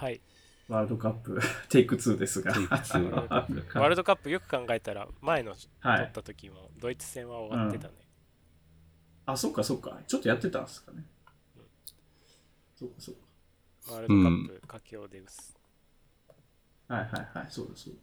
はい。 ワールドカップテイク2ですが。 テイク2。 ワールドカップよく考えたら前のはい。 取った時もドイツ戦は終うん。 わってたね。 あ、そっかそっか。ちょっとやってたんですかね。 うん、 そっかそっワールドカッうん。 プ佳境でうす。 か。はいはいはい。そうです。そうです。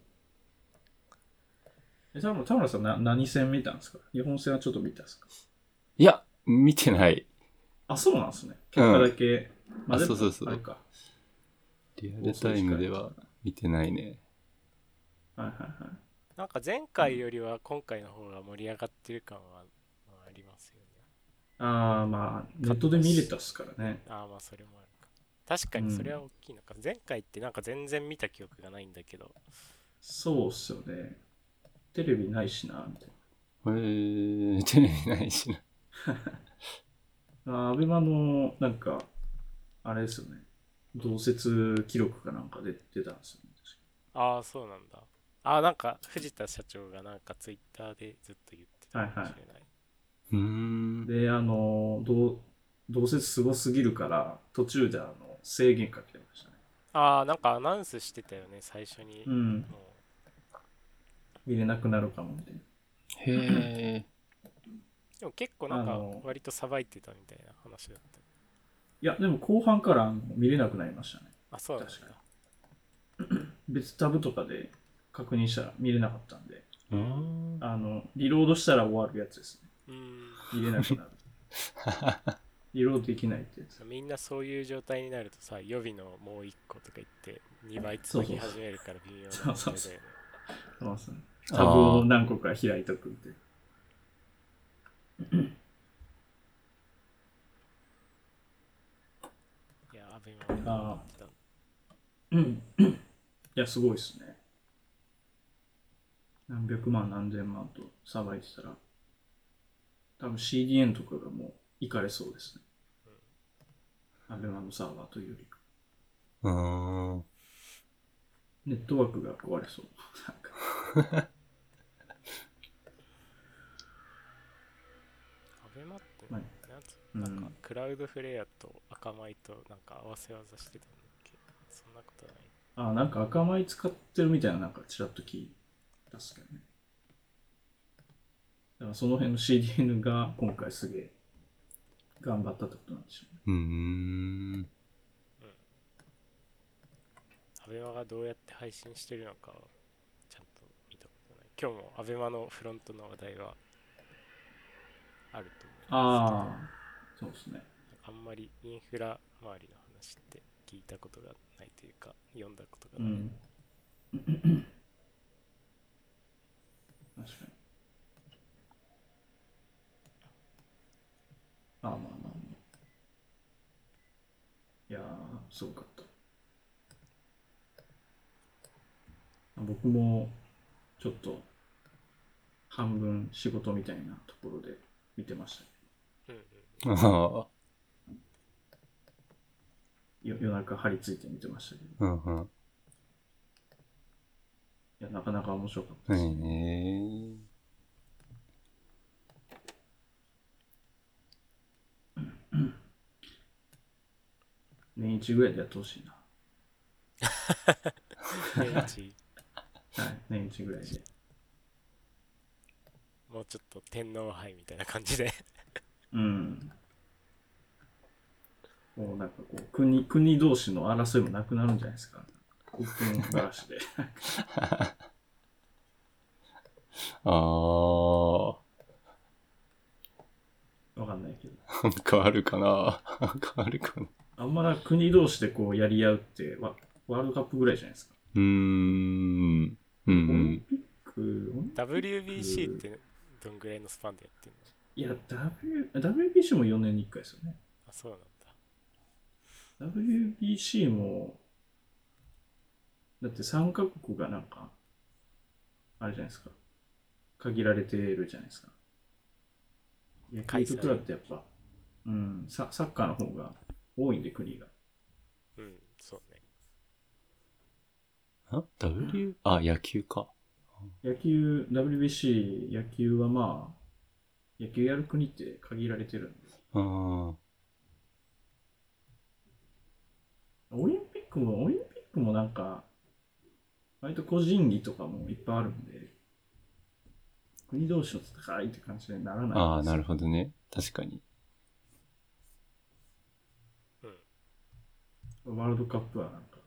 田村さん何戦見たんですか？日本戦はちょっと見たんですか？ いや、見てない。 あ、そうなんですね。結果だうん。 け。まああ、 でも、 そうそうそう。 あれか。 リア放送ルタイ時間やったムでは見てないね。 はいはいはい。 なんか前回よりは今回の方が盛り上がってる感は、まあ、ありますよね。 ああ、まあ、ネッ勝っトでたし。 見れたっすからね。 ああ、まあそれもあるか。確かうん。 にそれは大きいのか。前回ってなんか全然見た記憶がないんだけど。 そうっすよね。テレビないしな、みたいテレビないしな。 な。アベマの、なんか、あれですよね。同説記録かなんか出たんですよね。 ああ、そうなんだ。ああ、なんか藤田社長がなんかツイッターでずっと言ってたかはいはもしれない。 うーん。 い。で、同説すごすぎるから、途中で制限かけましたね。 ああ、なんかアナウンスしてたよね、最初に。 うん。 も見れなくなるかも、みたいな。 へえ。 う。でも結構なんかあの、 割とさばいてたみたいな話だった。 いや、でも後半から見れなくなりましたね。 あ、そうなんだ。 確かに。別タブとかで確認したら見れなかったんで、 うーん。 リロードしたら終わるやつですね。 うーん。 見れなくなる。リロードできないってやつ。 みんなそういう状態になるとさ、予備のもう1個とか言って2倍そうそう続き始めるから微妙なそうそうそう。 問題だよね。 そうですね。タブああ。 を何個か開いとくんで。 いや、アベマはどうなっああ、 てたの？ うん。いや、すごいですね。何百万何千万とさばいてたら、多分 CDN とかがもう行かれそうですね。アベマのサーバーというよりか。 うーん。 ネットワークが壊れそう。なんかアベマってまあなんつうん。 なんかクラウドフレアと赤米となんか合わせ技してたんだっけ？そんなことない。 あ、なんか赤米使ってるみたいななんかちらっと聞いたっすけどね。だからその辺の CDN が今回すげえ頑張ったってことなんでしょうね。 うーん。 うん。アベマがどうやって配信してるのかをちゃんと見たことない。今日もアベマのフロントの話題はあると思うんですけど、 ああ、そうですね。 あんまりインフラ周りの話って聞いたことがないというか読んだことがない。 うん。確かに。ああ、まあまあまあ。いやー、すごかった。僕もちょっと半分仕事みたいなところで見てましたね。 うんうん。 ああ。 夜中張り付いて見てましたけど。 うんうん。 いや、なかなか面白かったはですね。 いね。 年一ぐらいでやってほしいな。 年一はい、年一ぐらいで。 もうちょっと天皇杯みたいな感じで。 うん。もうなんかこう、国同士の争いもなくなるんじゃないですか。国分ばらしで。 ああ。 わかんないけど。 変わるかな。変わるかな。 あんまな国同士でこうやり合うってワールドカップぐらいじゃないですか。 うーん。うんうオリん。 ンピック、 WBC ってどんぐらいのスパンでやってんの？ いや、WBC も4年に1回ですよね。 あ、そうなんだ。 WBC も、だって3カ国がなんか、あれじゃないですか。限られてるじゃないですか。野開球と比べ催。 てやっぱ、うん、サッカーの方が多いんで、国が。 うん、そうね。 野球か。 WBC、野球はまあ、野球やる国って限られてるんで。 ああ。 オリンピックもなんか、割と個人技とかもいっぱいあるんで、国同士の戦いって感じにならないんですよ。 ああ、なるほどね。確かに。 ワールドカップはなんか、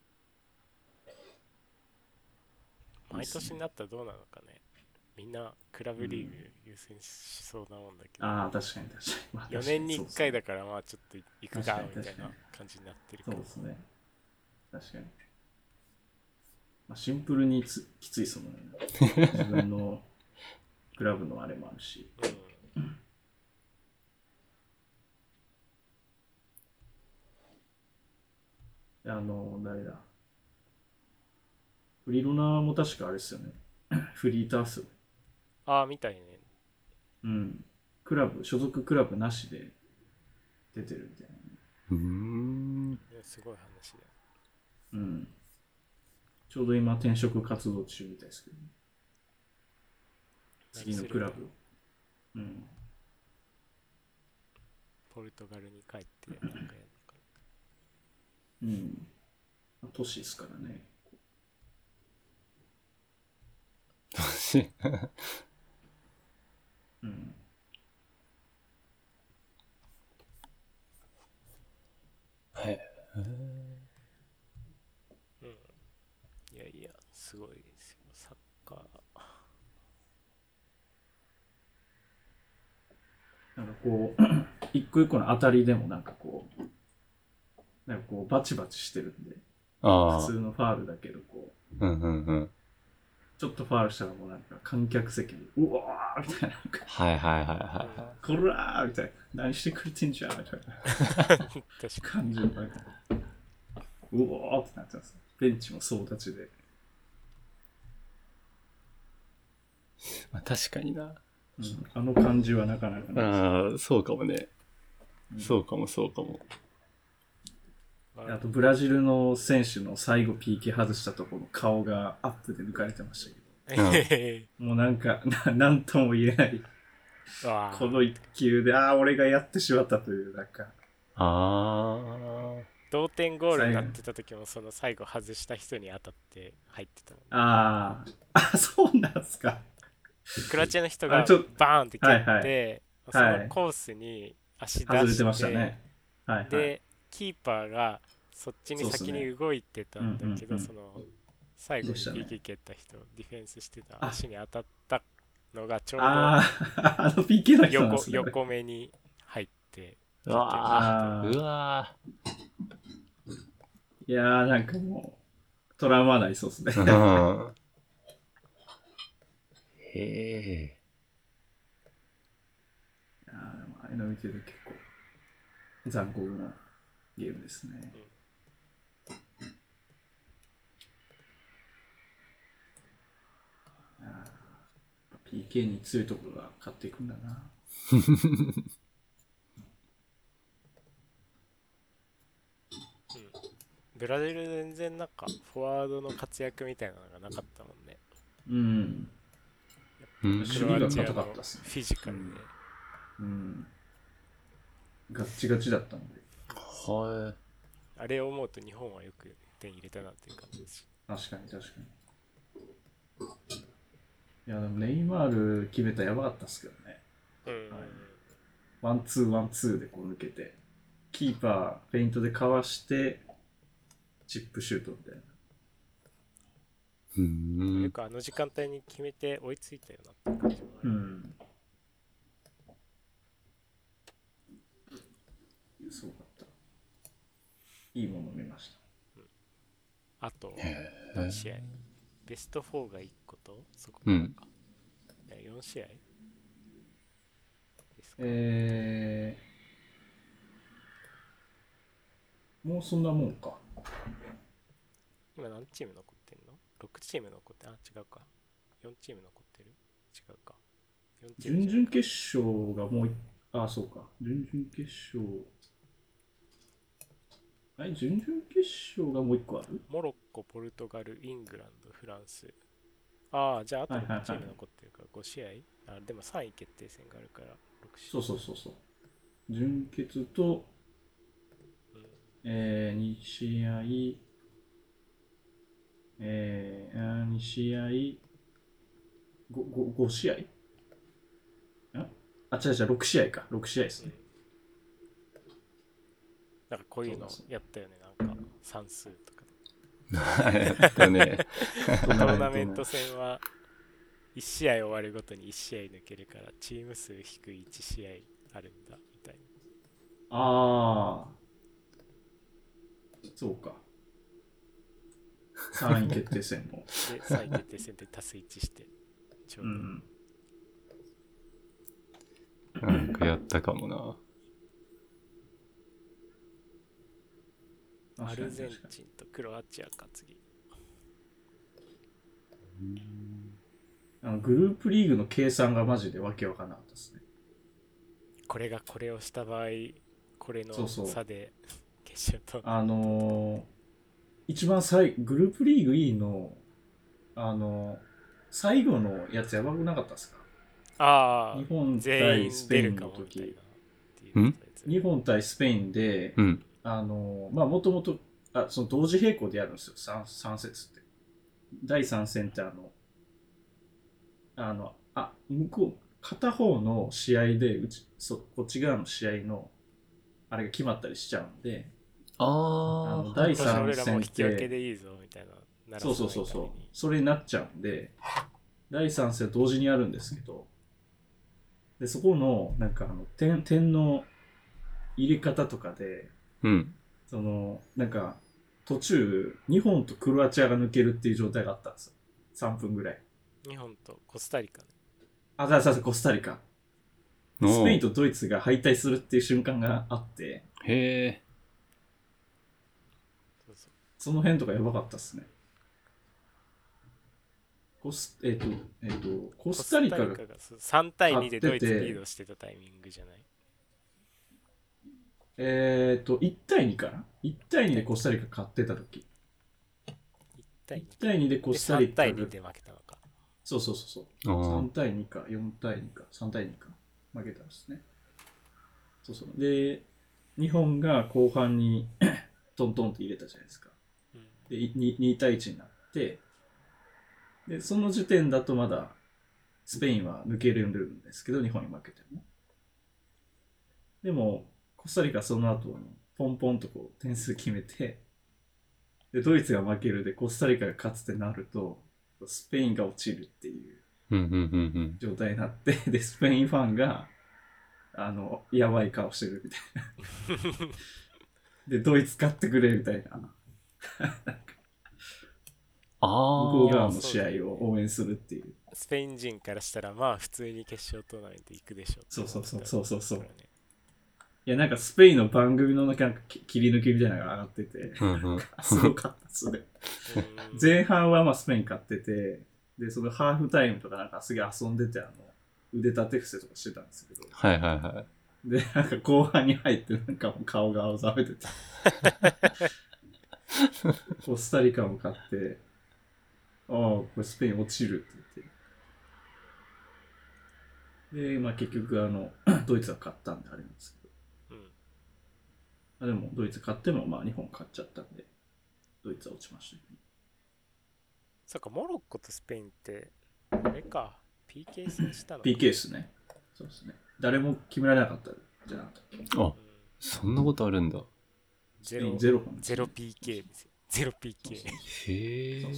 毎年になったらどうなのかね。みんなクラブリーグ優先しそうなもんだけど、 ああ、確かに確かに。まあ、 4年に1回だかからまあちょっと行くかみたいな感じになってるけど、 そうですね。確かに。まあ、シンプルにきついその、ね、自分のクラブのあれもあるし。誰だ。フリロナも確かあれですよね。フリーターっすよね。 ああみたいね。 うん。所属クラブなしで出てるみたいな。 すごい話だよ。 うん。ちょうど今転職活動中みたいですけど、ね、次のクラブ。うん。 ポルトガルに帰ってなんかやるのかな。うん。都市ですからね。 都市うん。 はい。 いやいや、すごいですよ、サッカー。 なんかこう、一個一個の当たりでもなんかこうバチバチしてるんで、普通のファールだけどちょっとファールしたらもうなんか観客席にうわーみたいな、 はいはいはいはこらーみたいな、何してくれてんじゃんみたいな感じのなんかうわーってなってます。ベンチも総立ちで。 まあ、確かにな。 あの感じはなかなかない。 ああ、そうかもね。そうかも。 あとブラジルの選手の最後 PK 外したところの顔がアップで抜かれてましたけど、もうなんかなんとも言えないこの一球で俺がやってしまったというなんか同点ゴールになってた時もその最後外した人に当たって入ってたもん。 そうなんすか。 クロアチアの人がバーンって蹴って、そのコースに足出して外れてましたね。 でキーパーがそっちに先に動いてたんだけど、その最後に PK 蹴った人、ディフェンスしてた足に当たったのがちょうど PK の人なんですね。 横目に入って、 うわいやーなんかもうトラウマになりそうですね。 へえ。 あれの見てる結構残酷なゲームですね。PK に強いところが勝っていくんだな。 ブラジル全然なんかフォワードの活躍みたいなのがなかったもんね。クロアチアのフィジカルで、 ガッチガチだったので。 あれを思うと日本はよく点入れたなっていう感じです。 確かに。いやでもネイマール決めたらやばかったっすけどね。ワンツーでこう抜けて、キーパーフェイントでかわしてチップシュートみたいな。 よくあの時間帯に決めて追いついたよなって感じもある。 すごかった。いいもの見ました。 あと何試合？ベスト4が1個とそこからか。4試合ですか。 もうそんなもんか。 今何チーム残ってんの？ 6 チーム残って違うか。4チーム残ってる？違うか。 準々決勝がもうそうか。準々決勝。準々決勝がもう1個ある？ モロッコ、ポルトガル、イングランド、フランス。じゃああと6チーム残ってるから5試合？でも3位決定戦があるから6試合。 そう。準決と、2試合、 試合、5試合あ、違う違う、6試合か。6試合ですね。 なんかこういうのやったよね、なんか算数とか。 やったね。 トーナメント戦は1試合終わるごとに1試合抜けるからチーム数引く1試合あるんだみたいな。 ああ、そうか。3位決定戦も。 で、3位決定戦で足す1してちょうど、 なんかやったかもな。 アルゼンチンとクロアチアか次。 グループリーグの計算がマジでわけわかんなかったですね。 これがこれをした場合、これの差で決勝と。 一番グループリーグ E の最後のやつやばくなかったですか？ ああ、 日本対スペインの時。日本対スペインで、まあもともとその同時並行でやるんですよ。3節って。第3戦って向こう片方の試合でこっち側の試合のあれが決まったりしちゃうんで、第3戦って引き分けでいいぞみたいな。 そうそれになっちゃうんで、第3戦同時にやるんですけど、でそこのなんか点の入れ方とかで、なんか途中日本とクロアチアが抜けるっていう状態があったんですよ。3分ぐらい。 日本とコスタリカね。 コスタリカ。スペインとドイツが敗退するっていう瞬間があって、 へえ。 その辺とかやばかったっすね。コスタリカが 3対2でドイツリードしてたタイミングじゃない？ 1対2かな？ 1 対2でコスタリカ勝ってた時。1対2でコスタリカが 3対2で負けたのか。 そう。3対2か、4対2か、3対2か。負けたんですね。で、日本が後半にトントンって入れたじゃないですか。で、2対1になって、で、その時点だとまだスペインは抜けるんですけど、日本に負けても。でも、コスタリカその後にポンポンとこう点数決めて、で、ドイツが負けるでコスタリカが勝つってなると、スペインが落ちるっていう状態になって、で、スペインファンが、やばい顔してるみたいな。で、ドイツ勝ってくれみたいな。向こう側の試合を応援するっていう。 スペイン人からしたら、まあ普通に決勝トーナメント行くでしょう。 そう。いや、なんかスペインの番組の中切り抜きみたいなのが上がってて、すごかったっすね。前半はまあスペイン勝ってて、で、そのハーフタイムとかなんかすげえ遊んでて、腕立て伏せとかしてたんですけど。で、なんか後半に入ってなんかもう顔が青ざめてて。コスタリカも勝って、これスペイン落ちるって言って。で、まあ結局ドイツは勝ったんであれなんですけど。でもドイツ勝ってもまあ日本勝っちゃったんで、ドイツは落ちましたけど。 そっか、モロッコとスペインって、あれか、PK 戦したのか。 PK っすね。そうですね。誰も決められなかったじゃなかった。 そんなことあるんだ。 ゼロ PK ですよ。ゼロ PK。 へえ。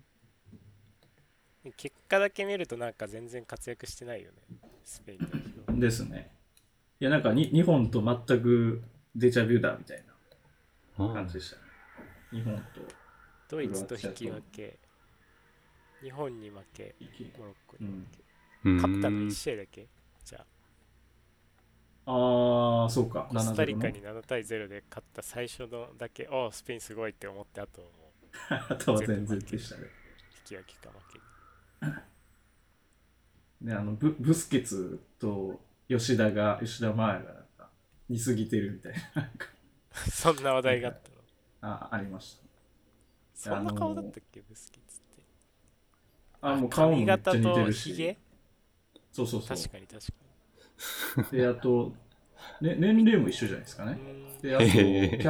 結果だけ見るとなんか全然活躍してないよね、スペイン代表。 ですね。いや、なんか日本と全くデジャビューだみたいな感じでしたね。日本とドイツと引き分け、日本に負け、モロッコに負け。勝ったの1試合だけじゃあ。そうか。 コスタリカに7対0で勝った最初のだけ、スペインすごいって思って、あともうあとは全然でしたね。 引き分けか負け。 で、ブスケツと吉田麻也がなんか似すぎてるみたいな。 そんな話題があったの？ ありました。 そんな顔だったっけ、ブスケツって。 もう顔もめっちゃ似てるし。 髪型とヒゲ？ そう。 確かに。 で、あと、年齢も一緒じゃないですかね。で、あと、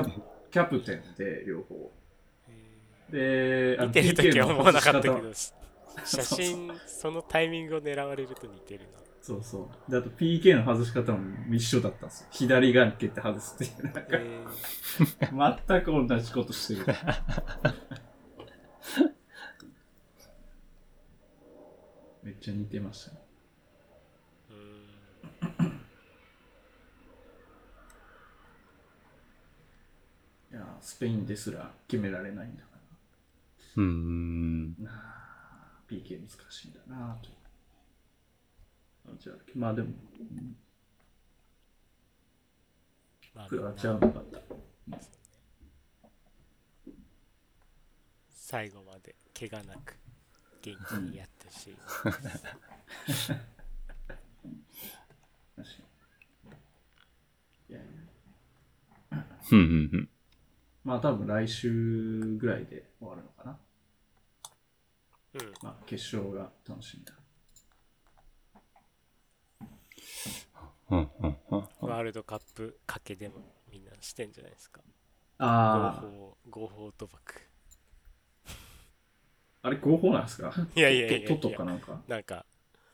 キャプテンで、両方。で、 見てるときは思わなかったけど、 写真そのタイミングを狙われると似てるな。 そうそう。で、あと PK の外し方も一緒だったんですよ。左側に蹴って外すっていう。なんか、全く同じことしてる。めっちゃ似てましたね。いや、スペインですら決められないんだから。PK 難しいんだなぁと。じゃあ、まあでも、クロアチアはなかった。 最後まで怪我なく元気にやってほしい。 確かに。いやいや。まあ多分来週ぐらいで終わるのかな。まあ決勝が楽しみだ。 ワールドカップ賭けでもみんなしてんじゃないですか。合法賭博。 あれ合法なんですか？ いやいやいやトトかなんか。 なんか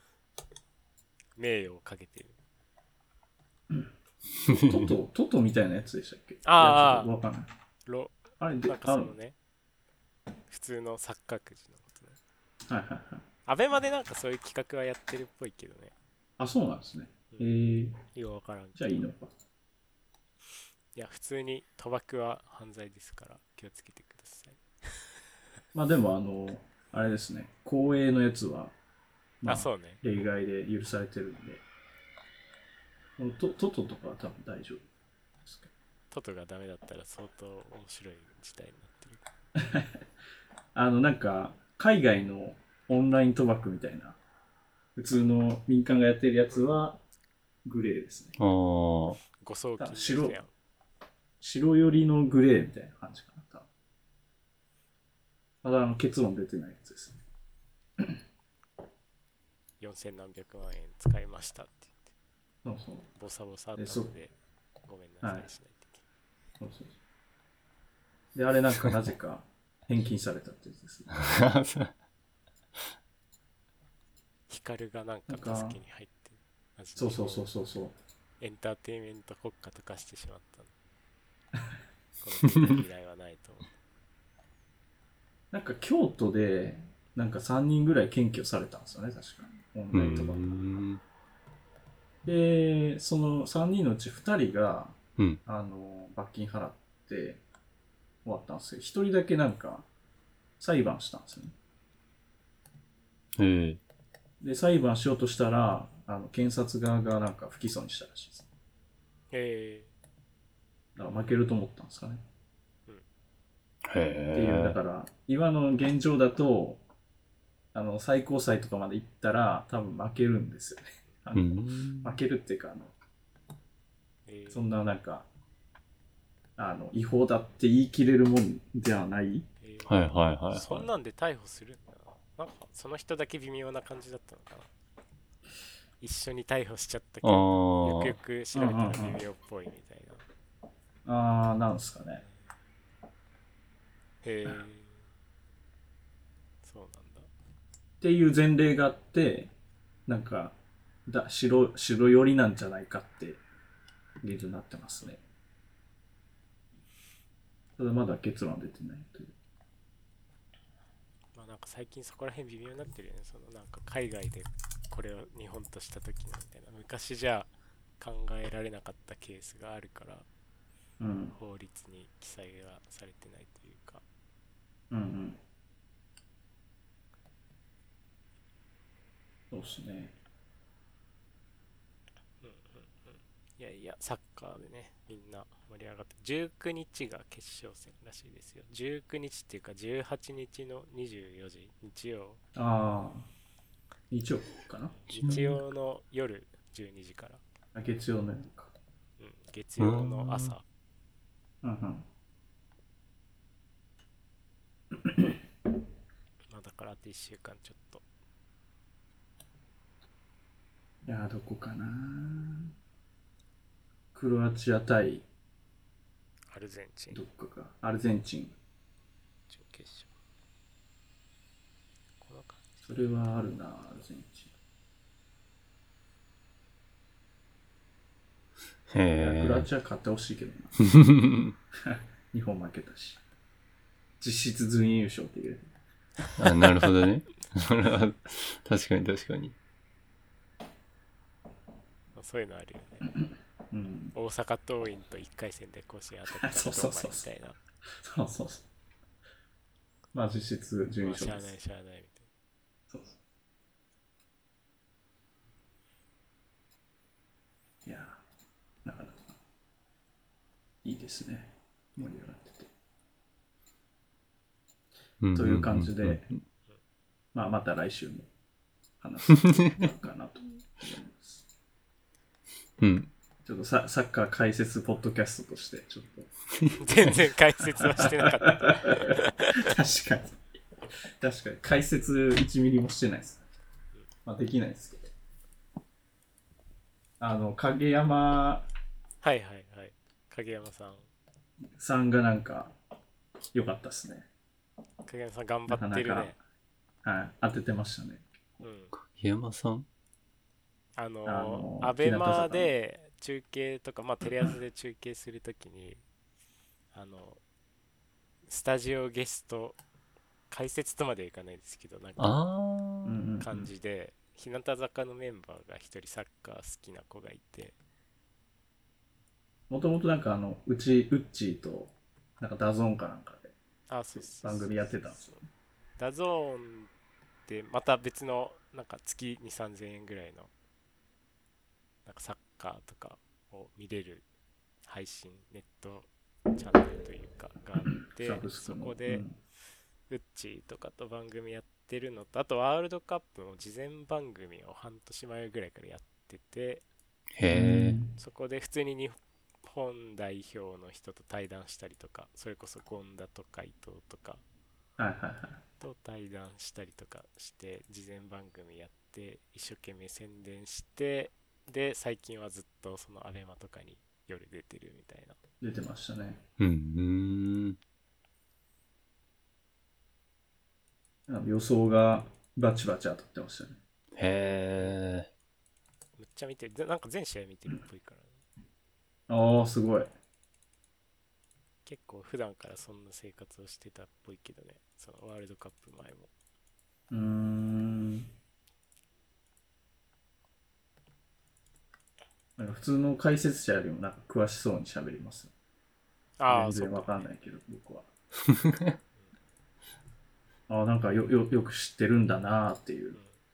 名誉をかけてる。 トトみたいなやつでしたっけ？ ああ。 わかんない。あれでなんかそのね、普通のサッカーくじのことね。 はいはいはい。 アベマでなんかそういう企画はやってるっぽいけどね。 あ、そうなんですね。 いや、わからん。 じゃあいいのか。 いや、普通に賭博は犯罪ですから気をつけてください。 まあでもあれですね、公営のやつは、 まあ、そうね。 例外で許されてるんで、トトとかは多分大丈夫ですけど。 トトがダメだったら相当面白い事態になってる。なんか、海外のオンライン賭博みたいな、普通の民間がやってるやつは、グレーですね。 誤送金ですやん。 白寄りのグレーみたいな感じかな。まだ結論出てないやつですね。 4000何百万円使いましたって言って。そうそう。 ボサボサあったので、ごめんなさいしないといけない。 そう。で、あれなんかなぜか返金されたってやつですね。 ヒカルがなんか助けに入って。 そう。 エンターテインメント国家と化してしまったの。この未来はないと思う。 なんか京都でなんか3人ぐらい検挙されたんですよね、確かに。オンラインとか。で、その3人のうち2人が、罰金払って終わったんですよ。1人だけなんか裁判したんですよね。で、裁判しようとしたら、検察側がなんか不起訴にしたらしいです。だから負けると思ったんですかね。っていう、だから、今の現状だと、最高裁とかまで行ったら、多分負けるんですよね。負けるっていうか、そんななんか、違法だって言い切れるもんではない。 そんなんで逮捕するんだな。なんか、その人だけ微妙な感じだったのかな。一緒に逮捕しちゃったけど、よくよく調べたら微妙っぽいみたいな。なんすかね。 へえ。そうなんだ。 っていう前例があって、なんか、白寄りなんじゃないかって現状になってますね。ただまだ結論は出てないという。 まあなんか最近そこら辺微妙になってるよね。そのなんか海外でこれを日本とした時のみたいな。昔じゃ考えられなかったケースがあるから、法律に記載がされてないというか。 そうですね。 いやいや、サッカーでね、みんな盛り上がって、19日が決勝戦らしいですよ。19日っていうか、18日の24時、日曜。 日曜かな？ 日曜の夜12時から。 月曜の夜か。 月曜の朝。まあだからあと1週間ちょっと。 いや、どこかな。クロアチア対アルゼンチン。 どっかか。アルゼンチン。 準決勝。この感じ。 それはあるな、アルゼンチン。クロアチア勝ってほしいけどな。日本負けたし。実質準優勝って言える。 あ、なるほどね。確かに確かに。 そういうのあるよね。うん、大阪桐蔭と1回戦で甲子園当たったみたいな。 そうそうそう。まあ実質準優勝です。 しゃあないみたいな。そうそう。 いやなかなかいいですね。盛り上がってて。という感じで、まあまた来週も話すかなと思います。 うん。 ちょっとサッカー解説ポッドキャストとしてちょっと全然解説はしてなかった確かに解説1ミリもしてないです、まあ、できないですけど影山はい影山さんがなんか良かったですね。 影山さん頑張ってるね。 はい、当ててましたね。 影山さんアベマで中継とか、まあ、テレ朝で中継するときにスタジオゲスト解説とまではいかないですけどなんか感じで日向坂のメンバーが一人サッカー好きな子がいて、 もともとなんかウッチーとなんかダゾーンかなんかで番組やってたんですよ。 ダゾーンってまた別のなんか月2、3000円ぐらいのなんかサッカーとかを見れる配信ネットチャンネルというかがあってそこでウッチーとかと番組やってるのとあとワールドカップの事前番組を半年前ぐらいからやっててそこで普通に日本代表の人と対談したりとかそれこそ権田とか伊藤とかと対談したりとかして事前番組やって一生懸命宣伝してで最近はずっとそのアベマとかに夜出てるみたいな。 出てましたね。予想がバチバチ当たってましたね。 へめっちゃ見てる。なんか全試合見てるっぽいから、 ね。ああ、すごい。 結構普段からそんな生活をしてたっぽいけどね。そのワールドカップ前も。 なんか普通の解説者よりもなんか詳しそうに喋ります。全然わかんないけど、僕は。なんかよく知ってるんだなっていう。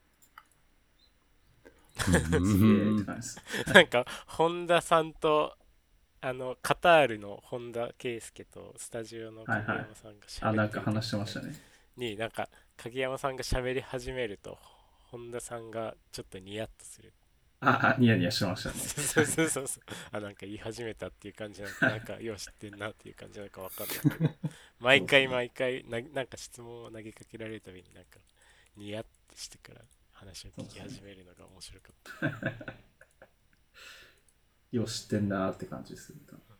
すげえって感じです。 なんか本田さんとカタールの本田圭佑とスタジオの影山さんが喋ってなんか話してましたね。 なんか影山さんが喋り始めると本田さんがちょっとニヤッとする。 ニヤニヤしてましたね。 そうなんか言い始めたっていう感じなんかよう知ってんなっていう感じなんかわかんないけど毎回なんか質問を投げかけられるたびになんかニヤッてしてから話を聞き始めるのが面白かったよう知ってんなって感じでする。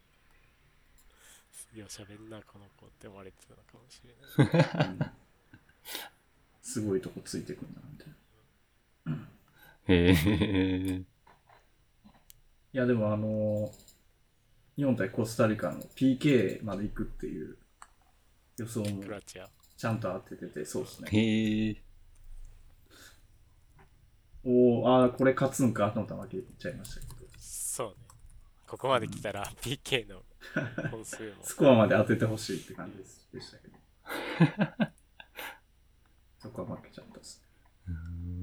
よう喋んなこの子って思われてたのかもしれない、 すごいとこついてくるなみたいな。 いやでも日本対コスタリカの PK まで行くっていう予想もちゃんと当ててて、そうですね。これ勝つんかと思ったら負けちゃいましたけど。 そうね。ここまで来たら PK の本数もスコアまで当ててほしいって感じでしたけどそこは負けちゃったっすね。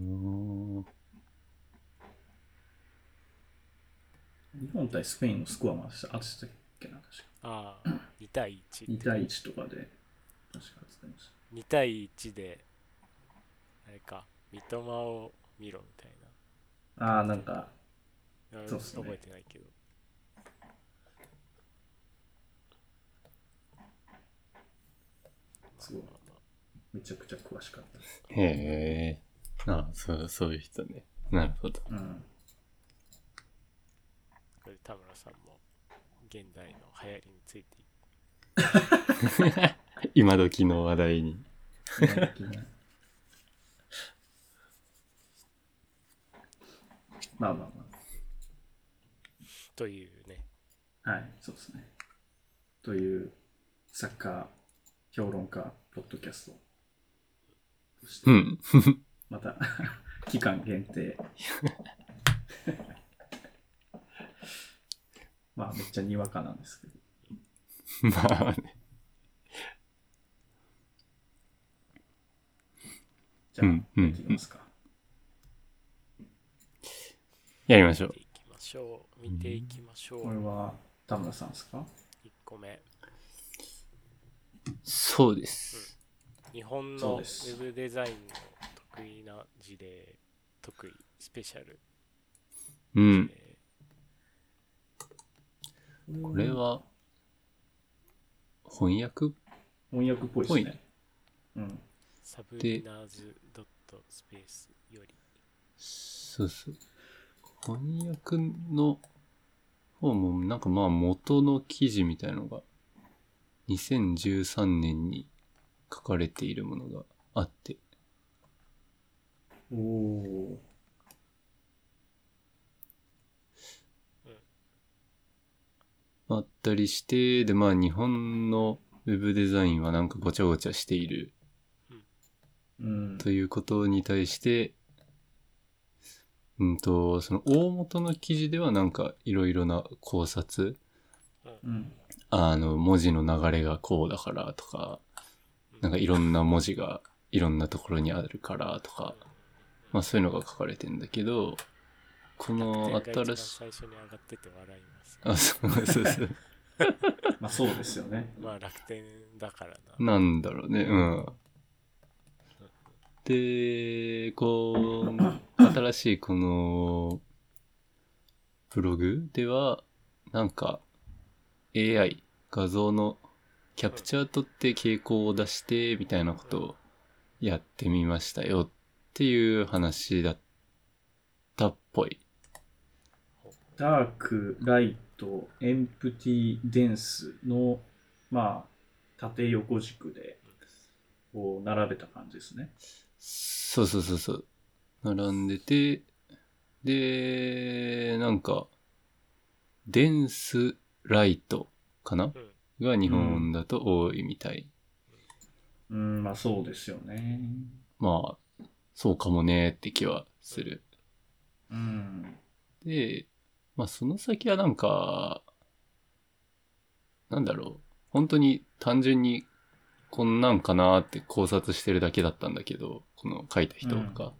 日本対スペインのスコアまで当てたっけな、確か。 2対1。 2対1とかで、確か当ててました。 2対1で、あれか、三笘を見ろみたいな。なんか、 そうっすね。覚えてないけど。 すごい。めちゃくちゃ詳しかったです。 へえ。そういう人ね。なるほど。 これ田村さんも現代の流行りについて今時の話題にまあまあまというね。 あ。はい、そうですね。というサッカー評論家ポッドキャストとして、 うん。 また期間限定。まあめっちゃにわかなんですけど。 まあね。 じゃあ、やっていきますか。 やりましょう。 見ていきましょう。 これは田村さんですか 1個目。 そうです。 日本のウェブデザインの得意な事例、得意スペシャル。 うん。これは翻訳っぽいですね。うん。 サブリナーズドットスペースより。 そうそう。翻訳の方もなんかまあ元の記事みたいのが2013年に書かれているものがあって。 おー。 あったりして、でまあ日本のウェブデザインはなんかごちゃごちゃしている、ということに対して、その大元の記事ではなんかいろいろな考察、文字の流れがこうだからとか、なんかいろんな文字がいろんなところにあるからとか、まあそういうのが書かれてんだけど、この新しい最初に上がってて笑います。 あ、そうそう。 まあそうですよね。 まあ楽天だからな。 なんだろうね、うん。で、こう、新しいこの、ブログでは、なんか、AI、画像のキャプチャー取って傾向を出して、みたいなことをやってみましたよっていう話だったっぽい。 ダーク、ライト、エンプティ、デンスの、まあ、縦横軸で、こう、並べた感じですね。 そうそうそうそう。並んでて、で、なんか、デンスライトかな、が日本だと多いみたい。 まあそうですよね。 まあ、そうかもねって気はする。で、まあその先はなんか、なんだろう。本当に単純にこんなんかなって考察してるだけだったんだけど、この書いた人が。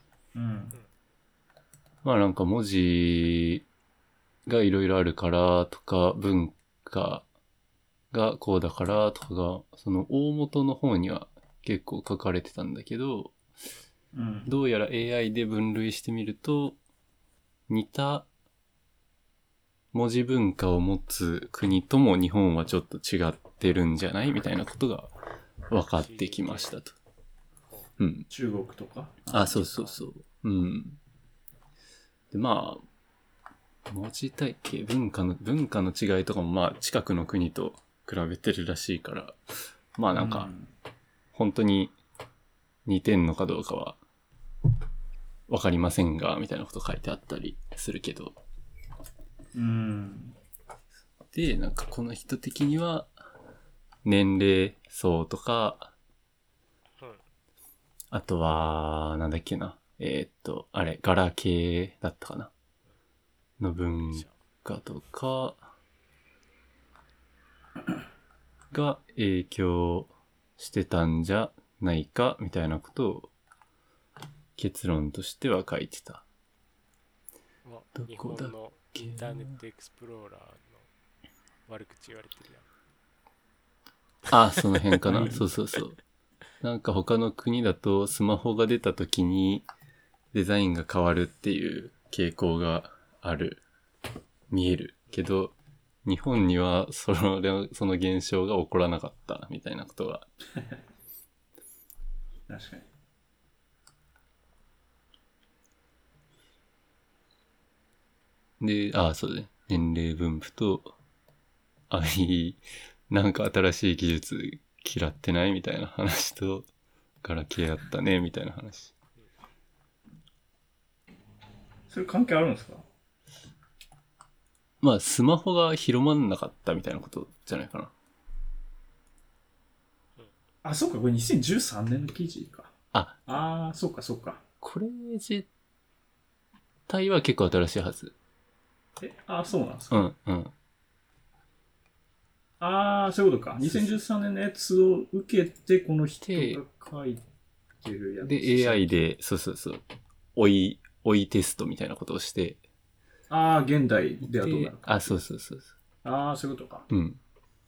まあなんか文字がいろいろあるからとか、文化がこうだからとかが、その大元の方には結構書かれてたんだけど、どうやら AI で分類してみると、似た文字文化を持つ国とも日本はちょっと違ってるんじゃないみたいなことが分かってきましたと。うん。 中国とか？ あ、そうそうそう。うん。で、まあ、文字体系、文化の違いとかもまあ近くの国と比べてるらしいから、まあなんか、本当に似てんのかどうかはわかりませんが、みたいなこと書いてあったりするけど。で、なんかこの人的には、年齢層とか、あとは、なんだっけな。あれ、ガラケーだったかな。の文化とか、が影響してたんじゃないか、みたいなことを結論としては書いてた。 日本のインターネットエクスプローラーの悪口言われてるやん。 あ、その辺かな。そうそうそう。なんか他の国だとスマホが出た時にデザインが変わるっていう傾向がある、見えるけど、日本にはその現象が起こらなかったみたいなことが確かに。で、そうだね。年齢分布と、なんか新しい技術嫌ってないみたいな話と、ガラケーやったねみたいな話。 それ関係あるんですか？ まあ、スマホが広まんなかったみたいなことじゃないかな。 あ、そうか、これ2013年の記事か。そうか、そうか。 これ自体は結構新しいはず。 そうなんですか。 うんうん。 そういうことか。2013年のやつを受けて、この人が書いてるやつ。 で、AI で、そう、追いテストみたいなことをして。 現代ではどうなるか。 そう。 そういうことか。 うん。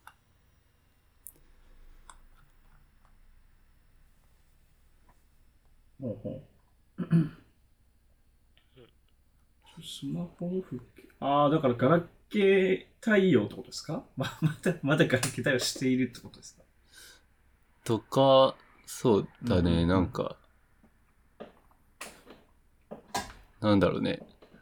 ほう。スマホの復旧。だからガラケー対応ってことですか？まだガラケー対応しているってことですか？ とか、そうだね、なんか、なんだろうね。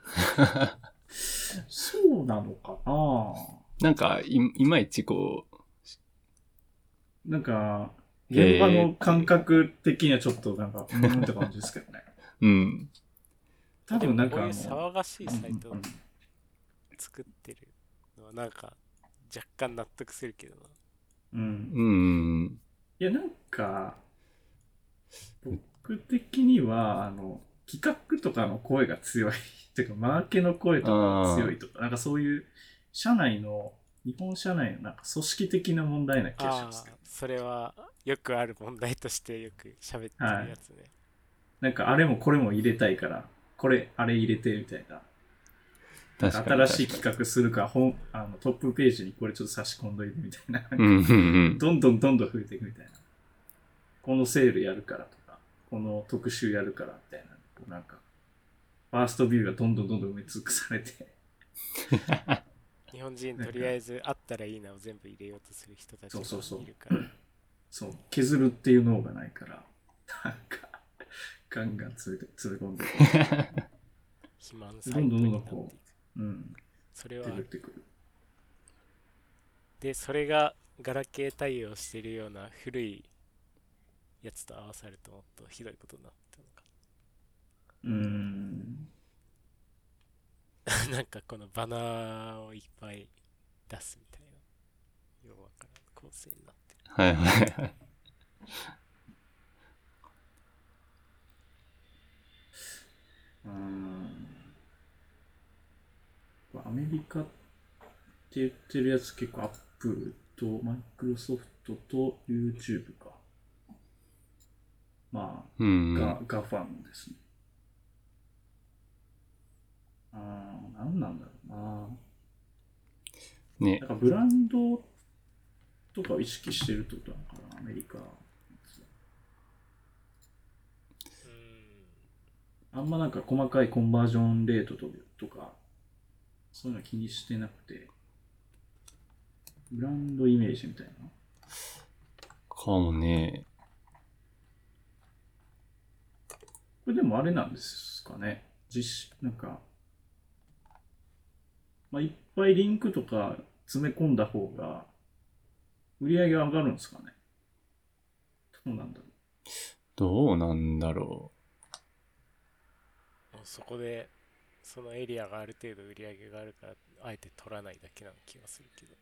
そうなのかな。 なんかいまいちこう。なんか、現場の感覚的にはちょっとなんか、って感じですけどね。 うん。 多分なんかこういう騒がしいサイトを作ってるのはなんか若干納得するけどな。 いや、なんか、僕的には、企画とかの声が強い。っていうか、マーケの声とかが強いとか、なんかそういう、日本社内のなんか組織的な問題な気がしますけど。 それはよくある問題としてよく喋ってるやつね。 なんかあれもこれも入れたいから、あれ入れてみたいな。なんか新しい企画するか、トップページにこれちょっと差し込んどいてみたいな。どんどん増えていくみたいな。このセールやるからとか、この特集やるからみたいな。なんか、ファーストビューがどんどん埋め尽くされて。 日本人とりあえずあったらいいなを全部入れようとする人たちがいるから。 そう、削るっていう脳がないから、なんか、ガンガン詰め込んで肥満サイトになっていく。 それはで、それがガラケー対応しているような古いやつと合わさるともっとひどいことになってるのか。なんかこのバナーをいっぱい出すみたいな、ようわからん構成になってる。 はいはいはい。 アメリカって言ってるやつ結構アップルとマイクロソフトと YouTube か。まあ、ガファンですね。なんなんだろうな。 ね。 なんかブランドとかを意識してるってことなのかな、アメリカ。あんまなんか細かいコンバージョンレートとか、そういうの気にしてなくて、ブランドイメージみたいな。 かもね。 これでもあれなんですかね。なんか、まあ、いっぱいリンクとか詰め込んだ方が、売り上げ上がるんですかね。どうなんだろう。 どうなんだろう。そこで、そのエリアがある程度売り上げがあるから、あえて取らないだけな気がするけど。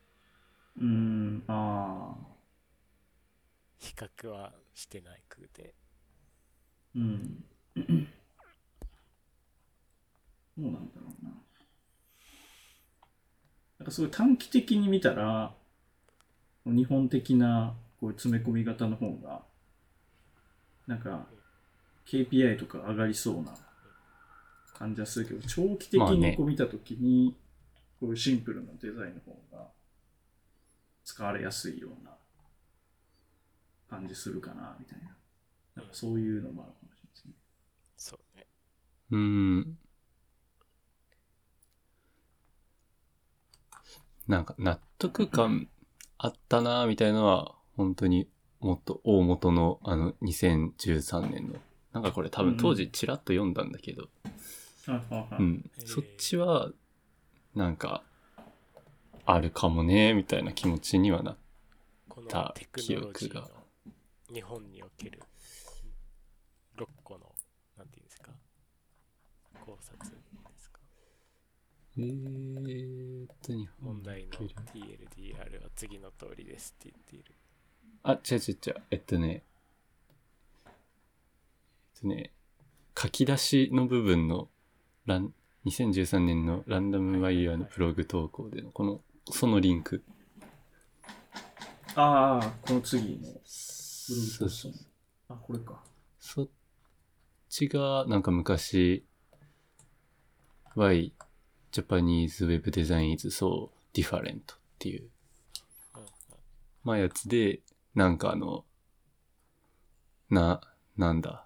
比較はしてない空で。 そうなんだろうな。なんかすごい短期的に見たら、日本的なこういう詰め込み型の方が、なんか KPI とか上がりそうな感じはするけど、長期的にこう見たときに、こういうシンプルなデザインの方が使われやすいような感じするかなみたいな。なんかそういうのもあるかもしれないですね。 そうね。 なんか納得感あったなみたいなのは、本当にもっと大元の2013年の。なんかこれ多分当時ちらっと読んだんだけど、そっちはなんかあるかもねみたいな気持ちにはなった記憶が。 日本における6個のなんていうんですか、 考察ですか？ 問題の TLDR は次の通りですって言っている。 あ、違う。書き出しの部分の2013年のランダムワイヤーのブログ投稿でのそのリンク。 ああ、この次のブログポスト。あ、これか。 そっちがなんか昔 Why Japanese Web Design is so different っていうまあやつで、なんかなんだ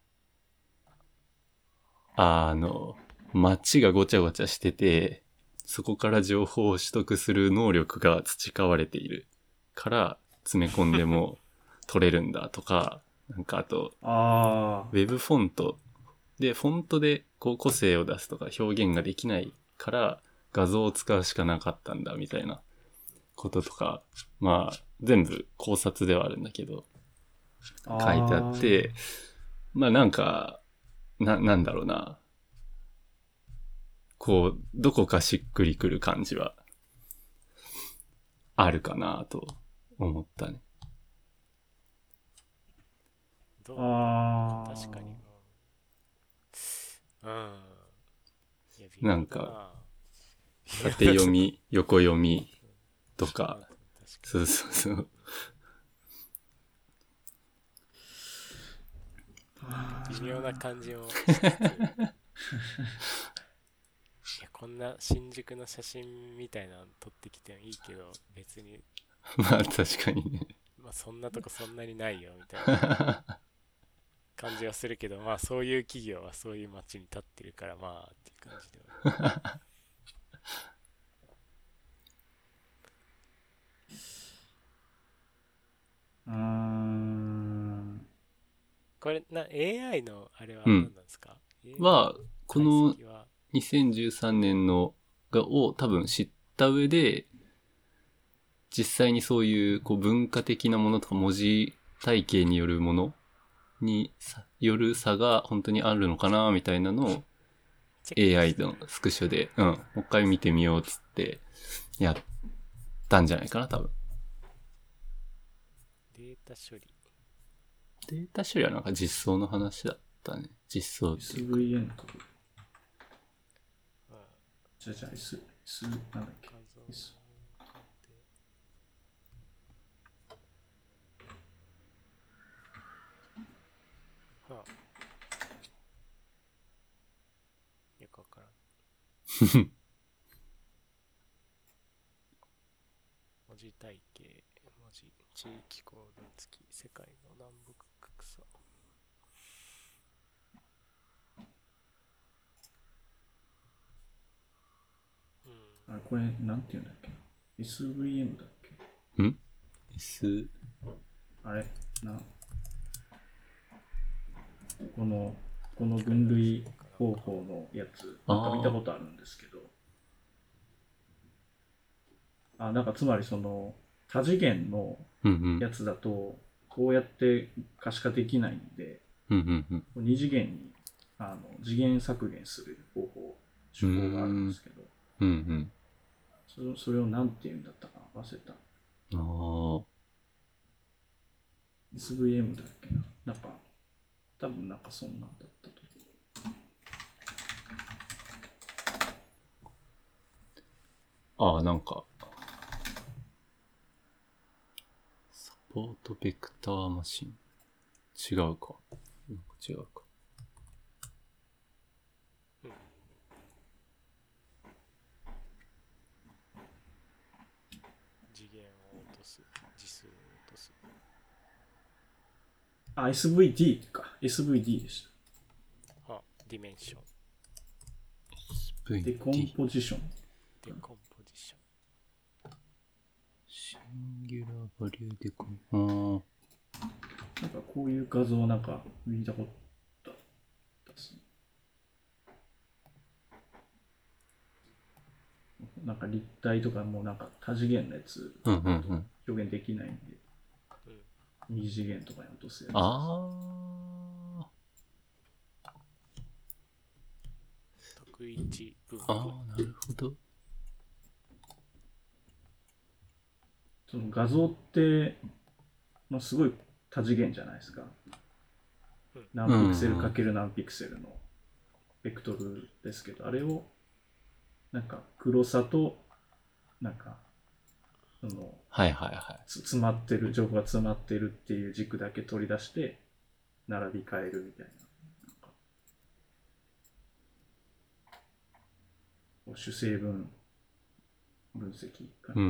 街がごちゃごちゃしてて、そこから情報を取得する能力が培われているから詰め込んでも取れるんだとか、なんかあと、ウェブフォントで、フォントでこう個性を出すとか表現ができないから画像を使うしかなかったんだみたいなこととか、まあ全部考察ではあるんだけど、書いてあって、まあなんか、なんだろうな。こう、どこかしっくりくる感じは、あるかなと思ったね。 確かに。 なんか、縦読み、横読みとか、そう。 微妙な感じもいや、こんな新宿の写真みたいなの撮ってきてもいいけど、別にまあ確かにね、 まあそんなとこそんなにないよみたいな感じはするけど、まあそういう企業はそういう街に立ってるからまあっていう感じではこれAI のあれは何なんですか？ はこの2013年のを多分知った上で、実際にそういう文化的なものとか文字体系によるものによる差が本当にあるのかなみたいなのを AI のスクショで、もう一回見てみようっつってやったんじゃないかな多分。 データ処理はなんか実装の話だったね。実装っていうか。 SVN とか。じゃあ なんだっけ。 よくわからん。文字体系、地域コード付き、世界の南北格差。 これなんていうんだっけ？ SVM だっけ？あれこの分類方法のやつなんか見たことあるんですけど、なんかつまりその多次元のやつだとこうやって可視化できないんで、2次元に次元削減する手法があるんですけど、それをなんて言うんだったか忘れた。SVM だっけな。なんか多分なんかそんなんだったと。 なんかサポートベクターマシン違うか。 次元を落とす、次数を落とす。 SVD か。SVD でした。 ディメンション。デコンポジション。 シンギュラーバリューデコン。 なんかこういう画像なんか見たことですね。なんか立体とかもなんか多次元のやつ表現できないんで、二次元とかに落とすやつ。 1分ああ、なるほど。 その画像って、まあ、すごい多次元じゃないですか。何ピクセルかける何ピクセルのベクトルですけど、あれをなんか黒さとなんかそのはいはいはい。 詰まってる情報が詰まってるっていう軸だけ取り出して並び替えるみたいな。主成分分析かな。 うんうん。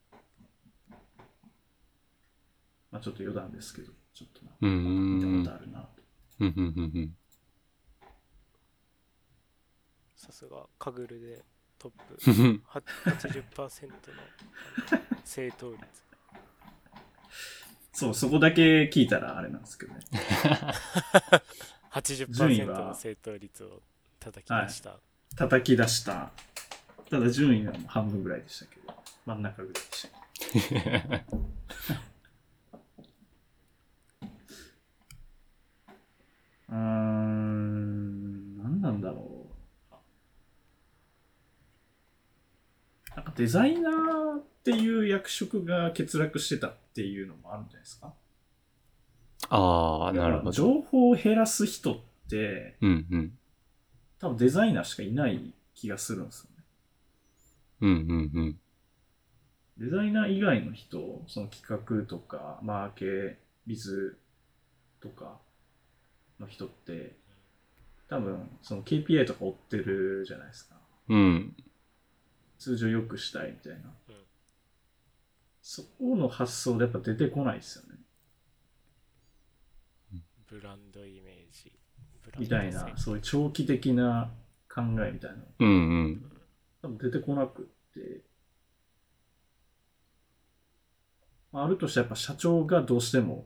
まあちょっと余談ですけど、ちょっと見たことあるなと。 うんうんうんうん。 さすがカグルでトップ80% の正答率。 そう、そこだけ聞いたらあれなんですけどね。 80% の正答率を叩き出した、はい、 叩き出した。ただ順位は半分ぐらいでしたけど、真ん中ぐらいでした。何なんだろう。なんかデザイナーっていう役職が欠落してたっていうのもあるんじゃないですか。 ああ、なるほど。 情報を減らす人って、 うんうん、 多分デザイナーしかいない気がするんですよね。 うんうんうん。 デザイナー以外の人、その企画とか、マーケビズとかの人って、多分その KPI とか追ってるじゃないですか。 うん。 通常良くしたいみたいな。そこの発想でやっぱ出てこないですよね。 ブランドイメージ。 みたいな、そういう長期的な考えみたいな。 うんうん。 多分出てこなくって。あるとしてやっぱ社長がどうしても、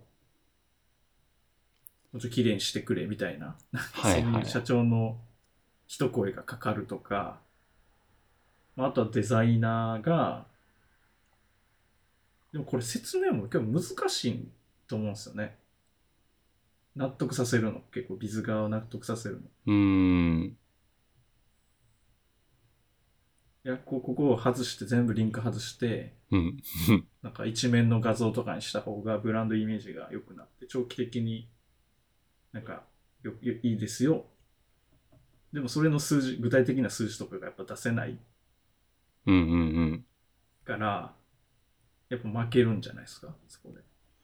もうちょっと綺麗にしてくれみたいな。 はいはい、 そういう社長の一声がかかるとか、あとはデザイナーが、でもこれ説明も結構難しいと思うんですよね。納得させるの。結構ビズ側を納得させるの。いや、ここを外して、全部リンク外して、なんか一面の画像とかにした方がブランドイメージが良くなって、長期的になんかいいですよ。でもそれの数字、具体的な数字とかがやっぱ出せないから、やっぱ負けるんじゃないですか、そこで。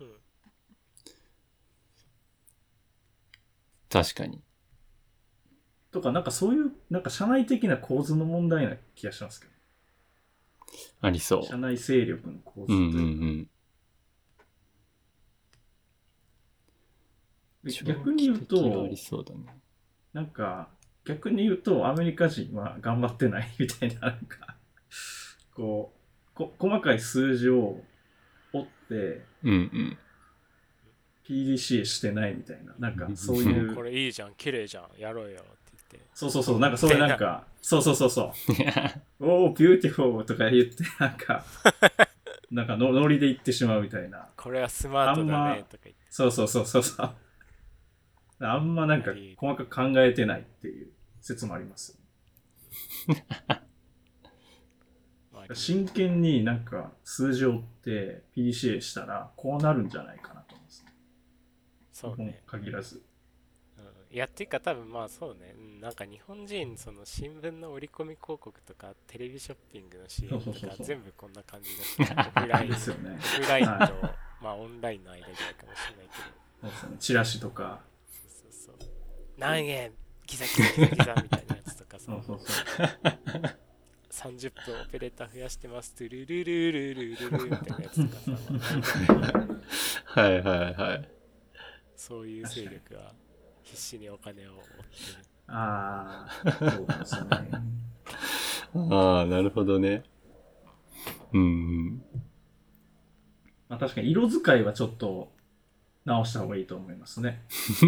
確かに。 とか、なんかそういう、なんか社内的な構図の問題な気がしますけど。 ありそう。 社内勢力の構図というか。逆に言うと、なんか、逆に言うと、アメリカ人は頑張ってないみたいな、なんか、こう、細かい数字を追って、PDCA してないみたいな、なんかそういう。 これいいじゃん、綺麗じゃん、やろうよって言って。 そう、なんかそれなんか、そう。おー、ビューティフォーとか言って、なんかノリで言ってしまうみたいな。 これはスマートだねとか言って。 そう。あんまなんか細かく考えてないっていう説もあります。真剣になんか数字を追って PDCA したらこうなるんじゃないかなと思うんですね。 そうね。 限らず。 いやっていうか多分まあそうね、なんか日本人その新聞の折り込み広告とかテレビショッピングの CM とか全部こんな感じだし、オフラインですよね。 オフラインと、まあオンラインの間ぐらいかもしれないけど。 そうですね。チラシとか。 そう何円ギザみたいなやつとかさ。 そう 30分オペレーター増やしてますトゥルルルルルルルみたいなやつとかさはいそういう勢力は必死にお金を持ってる。 ああ、そうですね。 ああ、なるほどね。 まあ確かに色使いはちょっと直した方がいいと思いますね。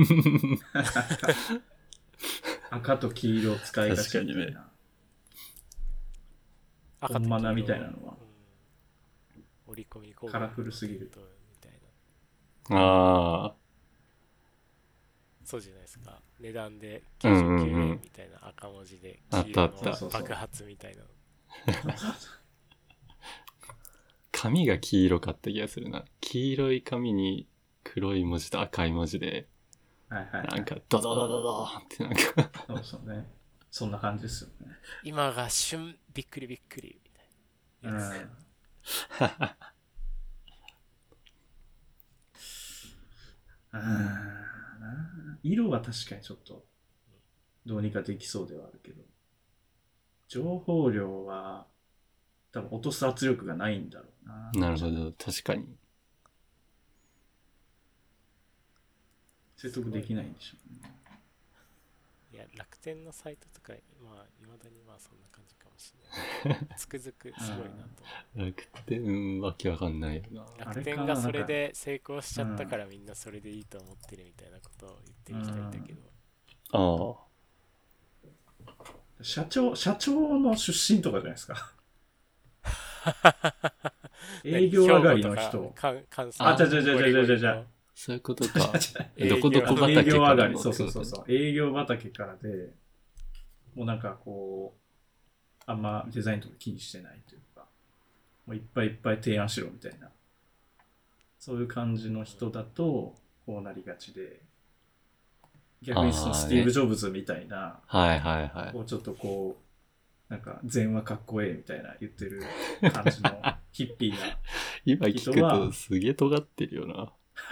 赤と黄色を使いがちみたいな。本マみたいなのは。 折り込みカラフルすぎる。 みたいな。ああ。 そうじゃないですか。値段でうんうん 99 うん円みたいな赤文字であったあった黄色の爆発みたいな。 紙が黄色かった気がするな。黄色い紙に黒い文字と赤い文字で、 はいはい、はい。 なんかドドドドドーンってなんかそうそうね。そんな感じですよね。 今が旬びっくりびっくりみたいなや色は確かにちょっとどうにかできそうではあるけど、情報量は多分落とす圧力がないんだろうな。 なるほど、確かに。 説得できないんでしょうね。 いや、楽天のサイトとか、まあ、いまだにまあそんな感じかもしれない。つくづくすごいなと思楽天わけわかんないよな。 う。楽天がそれで成功しちゃったからみんなそれでいいと思ってるみたいなことを言ってる人いたけど。 ああ。 社長の出身とかじゃないですか。営業上がりの人。あ、じゃそういうことか。 どこ畑営業上がり。 のそう。営業畑からで、もうなんかこう、あんまデザインとか気にしてないというか、もういっぱいいっぱい提案しろみたいな。そういう感じの人だと、こうなりがちで、逆にそのスティーブ・ジョブズみたいな、 はいはいはい。 こうちょっとこう、なんか禅はかっこええみたいな言ってる感じのヒッピーな。 今聞くとすげえ尖ってるよな。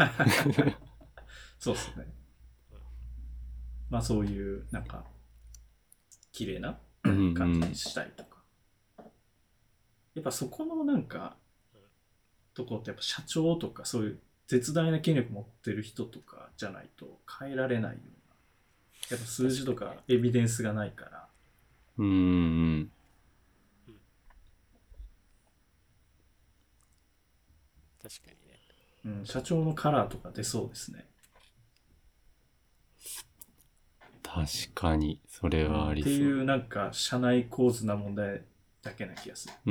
そうっすね。まあそういうなんか綺麗な感じにしたいとか。やっぱそこのなんかとこってやっぱ社長とかそういう絶大な権力持ってる人とかじゃないと変えられないような。やっぱ数字とかエビデンスがないから。 確かにね。 社長のカラーとか出そうですね。 確かに、それはありそう。 っていうなんか社内構図な問題だけな気がする。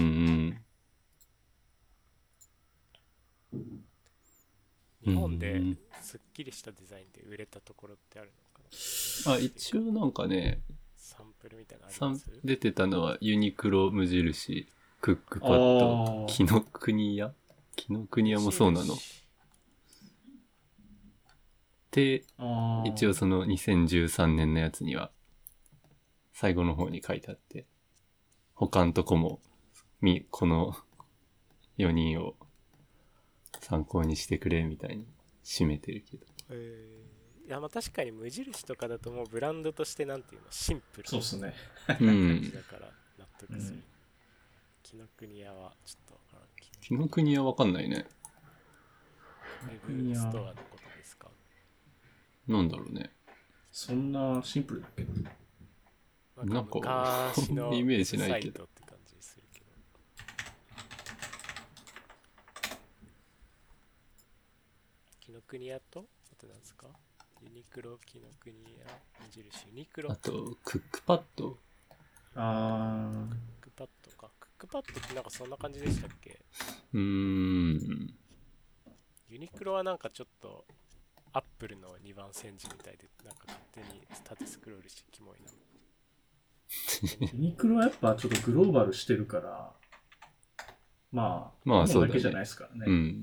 日本ですっきりしたデザインで売れたところってあるのかな。 一応なんかね、 サンプルみたいなのあります？ 出てたのはユニクロ、無印、クックパッド、紀ノ国屋もそうなので、一応その2013年のやつには最後の方に書いてあって、他のとこもこの4人を参考にしてくれみたいに締めてるけど。 いやまあ確かに無印とかだともうブランドとしてなんていうのシンプルそうっすね。 感じだから納得する。紀ノ国屋はちょっと分からん。 紀ノ国屋わかんないね。 ウェブストアのことですか？ なんだろうね。 そんなシンプルだけど。 なんか昔のイメージないけど。 って感じするけど。紀ノ国屋とあとなんですか？ユニクロ、紀ノ国屋、無印、ユニクロ。 あとクックパッド。 クックパッドか。クックパッドってなんかそんな感じでしたっけ？ユニクロはなんかちょっとアップルの2番煎じみたいでなんか勝手に縦スクロールしてキモいな。 ユニクロはやっぱちょっとグローバルしてるからまあそうだけじゃないですからね。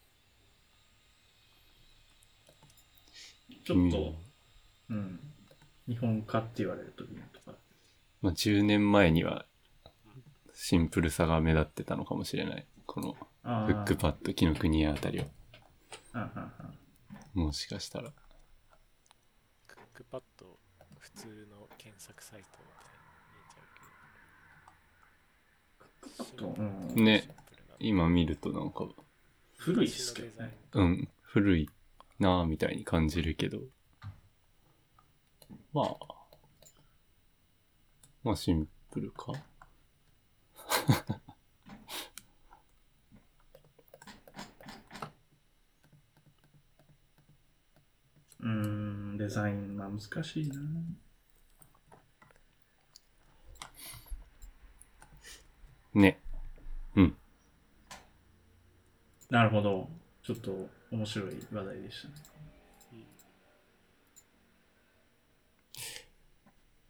ちょっと、日本化って言われるときとか。 まあ10年前にはシンプルさが目立ってたのかもしれない。このフックパッド、紀ノ国屋あたりは。もしかしたら。 クックパッド、普通の検索サイトみたいに見えちゃうけど。 ね、今見るとなんか古いっすけどね。 古いなぁみたいに感じるけど。まあシンプルか。 デザインは難しいな。 ね。 なるほど。ちょっと面白い話題でしたね。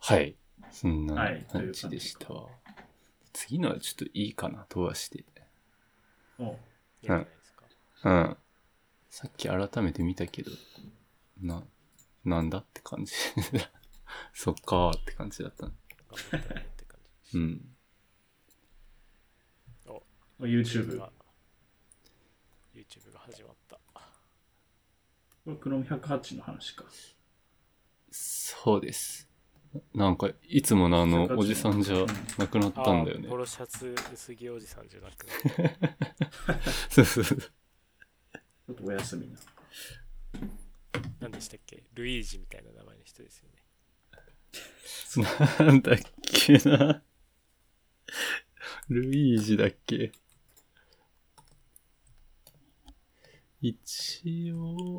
はい。そんなはい感じでしたわ。次のはちょっといいかな、飛ばして。 おいいじゃないですか。 うん。さっき改めて見たけど、なんだって感じ。そっかーって感じだったね。 頑張ったねって感じでした。 うん。 YouTube。 が始まった。 これ Chrome108 の話か。 そうです。なんかいつものおじさんじゃなくなったんだよね。 ポロシャツ薄着おじさんじゃなくなそうそうそう。 ちょっとお休みな。 何でしたっけ、ルイージみたいな名前の人ですよね。 なんだっけな。ルイージだっけ。一応、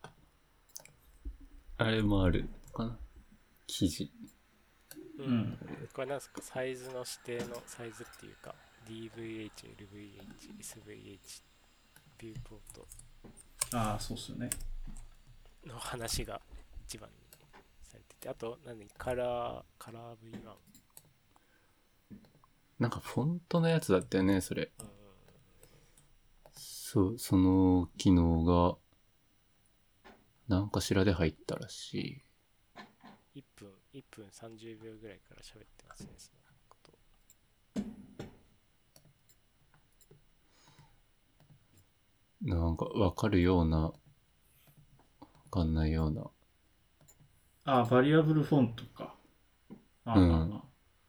あれもあるかな。記事。 うん。これなんですか、サイズの指定のサイズっていうか、DVH、LVH、SVH、ビューポート。 ああ、そうっすよね。 の話が一番にされてて、あとカラー V1、 なんかフォントのやつだったよね、それ。そう、その機能が何かしらで入ったらしい。1分30秒ぐらいから喋ってますね、そのこと。 なんか分かるような、分かんないような。 ああ、バリアブルフォントか。ああ、 うん。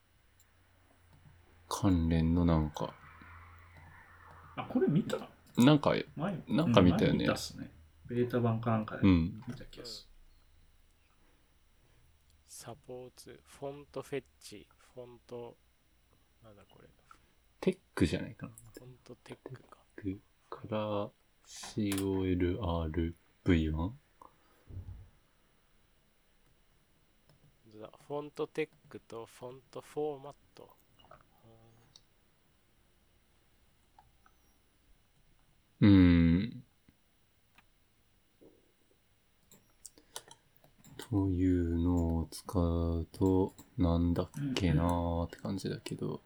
関連のなんか。 あ、これ見たなんか見たよね。 見たっすね。ベータ版かなんかで見た気がする。 サポーツ、フォントフェッチ、フォント、なんだこれ。 テックじゃないかな。 フォントテックか。 から COLRV1？ フォントテックとフォントフォーマット。 というのを使うとなんだっけなーって感じだけど、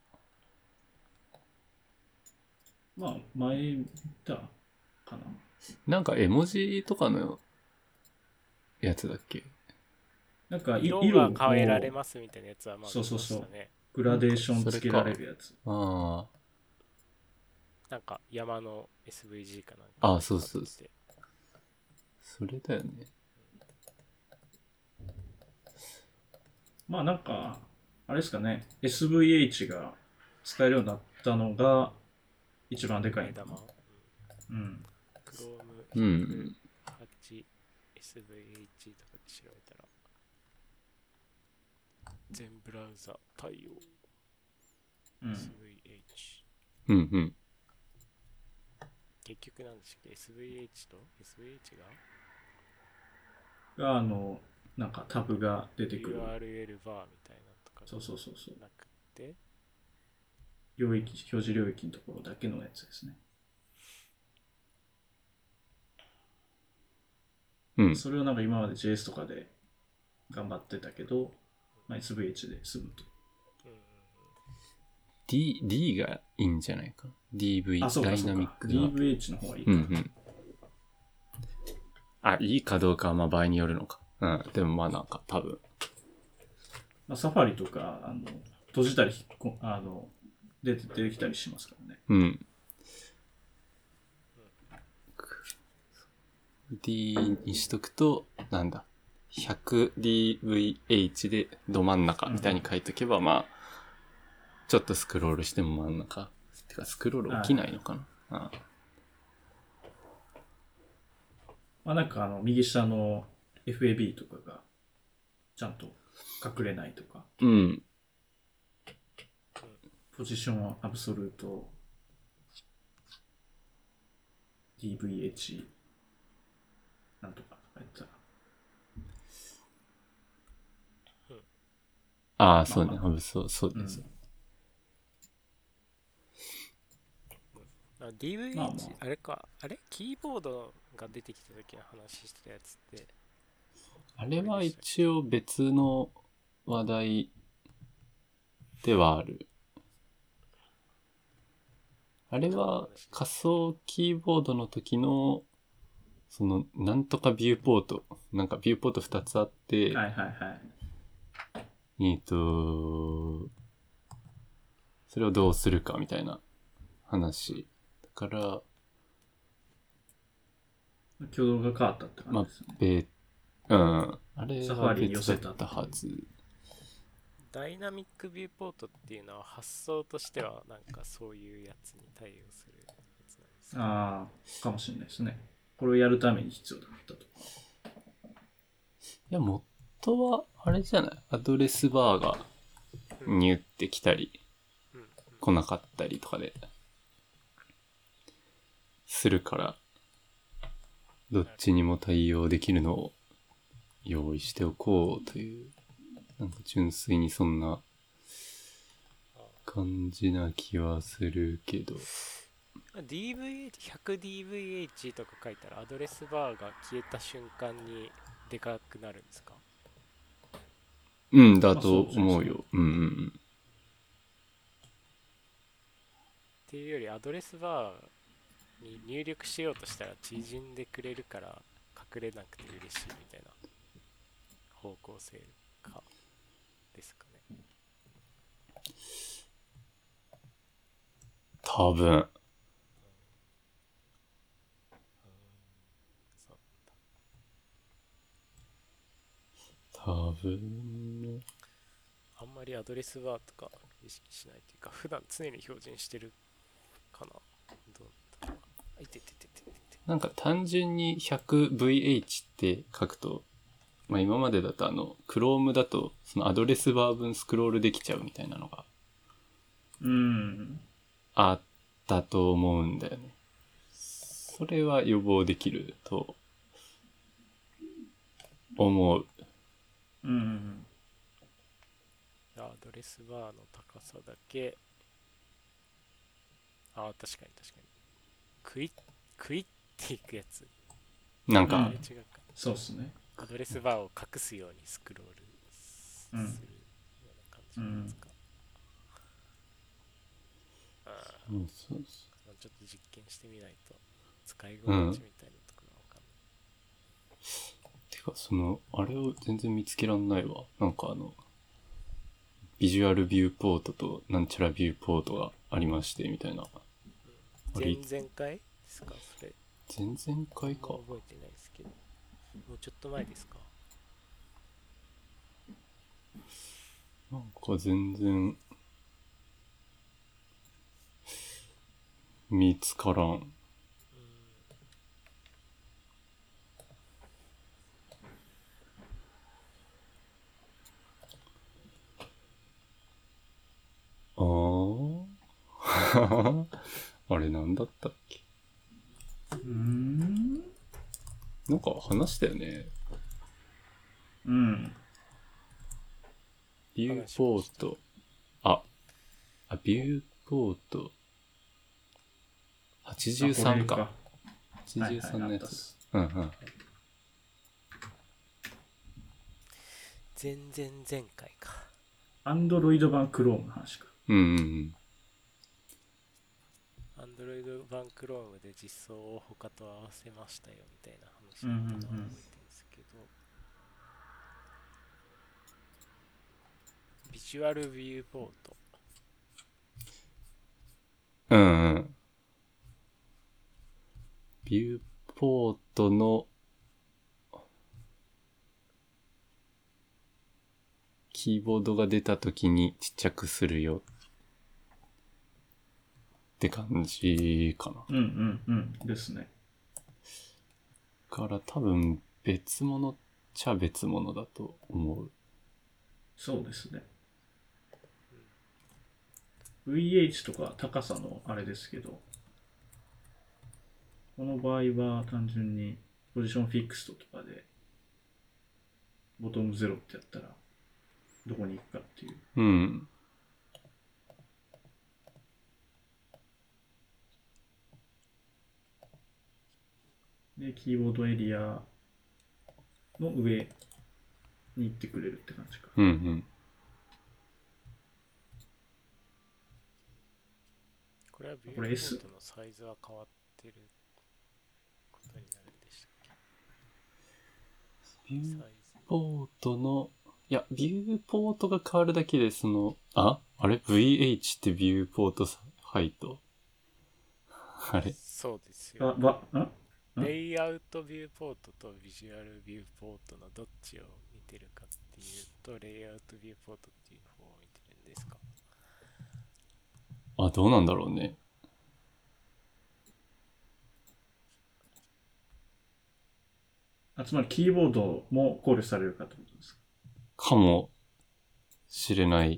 まあ前見たかな。 なんか絵文字とかのやつだっけ。 なんか色が変えられますみたいなやつはまあ見ましたね。 そうグラデーションつけられるやつ。 ああ。 なんか山の SVG かなんか。 ああ、そう。それだよね。 まあなんか、あれですかね、SVH が使えるようになったのが一番でかいんだな。うん。 Chrome 108 SVH とかで調べたら、全ブラウザ対応。SVH。結局なんでしたっけ、SVH と SVH がなんかタブが出てくる URL バーみたいなとかそうなくて、 表示領域のところだけのやつですね。それをなんか今まで JS とかで頑張ってたけど、まあ、SVH で済むと。 D がいいんじゃないか。DV ダイナミックな。 DVH の方がいいか。 あ、いいかどうかはまあ場合によるのか。でもまあなんか多分。 まあ、サファリとか閉じたり出てきたりしますからね。 D にしとくとなんだ 100dvh でど真ん中みたいに書いとけば、まあちょっとスクロールしても真ん中てかスクロール起きないのかな。 まあなんか右下の FAB とかがちゃんと隠れないとか、ポジションアブソルート DVH なんとか書いてたら、そうね、そうです。 DVH、あれか、キーボードが出てきた時の話してたやつって、 あれは一応別の話題ではある。あれは仮想キーボードの時のそのなんとかビューポート、なんかビューポート2つあって、 はいはいはい。 それをどうするかみたいな話だから、 挙動が変わったって感じですね。 あれサフはァリに寄せ別だったたはず。 ダイナミックビューポートっていうのは発想としてはなんかそういうやつに対応するやつなんですか？ ああ、かもしれないですね。これをやるために必要だったと。 いや、元はあれじゃない？アドレスバーがニュってきたり、来なかったりとかでするから、どっちにも対応できるのを用意しておこうという、なんか純粋にそんな感じな気はするけど。 100dvh とか書いたらアドレスバーが消えた瞬間にでかくなるんですか？ うん、だと思うよ。うんうんうん。 っていうよりアドレスバーに入力しようとしたら縮んでくれるから隠れなくて嬉しいみたいな方向性かですかね。 多分。多分。 あんまりアドレスバーとか意識しないというか、普段常に標準してるかな。どうだろう。いてててててて。 なんか単純に 100VH って書くと、まあ今までだとChrome だとそのアドレスバー分スクロールできちゃうみたいなのがあったと思うんだよね。それは予防できると思う。 アドレスバーの高さだけ、確かに確かに。クイっていくやつ。 なんか、 違うか。 そうっすね。 アドレスバーを隠すようにスクロールするような感じのやつか。 そうちょっと実験してみないと使い心地みたいなところがわかんない。 てかあれを全然見つけらんないわ。なんかビジュアルビューポートとなんちゃらビューポートがありましてみたいな。 前々回ですかそれ？ 前々回か。 覚えてないですけど、もうちょっと前ですか？ なんか全然見つからん。あれなんだったっけ？なんか話したよね。ビューポート。ビューポート。83か。83のやつ。 前回か。 アンドロイド版クロームの話か。 アンドロイド版クロームで実装を他と合わせましたよみたいな話だったのは覚えてるんですけど、ビジュアルビューポート。 ビューポートのキーボードが出たときにちっちゃくするよって感じかな。 ですね。 から多分別物っちゃ別物だと思う。 そうですね。VH とか高さのあれですけど、この場合は単純にポジションフィックストとかでボトムゼロってやったらどこに行くかっていう。で、キーボードエリアの上に行ってくれるって感じか。 れはビューポートのサイズは変わってることになるんでしたっけ？ ビューポートの、いや、ビューポートが変わるだけで、あれ ?VH ってビューポートハイト。あれそうですよ。レイアウトビューポートとビジュアルビューポートのどっちを見てるかっていうと、レイアウトビューポートっていう方を見てるんですか？ あ、どうなんだろうね。 つまりキーボードも考慮されるかってことですか？ かもしれない。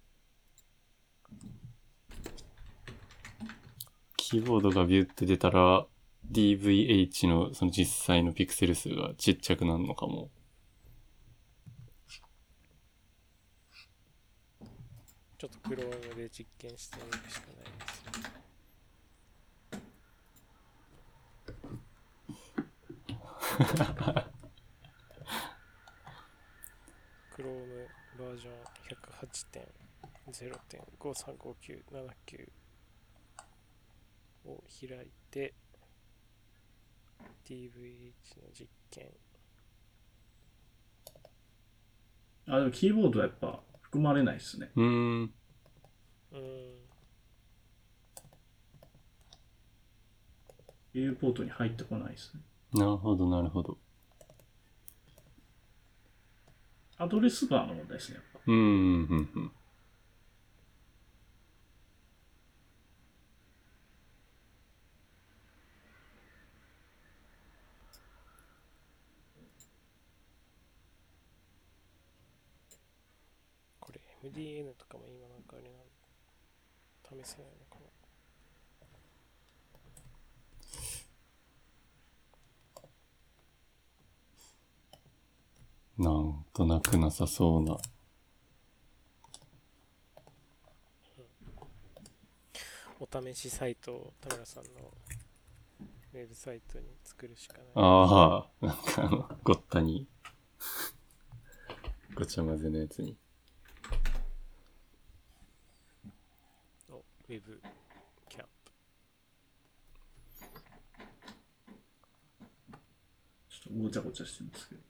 キーボードがビューって出たら DVH のその実際のピクセル数がちっちゃくなるのかも。 ちょっと Chrome で実験してみるしかないですね。Chrome バージョン 108.0.535979 を開いて DVH の実験。 でもキーボードはやっぱ含まれないですね。ビューポートに入ってこないですね。 なるほど、なるほど。 アドレスバーの問題ですね、やっぱ。 これ MDN とかも今なんかあれなの試せないのかな。 なんとなくなさそうな。 お試しサイトを田村さんのウェブサイトに作るしかない。 ああ、なんかごったにごちゃ混ぜのやつに。 ウェブキャンプ。 ちょっとごちゃごちゃしてますけど。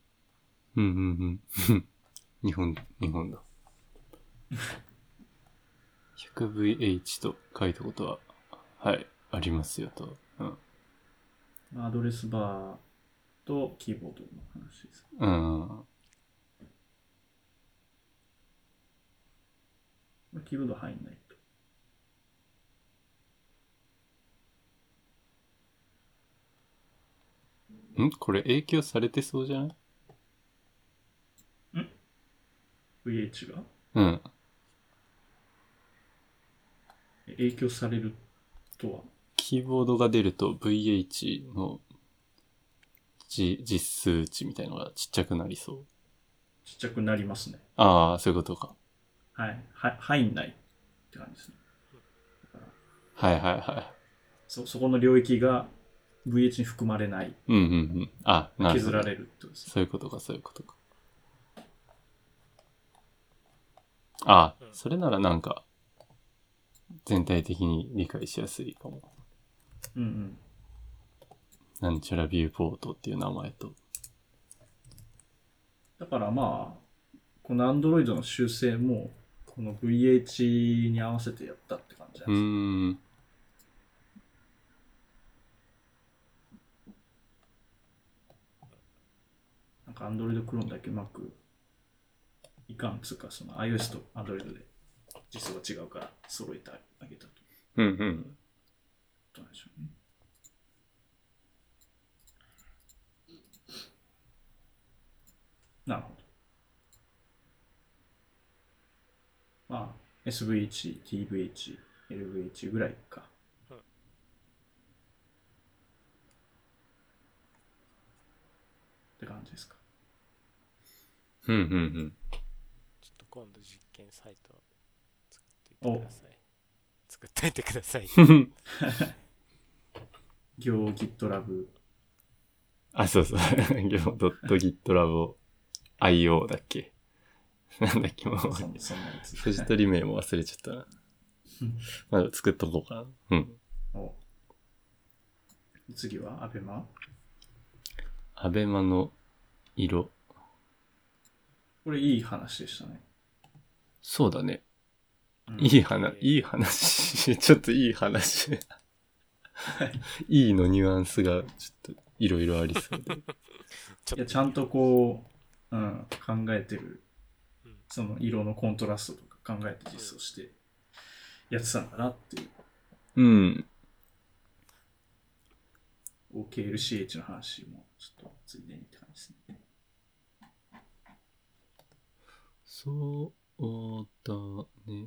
日本だ。100VH と書いたことは、はい、ありますよと。 アドレスバーとキーボードの話です。キーボード入んないと。これ影響されてそうじゃない？ VH が影響されるとは？ キーボードが出ると VH の実数値みたいなのがちっちゃくなりそう。 ちっちゃくなりますね。 ああ、そういうことか。 はい。入んないって感じですね。 はい。 そこの領域が VH に含まれない。 あ、なるほど。 削られるってことです。 そういうことか。あ、それならなんか全体的に理解しやすいかも。なんちゃらビューポートっていう名前と。 だからまあこの Android の修正もこの VH に合わせてやったって感じなんです。なんか Android クローンだけうまくいかんつうか、その iOS と Android で実装が違うから揃えてあげたと。どうなんでしょうね。なるほど。まあ SVH、TVH、LVH ぐらいか。って感じですか。 ちょっと今度実験サイト作っていてください。作っていてください。 行 GitLab。 あ、そう。行 .GitLab IO だっけなんだっけもう。 そんなやつ。 ポジトリ名も忘れちゃったな。 まだ作っとこうかな。うん。 お次はアベマ？ アベマの色。 これいい話でしたね。 そうだね。 うん、 いい話。ちょっといい話。いいのニュアンスがちょっといろいろありそうで。 いやちゃんとこう、考えてる、その色のコントラストとか考えて実装してやってたんだなっていう。 うん。 OKLCH の話もちょっとついでにって感じですね。 そうだね。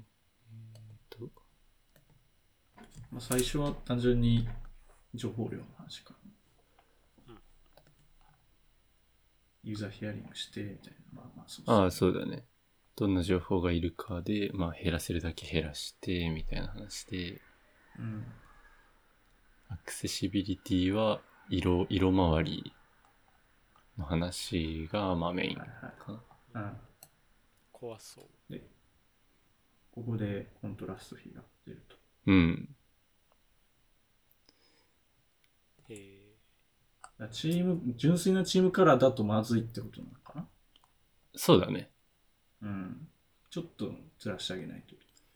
まあ、最初は単純に情報量の話か。ユーザーヒアリングしてみたいな。 そうだね。どんな情報がいるかで、まあ減らせるだけ減らしてみたいな話で、アクセシビリティは色回りの話がまあメインかな。 怖そう。 で、ここでコントラスト比が出ると。 うん。 純粋なチームカラーだとまずいってことなのかな？ そうだね。 ちょっとずらしてあげないと。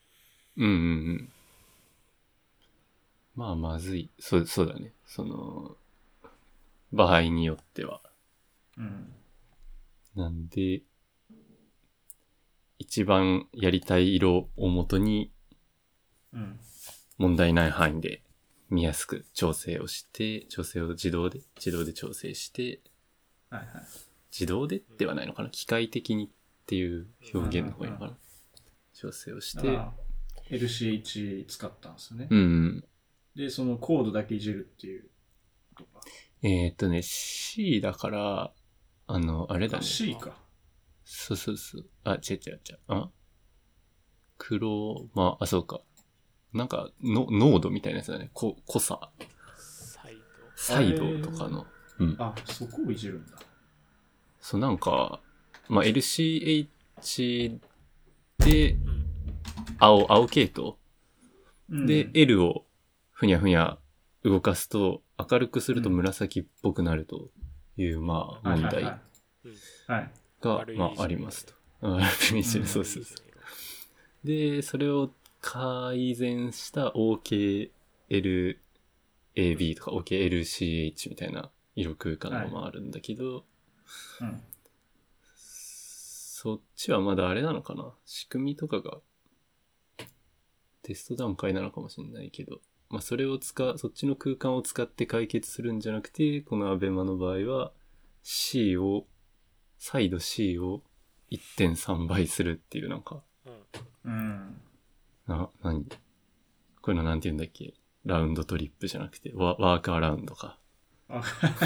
まあまずい。そうだね。その、場合によっては。なんで、一番やりたい色を元に、問題ない範囲で見やすく調整を自動で調整して、自動でではないのかな、機械的にっていう表現の方がいいのかな、調整をして、 LCH 使ったんですよね。で、そのコードだけいじるっていうことか。 C だから、あれだね。 C か。 そう。違う。そうか。なんか濃度みたいなやつだね。濃さ。サイドとかの。 そこをいじるんだ。 そう、なんか、LCH で、青系統。で、L をふにゃふにゃ動かすと、明るくすると紫っぽくなるという、問題が、ありますと。そう。で、それを改善した OKLAB とか OKLCH みたいな色空間のもあるんだけど、そっちはまだあれなのかな、仕組みとかがテスト段階なのかもしれないけど、それをそっちの空間を使って解決するんじゃなくて、このアベマの場合は再度 C を 1.3 倍するっていう、なんか、何こういうのなんて言うんだっけ、ラウンドトリップじゃなくてワークアラウンドか。 なん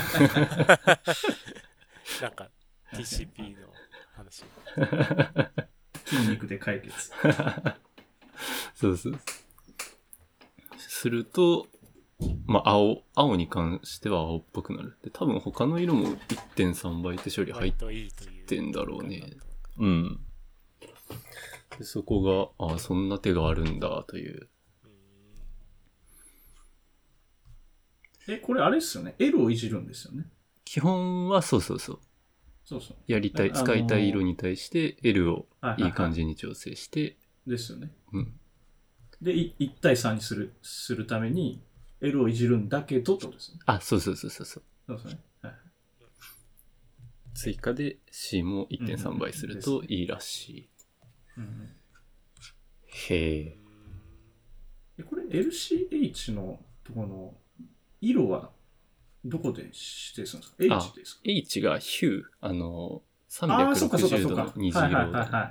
か TCP の話。 筋肉で解決。 そう。すると、青に関しては青っぽくなる。で、多分他の色も 1.3 倍って処理入ってんだろうね。でそこが、そんな手があるんだという。 これあれっすよね。L をいじるんですよね。 基本はそう。使いたい色に対して L をいい感じに調整して。 ですよね。で、1対3にするために L をいじるんだけどってことですね。 そう。そうですね。 追加で C も 1.3 倍するといいらしい。へえ。 これ LCH のところの色はどこで指定するんですか？ H ですか？ H がヒュー、360度の虹色だ。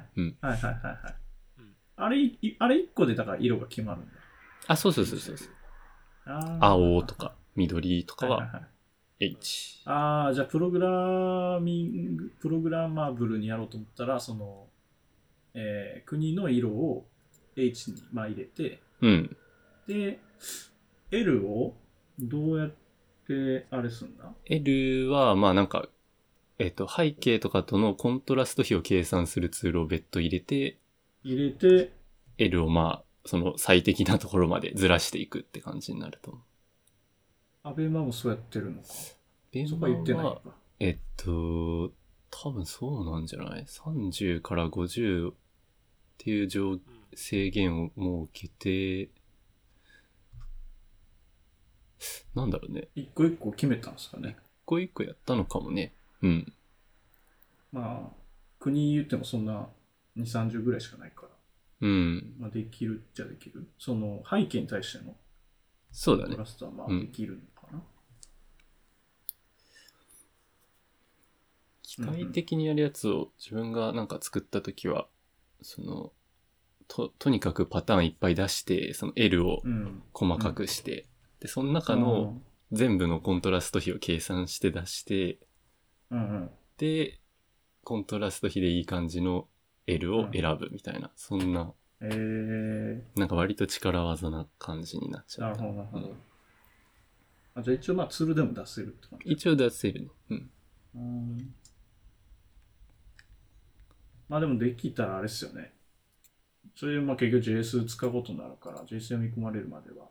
あれ1個でだから色が決まるんだ。 そう。青とか緑とかは H。 じゃあプログラマブルにやろうと思ったら、その、国の色を H に入れて、で、L をどうやってあれすんだ？ L はなんか、背景とかとのコントラスト比を計算するツールを別途入れて L をその最適なところまでずらしていくって感じになると思う。 アベマもそうやってるのか。 ベそこは言ってないのか。 多分そうなんじゃない ?30 から50っていう制限を設けて、なんだろうね。 一個一個決めたんですかね。 一個一個やったのかもね。うん。 まあ、国言ってもそんな2、30ぐらいしかないから。 うん。 まあ、できるっちゃできる。その背景に対してのそうだね。 コントラストはまあできるのかな。 機械的にやるやつを自分がなんか作ったときは、その、とにかくパターンいっぱい出して、その L を細かくして、で、その中の全部のコントラスト比を計算して出して、で、コントラスト比でいい感じの L を選ぶみたいな、そんな、なんか割と力技な感じになっちゃう。 なるほど、なるほど。あ、じゃあ一応まあツールでも出せるって感じ。 一応出せるね。 まあでもできたらあれですよね。それまあ結局 JS 使うことになるから、JS 読み込まれるまでは。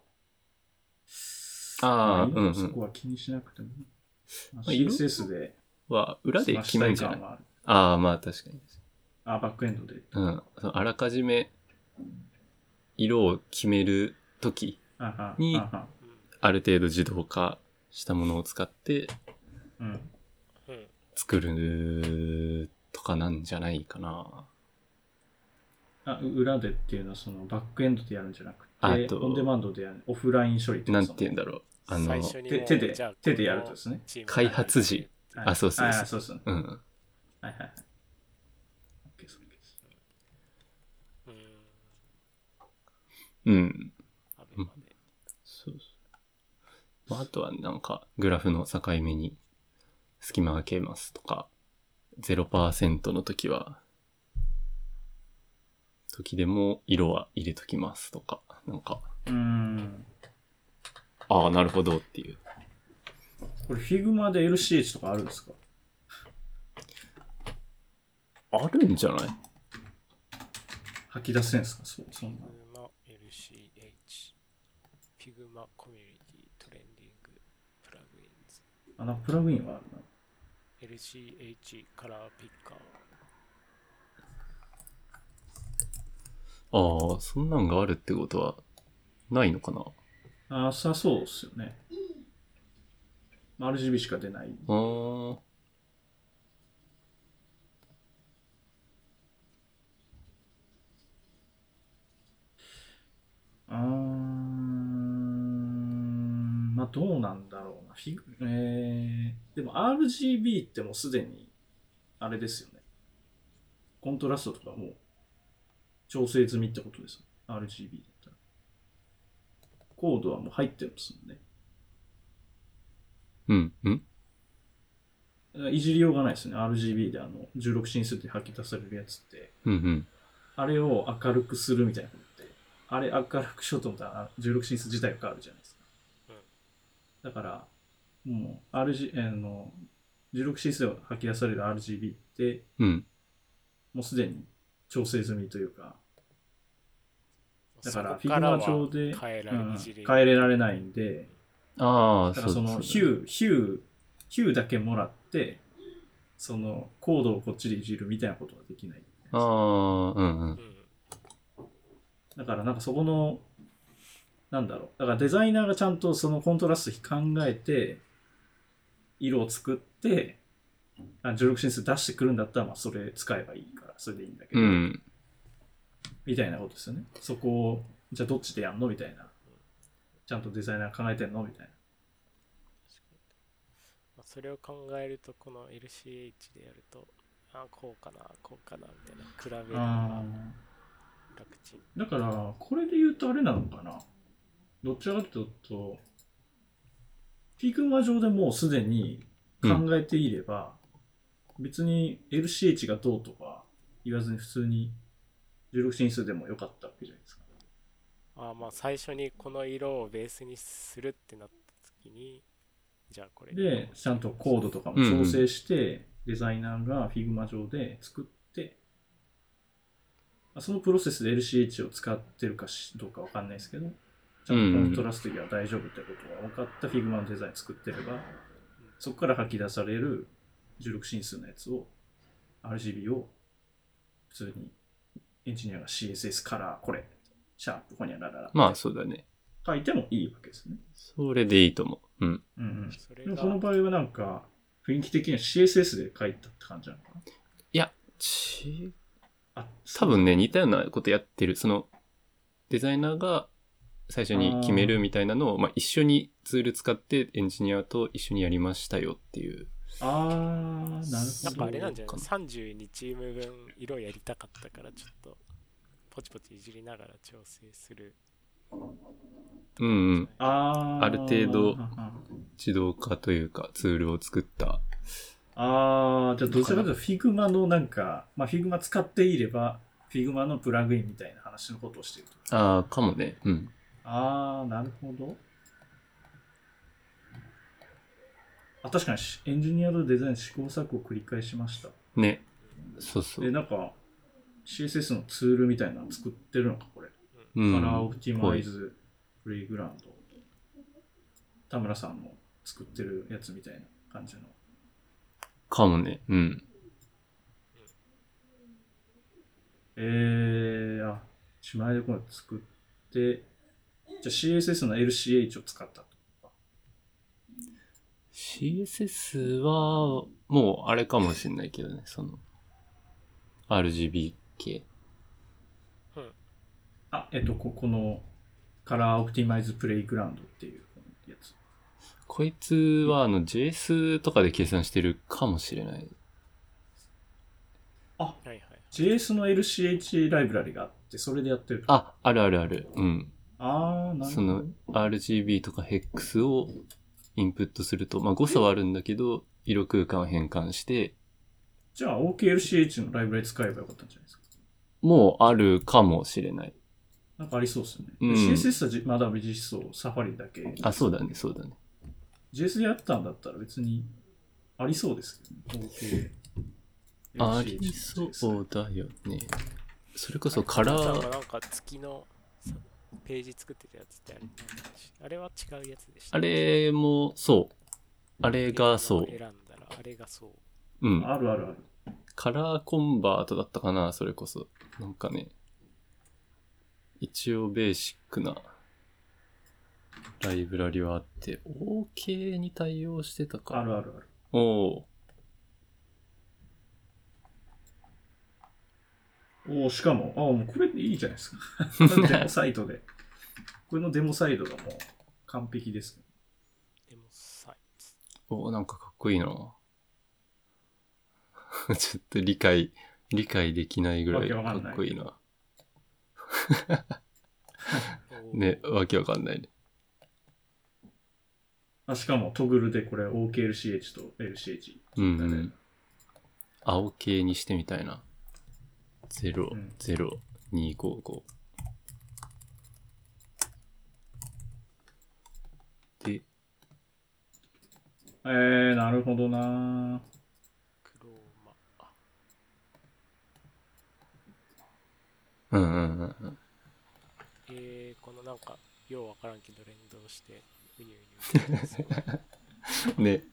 今そこは気にしなくても。CSS で。 は裏で決めるんじゃない？まあ確かに。 バックエンドで。 あらかじめ色を決めるときに、ある程度自動化したものを使って、作るとかなんじゃないかな。 裏でっていうのはそのバックエンドでやるんじゃなくて、オンデマンドでやる、オフライン処理ってなんて言うんだろう。 手でやるとですね。 開発時。そうそう。 そうそう。はい。 そうそう。あとはなんかグラフの境目に隙間が消えますとか、0% の時でも色は入れときますとか、なんか。なるほどっていう。 これ Figma で LCH とかあるんですか？ あるんじゃない？ 吐き出せんすか？そんな。 Figma LCH Figma Community Trending Plugins プラグインはあるな。 LCH カラーピッカー。そんなんがあるってことはないのかな？ そうっすよね。RGB しか出ない。まあどうなんだろうな。でも RGB ってもうすでにあれですよね。コントラストとかもう調整済みってことです。RGB だったら。コードはもう入ってますもんね。いじりようがないですね。RGB で16進数で吐き出されるやつって。あれを明るくするみたいなことって、あれ明るくしようと思ったら16進数自体が変わるじゃないですか。だから、もう16進数で吐き出される RGB って、もうすでに調整済みというか、だから Figma 上で変えられないんで、だからそのヒューだけもらって、そのコードをこっちでいじるみたいなことはできない。だからなんかそこの、なんだろう。だからデザイナーがちゃんとそのコントラスト比考えて、色を作って、16進数出してくるんだったら、まあそれ使えばいいから、それでいいんだけど、みたいなことですよね。そこを、じゃあどっちでやんのみたいな。ちゃんとデザイナー考えてんのみたいな。 それを考えると、この LCH でやると、こうかなみたいな比べるのが楽ちん。 だからこれで言うとあれなのかな。どっちかというと Figma 上でもうすでに考えていれば、別に LCH がどうとか言わずに普通に16進数でもよかったわけじゃないですか。 まあ最初にこの色をベースにするってなった時に、じゃあこれでちゃんとコードとかも調整して、デザイナーが Figma 上で作ってそのプロセスで LCH を使ってるかどうかわかんないですけど、ちゃんとコントラストには大丈夫ってことが分かった Figma のデザイン作ってれば、そこから吐き出される16進数のやつを、RGB を普通にエンジニアが CSS カラーこれ、シャープホニャラララまあそうだね。 書いてもいいわけですね。 それでいいと思う。うん。 うんうん。 それでもこの場合はなんか、雰囲気的には CSS で書いたって感じなのかな。 いや、多分分ね、似たようなことやってる。その、デザイナーが最初に決めるみたいなのを、まあ、一緒にツール使ってエンジニアと一緒にやりましたよっていう。 なるほど。 なんかあれなんじゃない ?32 チーム分色やりたかったからちょっとポチポチいじりながら調整する。 うんうん。 ある程度自動化というかツールを作った。 じゃあどちらかというと Figma のなんか、まあ Figma 使っていれば Figma のプラグインみたいな話のことをしていると。 かもね。うん。 なるほど。確かにエンジニアとデザイン試行錯誤を繰り返しました。 ね。そうそう。 で、なんか CSS のツールみたいなの作ってるのか、これ。 うん、 カラーオプティマイズプレイグラウンド。田村さんの作ってるやつみたいな感じの。 かもね。うん。 しまいでこれ作って、じゃあ CSS の LCH を使ったと。 CSS は、もうあれかもしれないけどね、その、RGB 系。 うん。 この、カラーオプティマイズプレイグラウンドっていうやつ。 こいつは、JS とかで計算してるかもしれない。 はいはい。 JS の LCH ライブラリがあって、それでやってる。 あるあるある。うん。 なるほど。 その、RGB とか HEX をインプットすると、まあ誤差はあるんだけど、色空間を変換して。 じゃあ OKLCH のライブラリ使えばよかったんじゃないですか。 もうあるかもしれない。 なんかありそうですよね。 うん、 CSS はまだ実装、サファリだけ。 そうだね、そうだね。 JS でやったんだったら別にありそうですけどね。 ありそうだよね。それこそカラー。 なんか月のページ作ってたやつってあれは違うやつでした。 あれもそう。あれがそう。 選んだらあれがそう。 うん。 あるあるある。 カラーコンバートだったかな、それこそ。なんかね、一応ベーシックなライブラリはあって、OK に対応してたか。 あるあるある。しかも、もうこれでいいじゃないですか。デモサイトで。これのデモサイトがもう完璧です。 デモサイト。 なんかかっこいいな。ちょっと理解できないぐらいかっこいいな。ね、わけわかんないね。 しかもトグルでこれ OKLCH と LCH。 青系にしてみたいな。00255。で、 なるほどな。 クローマ。このなんかようわからんけど連動してうにうにね。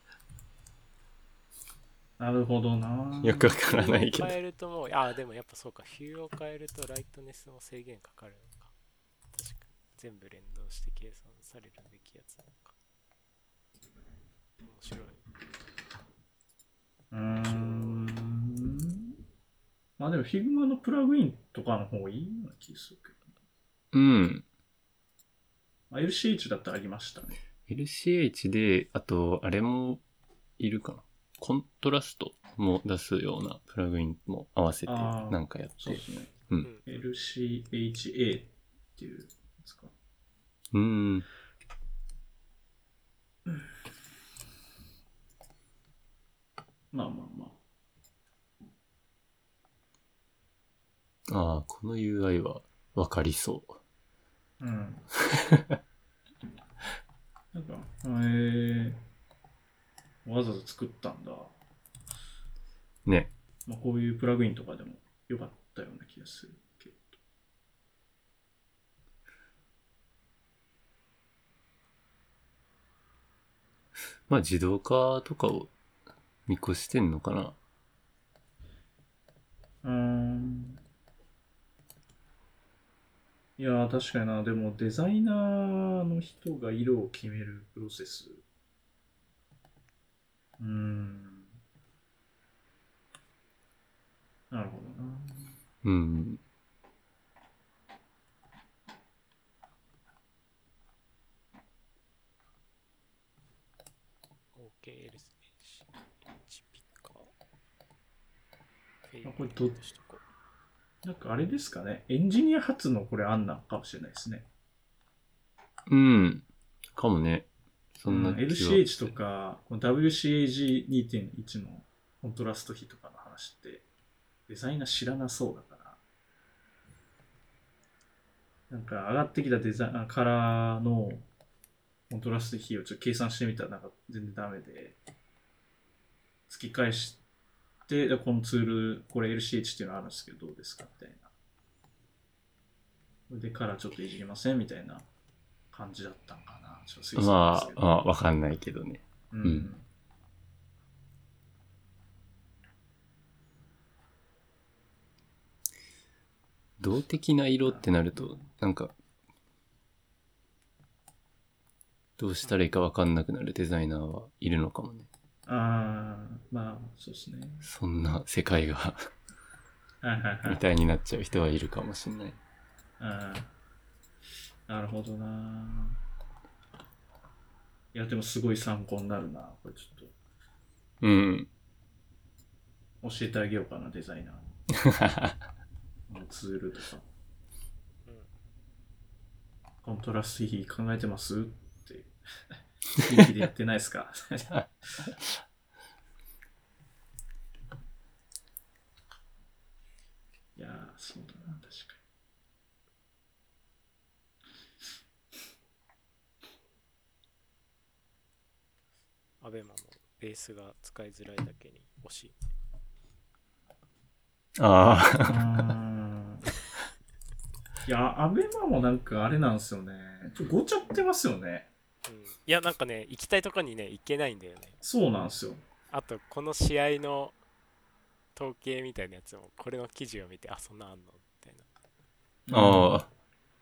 なるほどな。 よくわからないけど。 変えるともうでもやっぱそうか、ヒューを変えるとライトネスも制限かかるのか。確かに全部連動して計算されるべきやつなのか。面白い。 まあでも Figma のプラグインとかの方がいいような気がするけど。うん。 LCH だってありましたね。 LCH で、あと、あれもいるかな。コントラストも出すようなプラグインも合わせてなんかやって。 そうですね。 うん。 LCHA っていうですか。まあまあまあ。この UI はわかりそう。 なんか、わざわざ作ったんだ。 ね。 こういうプラグインとかでも良かったような気がするけど。 まあ自動化とかを見越してんのかな。 いやー確かにな。でもデザイナーの人が色を決めるプロセス。なるほどな。 うん。 これなんかあれですかね。エンジニア初のこれ案なんかもしれないですね。 うん。かもね。 そんな気は、LCH とか、WCAG2.1 のコントラスト比とかの話って、デザイナー知らなそうだから、なんか上がってきたカラーのコントラスト比をちょっと計算してみたらなんか全然ダメで、突き返して、このツール、これ LCH っていうのあるんですけど、どうですかみたいな。で、カラーちょっといじりませんみたいな感じだったんかな。ちょっとまあ、わかんないけどね。 うん。 動的な色ってなると、なんか、どうしたらいいかわかんなくなるデザイナーはいるのかもね。 ああ、まあ、そうですね。 そんな世界がみたいになっちゃう人はいるかもしれない。 なるほどな。いや、でもすごい参考になるな。これちょっと。 うん。 教えてあげようかな、デザイナーのツールとか。コントラスト比考えてますって元気でやってないですかいやー、そうだな、確かに。アベマのベースが使いづらいだけに惜しい。 ああ。いや、アベマもなんかあれなんですよね。ごちゃってますよね。 いや、なんかね、行きたいとこにね、行けないんだよね。 そうなんですよ。あと、この試合の統計みたいなやつも、これの記事を見て、あ、そんなあんのみたいな。ああ。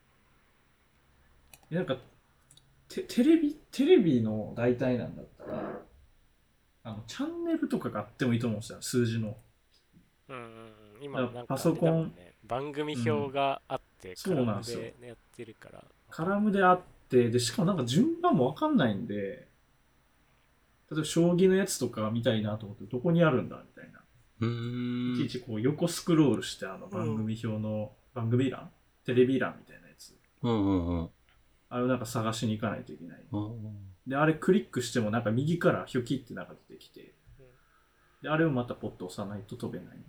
なんかテレビの代替なんだったら、チャンネルとかがあってもいいと思うんですよ、数字の。 今、なんかパソコン、 番組表があって、 そうなんですよ。 やってるから。 カラムであって、で、しかもなんか順番もわかんないんで、例えば将棋のやつとか見たいなと思って、どこにあるんだみたいな。いちいちこう横スクロールして、番組表の、番組欄テレビ欄みたいなやつ。あれをなんか探しに行かないといけない。で、あれクリックしてもなんか右からヒョキってなんか出てきて、で、あれをまたポッと押さないと飛べない。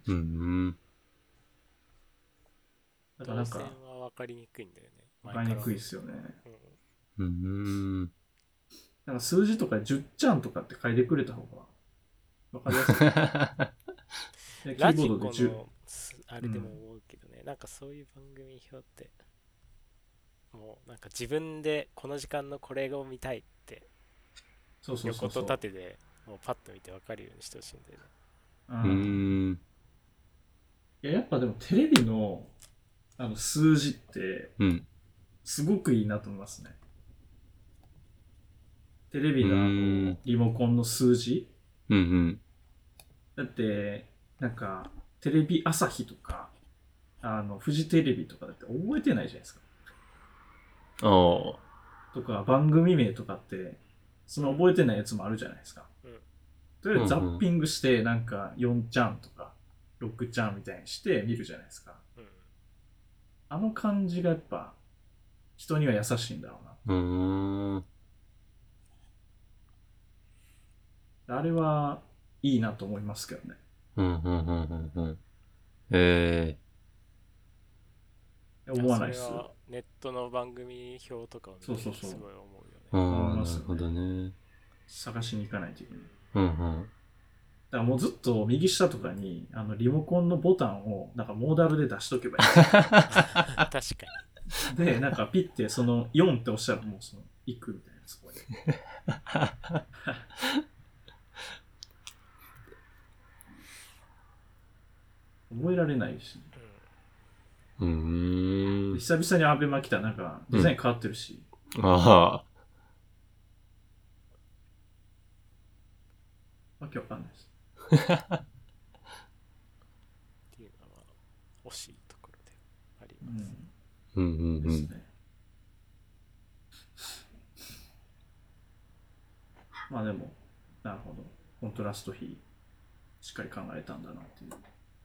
だからなんか、は分かりにくいんだよね。 分かりにくいですよね。なんか数字とか10ちゃんとかって書いてくれた方が分かりやすい。 ラジコのあれでも思うけどね、なんかそういう番組表ってもうなんか自分でこの時間のこれを見たいって横と縦でもうパッと見て分かるようにしてほしいんだよね。 いや、やっぱでもテレビの数字ってすごくいいなと思いますね。テレビのリモコンの数字、だってなんかテレビ朝日とかフジテレビとかだって覚えてないじゃないですか。とか番組名とかってその覚えてないやつもあるじゃないですか。とりあえずザッピングしてなんか4ちゃんとか6ちゃんみたいにして見るじゃないですか。あの感じがやっぱ人には優しいんだろうな。あれはいいなと思いますけどね。思わないっす。それはネットの番組表とかを見てすごい思うよね。 思いますね。なるほどね。 探しに行かないといけない。 からもうずっと右下とかにリモコンのボタンをなんかモーダルで出しとけばいい。 確かに。 で、なんかピッてその4って押したらもうその行くみたいな、そこに。覚えられないし。久々にアベマ来たらなんかデザイン変わってるし。 ああ。 わけわかんないです。 っていうのは惜しいところであります。 ですね。まあでも、なるほど。コントラスト比、しっかり考えたんだなっていう。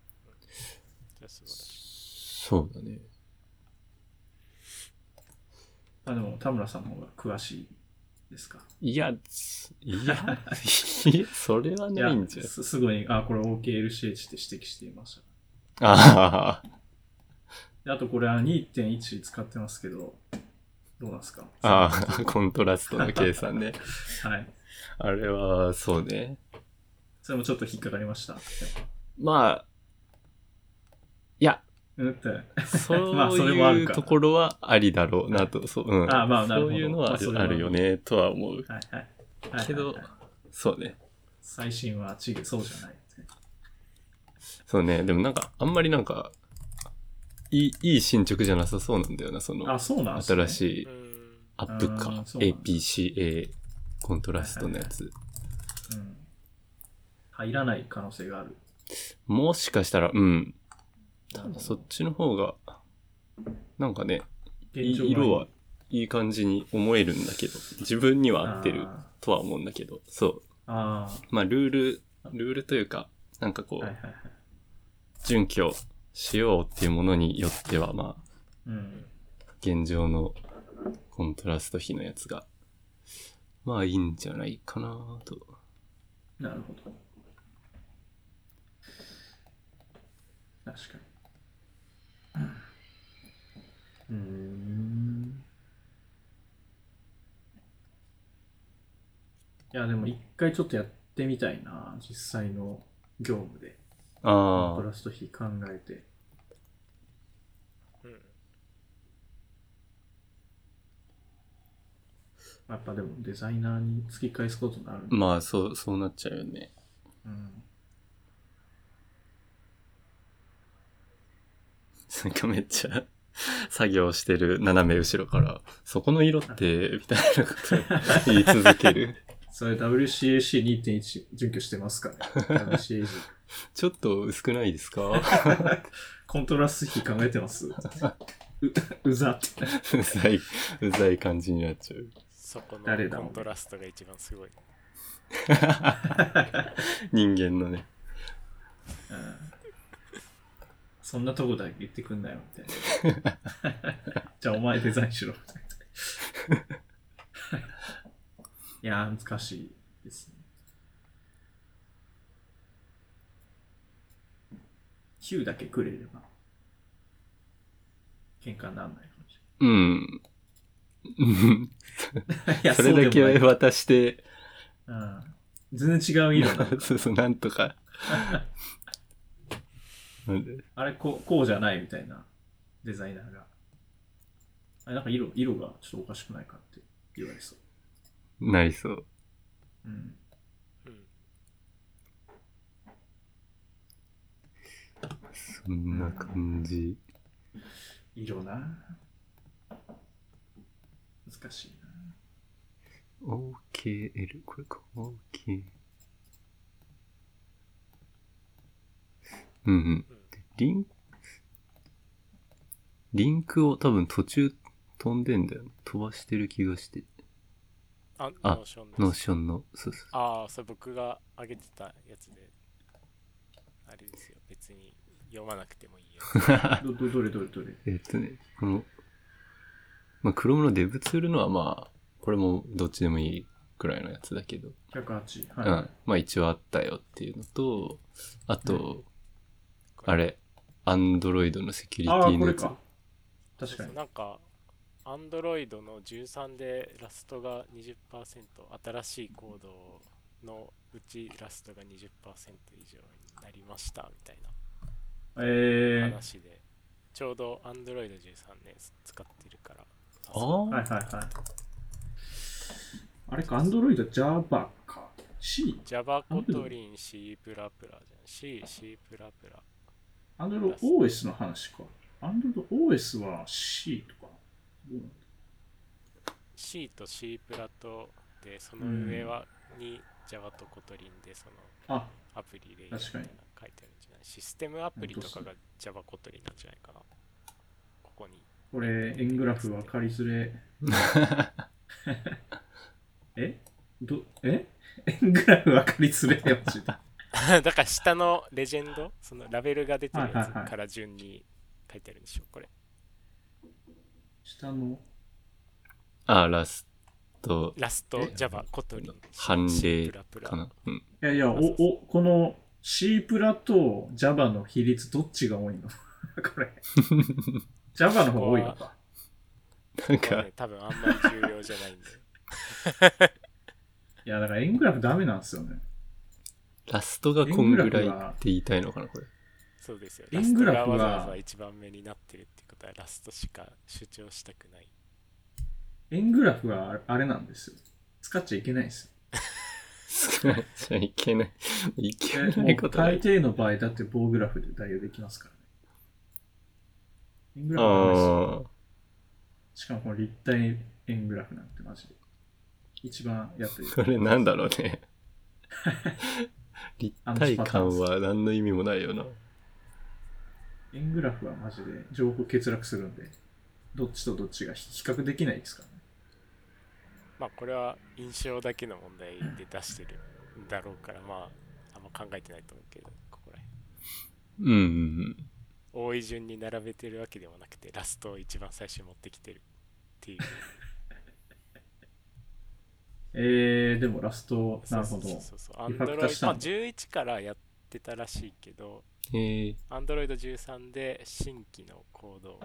そうだね。 でも田村さんの方が詳しいですか？ いや、それはないんじゃ。 すごい、これ OKLCH って指摘していました。 あとこれは 2.1 使ってますけど、どうなんですか？ コントラストの計算ね。 はい。 あれは、そうね。 それもちょっと引っかかりました。 まあ、いや、そういうところはありだろうなと、そういうのはあるよね、とは思う。けど、そうね。 最新はそうじゃない。 そうね、でもなんか、あんまりなんか、いい進捗じゃなさそうなんだよな、 そうなんですね。 新しいアップか、APCA コントラストのやつ。 入らない可能性がある。 もしかしたら、そっちの方が、なんかね、色はいい感じに思えるんだけど、自分には合ってるとは思うんだけど、そう。まあ、ルールというか、なんかこう、準拠しようっていうものによっては、まあ、現状のコントラスト比のやつが、まあいいんじゃないかなと。 なるほど。確かに。いや、でも一回ちょっとやってみたいな、実際の業務で。コントラスト比考えて。やっぱでもデザイナーに突き返すことになる。 まあ、そうなっちゃうよね。なんかめっちゃ作業してる斜め後ろから、そこの色って、みたいなこと言い続ける。 それ WCAC2.1 準拠してますかね？ WCAC。 ちょっと薄くないですか？ コントラスト比考えてます？うざって。 うざい感じになっちゃう。 そこのコントラストが一番すごい。 人間のね。 そんなとこだけ言ってくんなよみたいな。じゃあお前デザインしろみたいな。いやー難しいですね。ヒューだけくれれば喧嘩にならないかもしれない。それだけ渡して、 全然違う色なそうなんとか。 あれこうじゃないみたいなデザイナーが。あれなんか色がちょっとおかしくないかって言われそう。 なりそう。そんな感じ。 色な。難しいな。OKL、これか。OK。リンクを多分途中飛んでんだよ。飛ばしてる気がして。 ノーションの。そう。 それ僕が上げてたやつで。あれですよ。別に読まなくてもいいやつ。どれこの、まあ、Chrome の DevTool のはまあ、これもどっちでもいいくらいのやつだけど。 108。 はい。まあ一応あったよっていうのと、あと、あれ、Android のセキュリティのやつ。 確かに。 なんか、Android の13でラストが 20% 新しいコードをのうちラストが 20% 以上になりましたみたいな話で、ちょうど Android 13ね使ってるから。 はいはいはい。あれか、Android Java か。C? Java コトリン C++ じゃん。C++。 Android OS の話か。Android OS は C とか。 C と C プラとで、その上はに Java とコトリンで、そのアプリレイヤーみたいな書いてあるんじゃない。システムアプリとかが Java コトリンなんじゃないかな。ここに。 これ、円グラフ分かりづれ。円グラフ分かりづれよ、マジで。 だから下のレジェンド、そのラベルが出てるやつから順に書いてあるんでしょ、これ。 下のラスト Java コトリン判例かな。 いやこの C プラと Java の比率どっちが多いの？これ Java の方が多いのか。 なんか、 ね、多分あんまり重要じゃないんで。 いやだから円グラフダメなんですよね。 ラストがこんぐらいって言いたいのかな、これ。 そうですよ。ラストがわざわざ一番目になってるってことはラストしか主張したくない。 円グラフはあれなんですよ。使っちゃいけないんですよ。 使っちゃいけない。いけないことない。 大抵の場合だって棒グラフで代用できますからね。円グラフはダメですよ。しかもこの立体円グラフなんてマジで。一番やってる。 それなんだろうね。立体感は何の意味もないよな。 円グラフはマジで情報欠落するんで、どっちとどっちが比較できないですからね。 まあこれは印象だけの問題で出してるんだろうから、まああんま考えてないと思うけど、ここら辺。多い順に並べてるわけでもなくて、ラストを一番最初に持ってきてるっていう。 でもラスト、なるほど。 アンドロイド、11からやってたらしいけど、アンドロイド13で新規のコード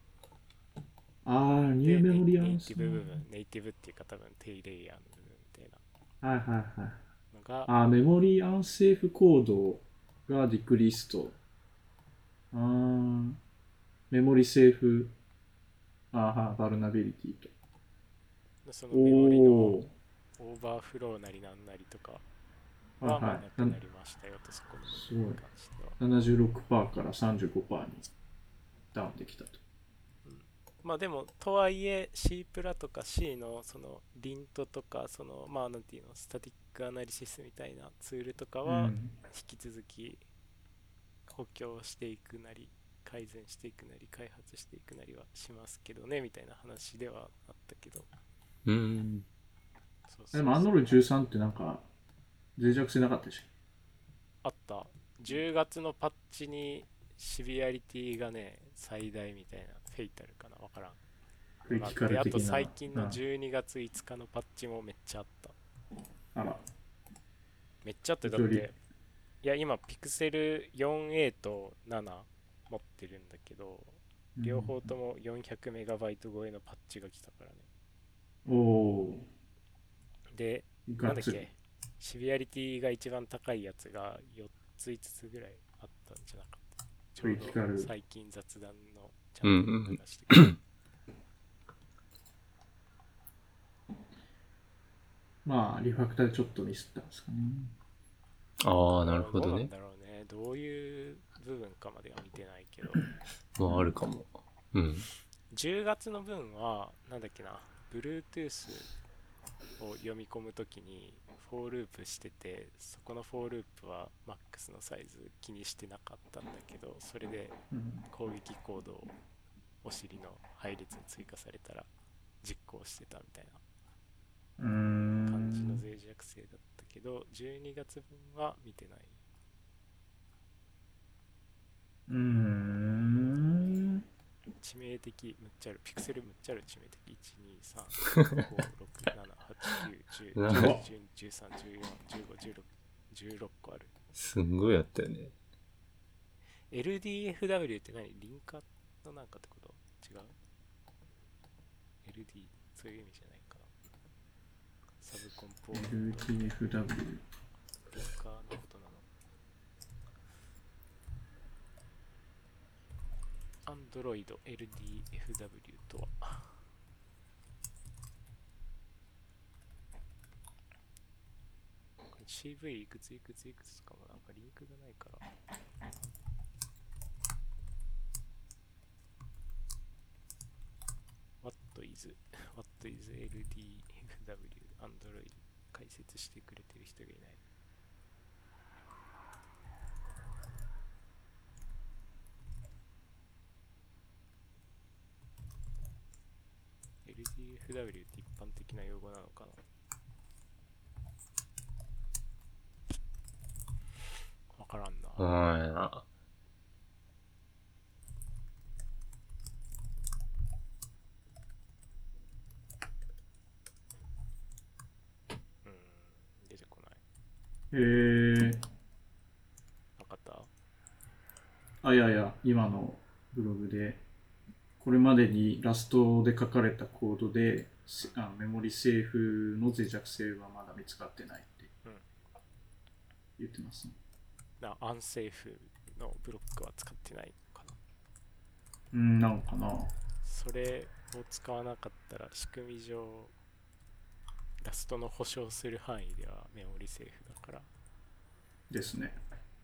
ニューメモリアンネイティブ部分、ネイティブっていうか多分低レイヤーの部分みたいな。はいはいはい。メモリアンセーフコードがディクリスト。メモリセーフ、バルナビリティと。 そのメモリのオーバーフローなりなんなりとかはなくなりましたよと、そこに関しては。 76% から 35% にダウンできたと。 まあでもとはいえ C プラとか C のそのリントとかそのまあなんていうのスタティックアナリシスみたいなツールとかは引き続き補強していくなり改善していくなり開発していくなりはしますけどねみたいな話ではあったけど。 でも Android 13ってなんか脆弱性なかったでしょ？ あった。10月のパッチにシビアリティがね最大みたいなフェイタルかなわからん。 クリティカル的な。 あと最近の12月5日のパッチもめっちゃあった。 あら。 めっちゃあってだっていや今ピクセル 4A と7持ってるんだけど、両方とも 400MB 超えのパッチが来たからね。で、なんだっけ、シビアリティが一番高いやつが4つ5つぐらいあったんじゃなかった。ちょうど最近雑談のちゃんと流してくる。 まあリファクターでちょっとミスったんですかね。 なるほどね。 どうなんだろうね。どういう部分かまでは見てないけど。 あるかも。 10月の分はなんだっけな、Bluetooth を読み込むときにフォーループしてて、そこのフォーループは MAX のサイズ気にしてなかったんだけど、それで攻撃コードをお尻の配列に追加されたら実行してたみたいな感じの脆弱性だったけど、12月分は見てない。致命的むっちゃある。ピクセルむっちゃある。致命的12345678910111213141516個ある。 すんごいあったよね。 LDFW って何？リンカのなんかってこと？違う？ LD そういう意味じゃないかな。 サブコンポー LDFW。 ロッカーのことなの。Android LDFW とは。CV いくついくついくつとかもなんかリンクがないから。What is LDFW Android 解説してくれてる人がいない。LDFW って一般的な用語なのかな。わからんな。出てこない。なかった？ いや、今のブログで、これまでにラストで書かれたコードで、メモリセーフの脆弱性はまだ見つかってないって言ってますね。 アンセーフのブロックは使ってないのかな。 なのかな。 それを使わなかったら仕組み上ラストの保証する範囲ではメモリセーフだからですね。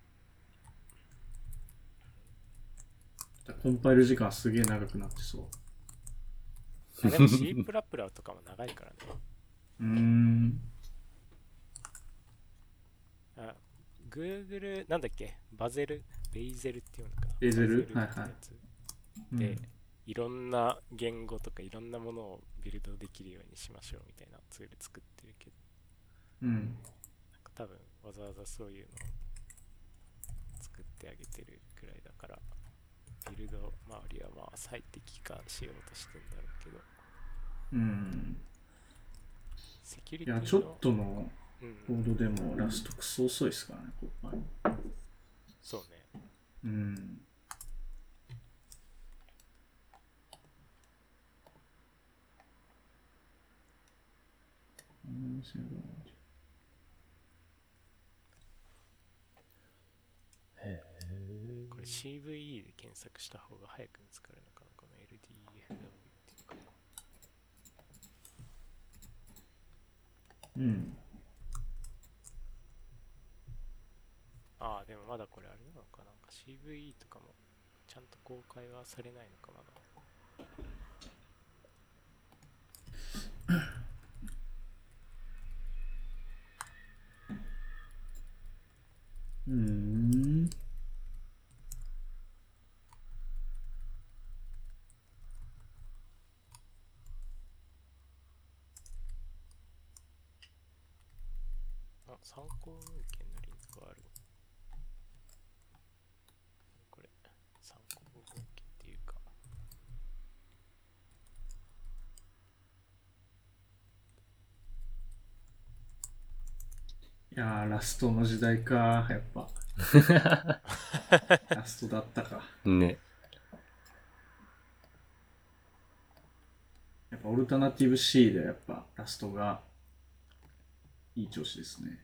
コンパイル時間すげえ長くなってそう。 でも C++ とかも長いからね。Google なんだっけ、ベイゼルっていうのかな。 ベイゼルってやつで、いろんな言語とかいろんなものをビルドできるようにしましょうみたいなツール作ってるけど、なんか多分わざわざそういうのを作ってあげてるくらいだから、ビルド周りはまあ最適化しようとしてるんだろうけど、セキュリティの、 いやちょっとのコードでもラストクソ遅いですからね、ここは。 そうね。これ CVE で検索した方が早く見つかるのかな、この LDFW っていうか。でもまだこれあれなのかな、なんか CVE とかもちゃんと公開はされないのかまだ。参考文献のリンクがある。これ参考文献っていうか、 いやー、ラストの時代か、やっぱ。ラストだったか。 ね。 やっぱオルタナティブ C でやっぱラストがいい調子ですね。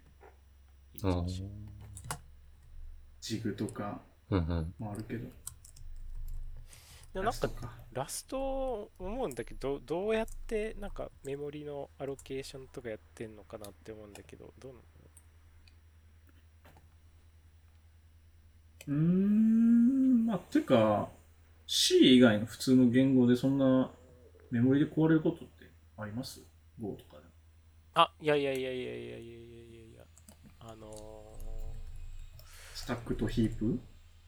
ジグとかもあるけど。 でもなんかラスト思うんだけど、どうやってなんかメモリのアロケーションとかやってんのかなって思うんだけど、どうなの？てか C 以外の普通の言語でそんなメモリで壊れることってあります？ Go とかで。 いやスタックとヒープ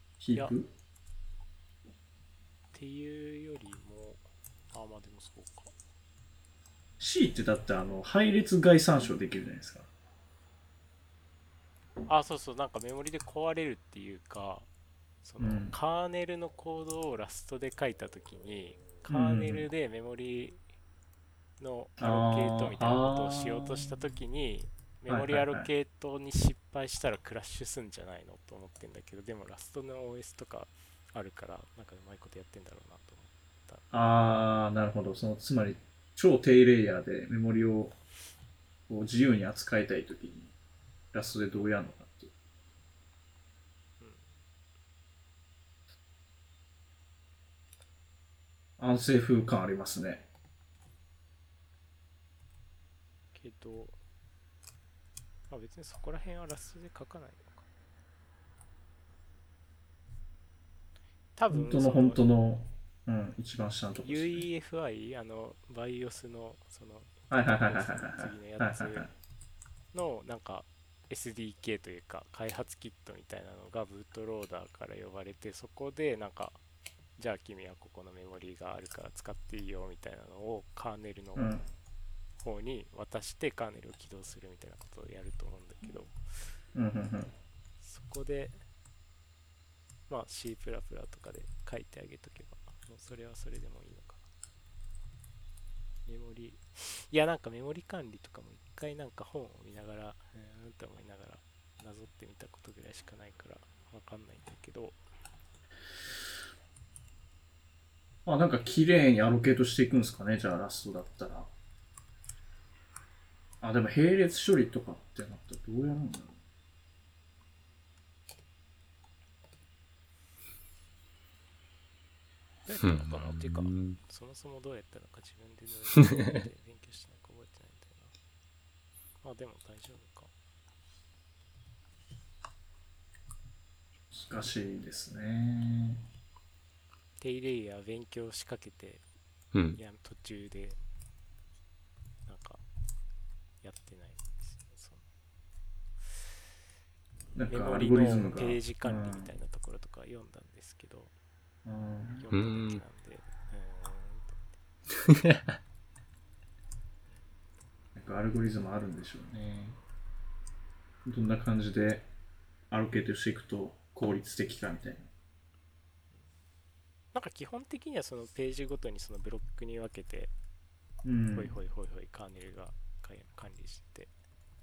っていうよりも、まあでもそうか。 C ってだって配列外参照できるじゃないですか。 そうそう、なんかメモリで壊れるっていうか、そのカーネルのコードをラストで書いたときに、カーネルでメモリのアロケートみたいなことをしようとしたときに、メモリアロケートに失敗したらクラッシュすんじゃないのと思ってんだけど、でもラストの OS とかあるから、なんかうまいことやってんだろうなと思った。 なるほど。つまり超低レイヤーでメモリをこう自由に扱いたいときにラストでどうやるのかっていう。安静風感ありますね。 けど、まあ、別にそこら辺はラストで書かないのか。多分本当の、うん、一番下のところですね。 UEFI、バイオスの、その、 はいはいはいはいはい次のやつの、なんか、SDK というか、開発キットみたいなのがブートローダーから呼ばれて、そこで、なんか、じゃあ君はここのメモリーがあるから使っていいよみたいなのをカーネルの方に渡してカーネルを起動するみたいなことをやると思うんだけど、そこでまあ C++ とかで書いてあげとけばもうそれはそれでもいいのかな。メモリいやなんかメモリ管理とかも一回なんか本を見ながらって思いながらなぞってみたことぐらいしかないからわかんないんだけど、 なんか綺麗にアロケートしていくんですかね、じゃあラストだったら。でも並列処理とかってなったらどうやるんだろう。どうやったのかなっていうか、そもそもどうやったのか自分でどうやって勉強してないか覚えてないんだよな。でも大丈夫か。 難しいですね。 テイレイヤー勉強しかけて、いや途中でなんかやってないですね。メモリのページ管理みたいなところとか読んだんですけど、読んだだけなんでなんかアルゴリズムあるんでしょうね。どんな感じでアロケートしていくと効率的かみたいな。 なんか基本的にはそのページごとにそのブロックに分けて、ほいほいほいほいカーネルが管理して、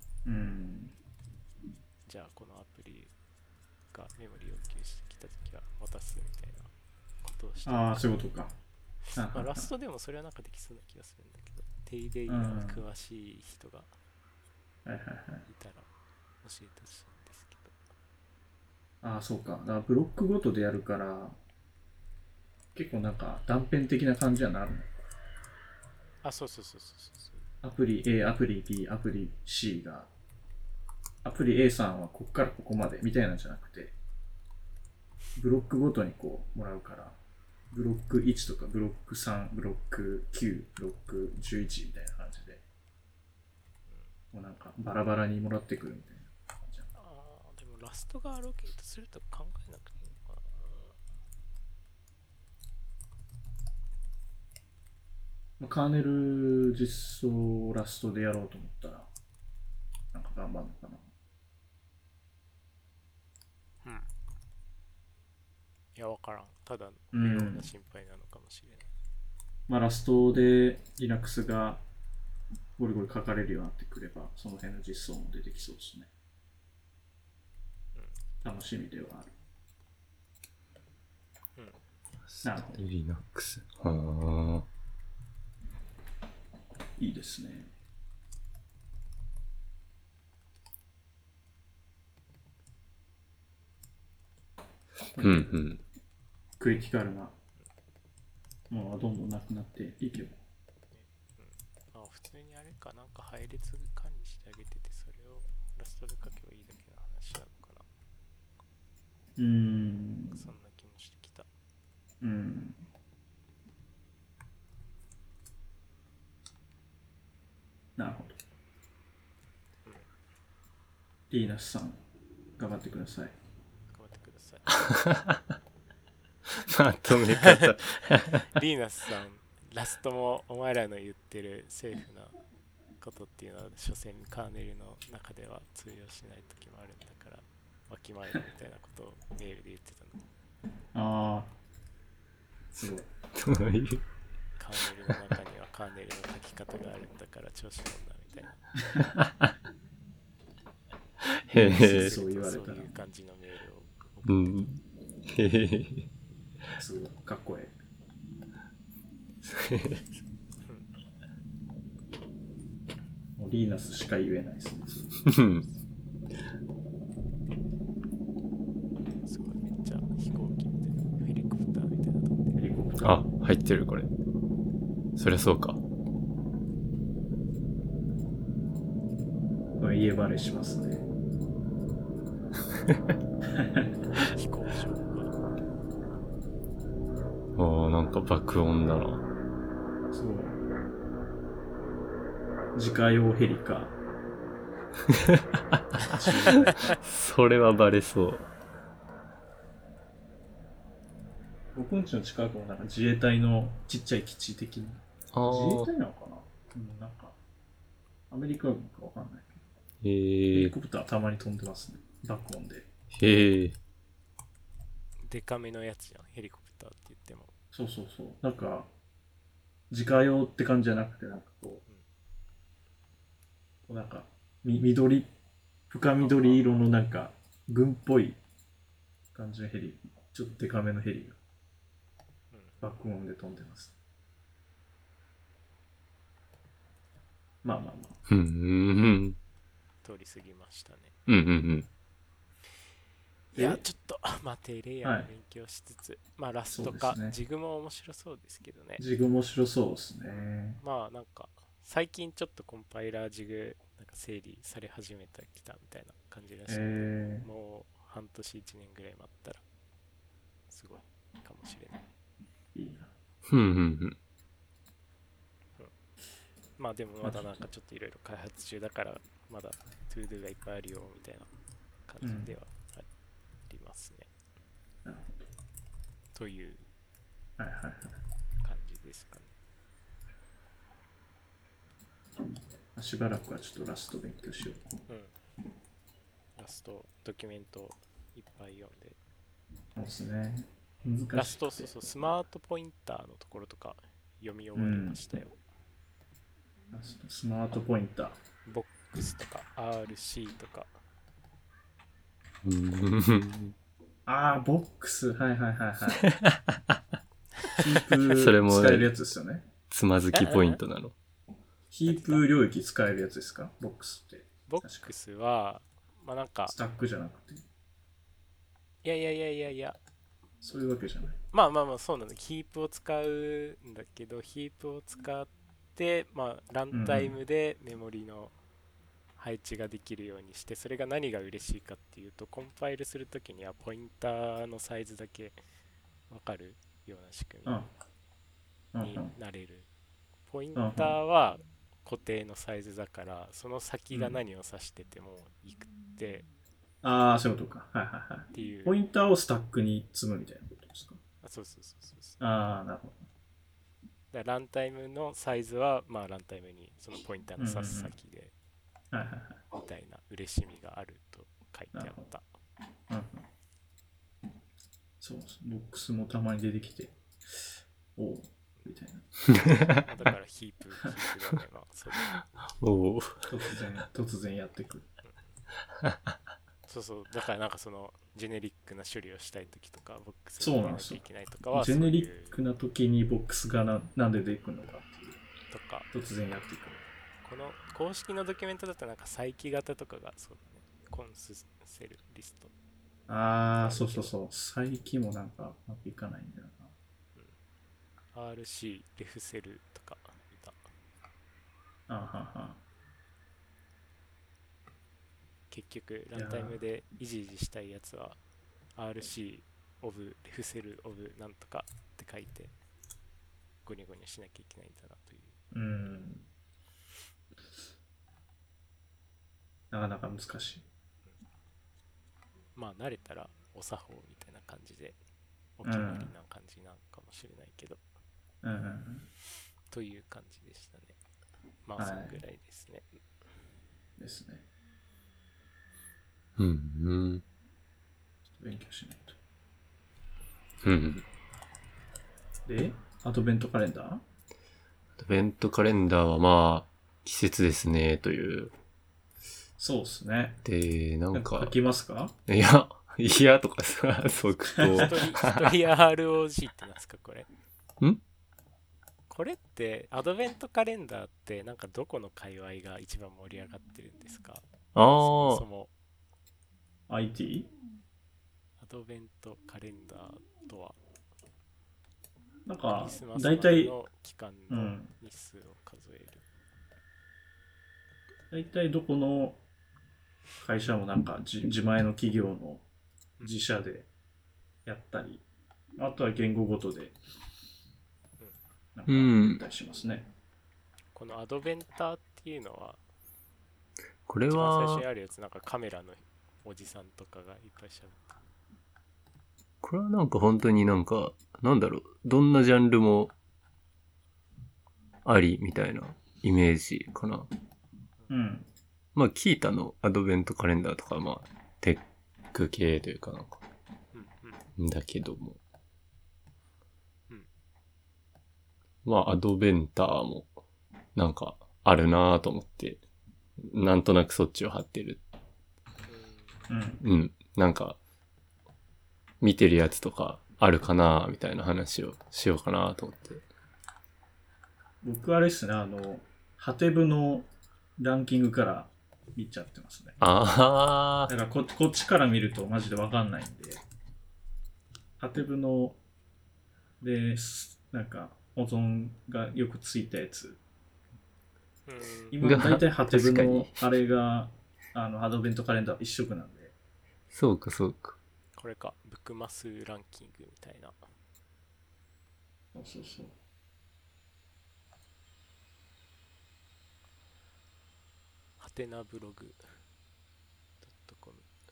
じゃあこのアプリがメモリ要求してきたときは渡すみたいなことをして、 そういうことか。 ラストでもそれはなんかできそうな気がするんだけど、テイレイヤー詳しい人がいたら教えてほしいんですけど。そうか。だからブロックごとでやるから結構なんか断片的な感じになるの。 そう。 アプリ A、アプリ B、アプリ C が、アプリ A さんはここからここまでみたいなんじゃなくて、ブロックごとにこうもらうから、ブロック1とかブロック3、ブロック9、ブロック11みたいな感じで、もうなんかバラバラにもらってくるみたいな感じ。 でもラストがアロケートすると考えなくていいのかな。 カーネル実装をラストでやろうと思ったら、なんか頑張るのかな。 いや、わからん。ただ、微妙な心配なのかもしれない。 ラストで Linux がゴリゴリ書かれるようになってくれば、その辺の実装も出てきそうですね。楽しみではある。なるほど。 Linux。 いいですね。クリティカルなものはどんどんなくなっていけば。 普通にあれかなんか配列管理してあげててそれをラストで書けばいいだけの話なのかな。そんな気もしてきた。 なるほど。リーナスさん頑張ってください。 頑張ってください。 まとめ方リーナスさんラストもお前らの言ってるセーフなことっていうのは所詮カーネルの中では通用しない時もあるんだからわきまえるみたいなことをメールで言ってたの。 すごい。 カーネルの中にはカーネルの書き方があるんだから調子乗んなみたいな。 そう言われたら。 そういう感じのメールをすごいかっこいい。 うリーナスしか言えないですね。 すごいめっちゃ飛行機みたいな、ヘリコプターみたいなの飛んでる。 ヘリコプター。 あ、入ってるこれ。そりゃそうか。 これ家バレしますね。 飛行場が。 ああ、なんか爆音だな。 そう。自家用ヘリか。 それはバレそう。 僕んちの近くもなんか自衛隊のちっちゃい基地的に。 ああ。 自衛隊なのかな、なんか、アメリカ軍かわかんないけど。ヘへリコプターたまに飛んでますね。爆音で。 へえ。 デカめのやつじゃん、ヘリコプターって言っても。 そうそうそう。なんか、自家用って感じじゃなくて、なんかこう、なんか、緑、深緑色のなんか、軍っぽい感じのヘリ、ちょっとデカめのヘリが、爆音で飛んでます。まあまあまあ。 通り過ぎましたね。いや、ちょっと、まあ、低レイヤーの勉強しつつ、まあ、ラストか、ジグも面白そうですけどね。 ジグ面白そうですね。 まあ、なんか、最近ちょっとコンパイラージグ、なんか整理され始めてきたみたいな感じらしい、もう半年1年ぐらい待ったら、すごいかもしれない。 いいな。 まあでもまだなんかちょっといろいろ開発中だからまだトゥードゥがいっぱいあるよみたいな感じではありますね。という感じですかね。 しばらくはちょっとラスト勉強しよう。 ラストドキュメントいっぱい読んで。 そうですね。難しい。 ラストそうスマートポインターのところとか読み終わりましたよ。 スマートポインター。 ボックスとか RC とか。 ああ、ボックス。はいはいはいはい。ヒープ使えるやつですよね。 つまずきポイントなの。 ヒープ領域使えるやつですか、ボックスって。 ボックスは、まあなんか。 スタックじゃなくて。 いや。 そういうわけじゃない。 まあそうなんだ。ヒープを使うんだけど、ヒープを使って、まあランタイムでメモリの配置ができるようにして、それが何が嬉しいかっていうと、コンパイルするときにはポインターのサイズだけ分かるような仕組みになれる。ポインターは固定のサイズだから、その先が何を指しててもいくって、 ああ、そういうことか。はいはいはい。っていう。ポインターをスタックに積むみたいなことですか。 そう。 ああ、なるほど。 だからランタイムのサイズは、まあランタイムにそのポインターの指す先で、みたいな嬉しみがあると書いてあった。 そうです。ボックスもたまに出てきて、おおみたいな。だからヒープだね。まあそう突然やってくる。 そうだからなんかそのジェネリックな処理をしたいときとかボックスに入れなきゃいけないとかはジェネリックなときにボックスがなんで出てくるのかっていうとか突然やってくる。 この公式のドキュメントだとなんか再起型とかがそうだね。コンスセルリスト。 ああ、そう。再起もなんかうまくいかないんだよな。RC レフセルとか見た。結局ランタイムでイジしたいやつは RC オブレフセルオブなんとかって書いてゴニョゴニョしなきゃいけないんだなという。 なかなか難しい。 まあ慣れたらお作法みたいな感じでお決まりな感じなのかもしれないけど、という感じでしたね。まあそのぐらいですね。 ですね。 勉強しないと。で、アドベントカレンダー？ アドベントカレンダーはまあ季節ですねという。 そうですね。 で、なんか書きますか？ いやとかさ、即答。 一人 ROG ってなんですかこれ？ これってアドベントカレンダーってなんかどこの界隈が一番盛り上がってるんですか？そもそも IT？ アドベントカレンダーとはなんかクリスマスま大体での期間の日数を数える、 大体どこの会社もなんか自前の企業の自社でやったり、あとは言語ごとでなんかやったりしますね。 このアドベンターっていうのはこれ一番最初はにあるやつ、なんかカメラのおじさんとかがいっぱいしゃべって、 これはなんか本当になんかなんだろう、どんなジャンルもありみたいなイメージかな。 うん。 まあキータのアドベントカレンダーとかはまあテック系というかなんかだけども、まあアドベンターもなんかあるなぁと思って、なんとなくそっちを貼ってる。なんか見てるやつとかあるかなみたいな話をしようかなと思って。 僕あれですね、ハテブのランキングから見ちゃってますね。 ああ。 だからこっちから見るとマジでわかんないんで、ハテブのでなんか保存がよくついたやつ。今大体ハテブのあれがアドベントカレンダー一色なんで。 そうかそうか。 これか、ブックマスランキングみたいな。 そうそうそう。 ハテナブログ .com。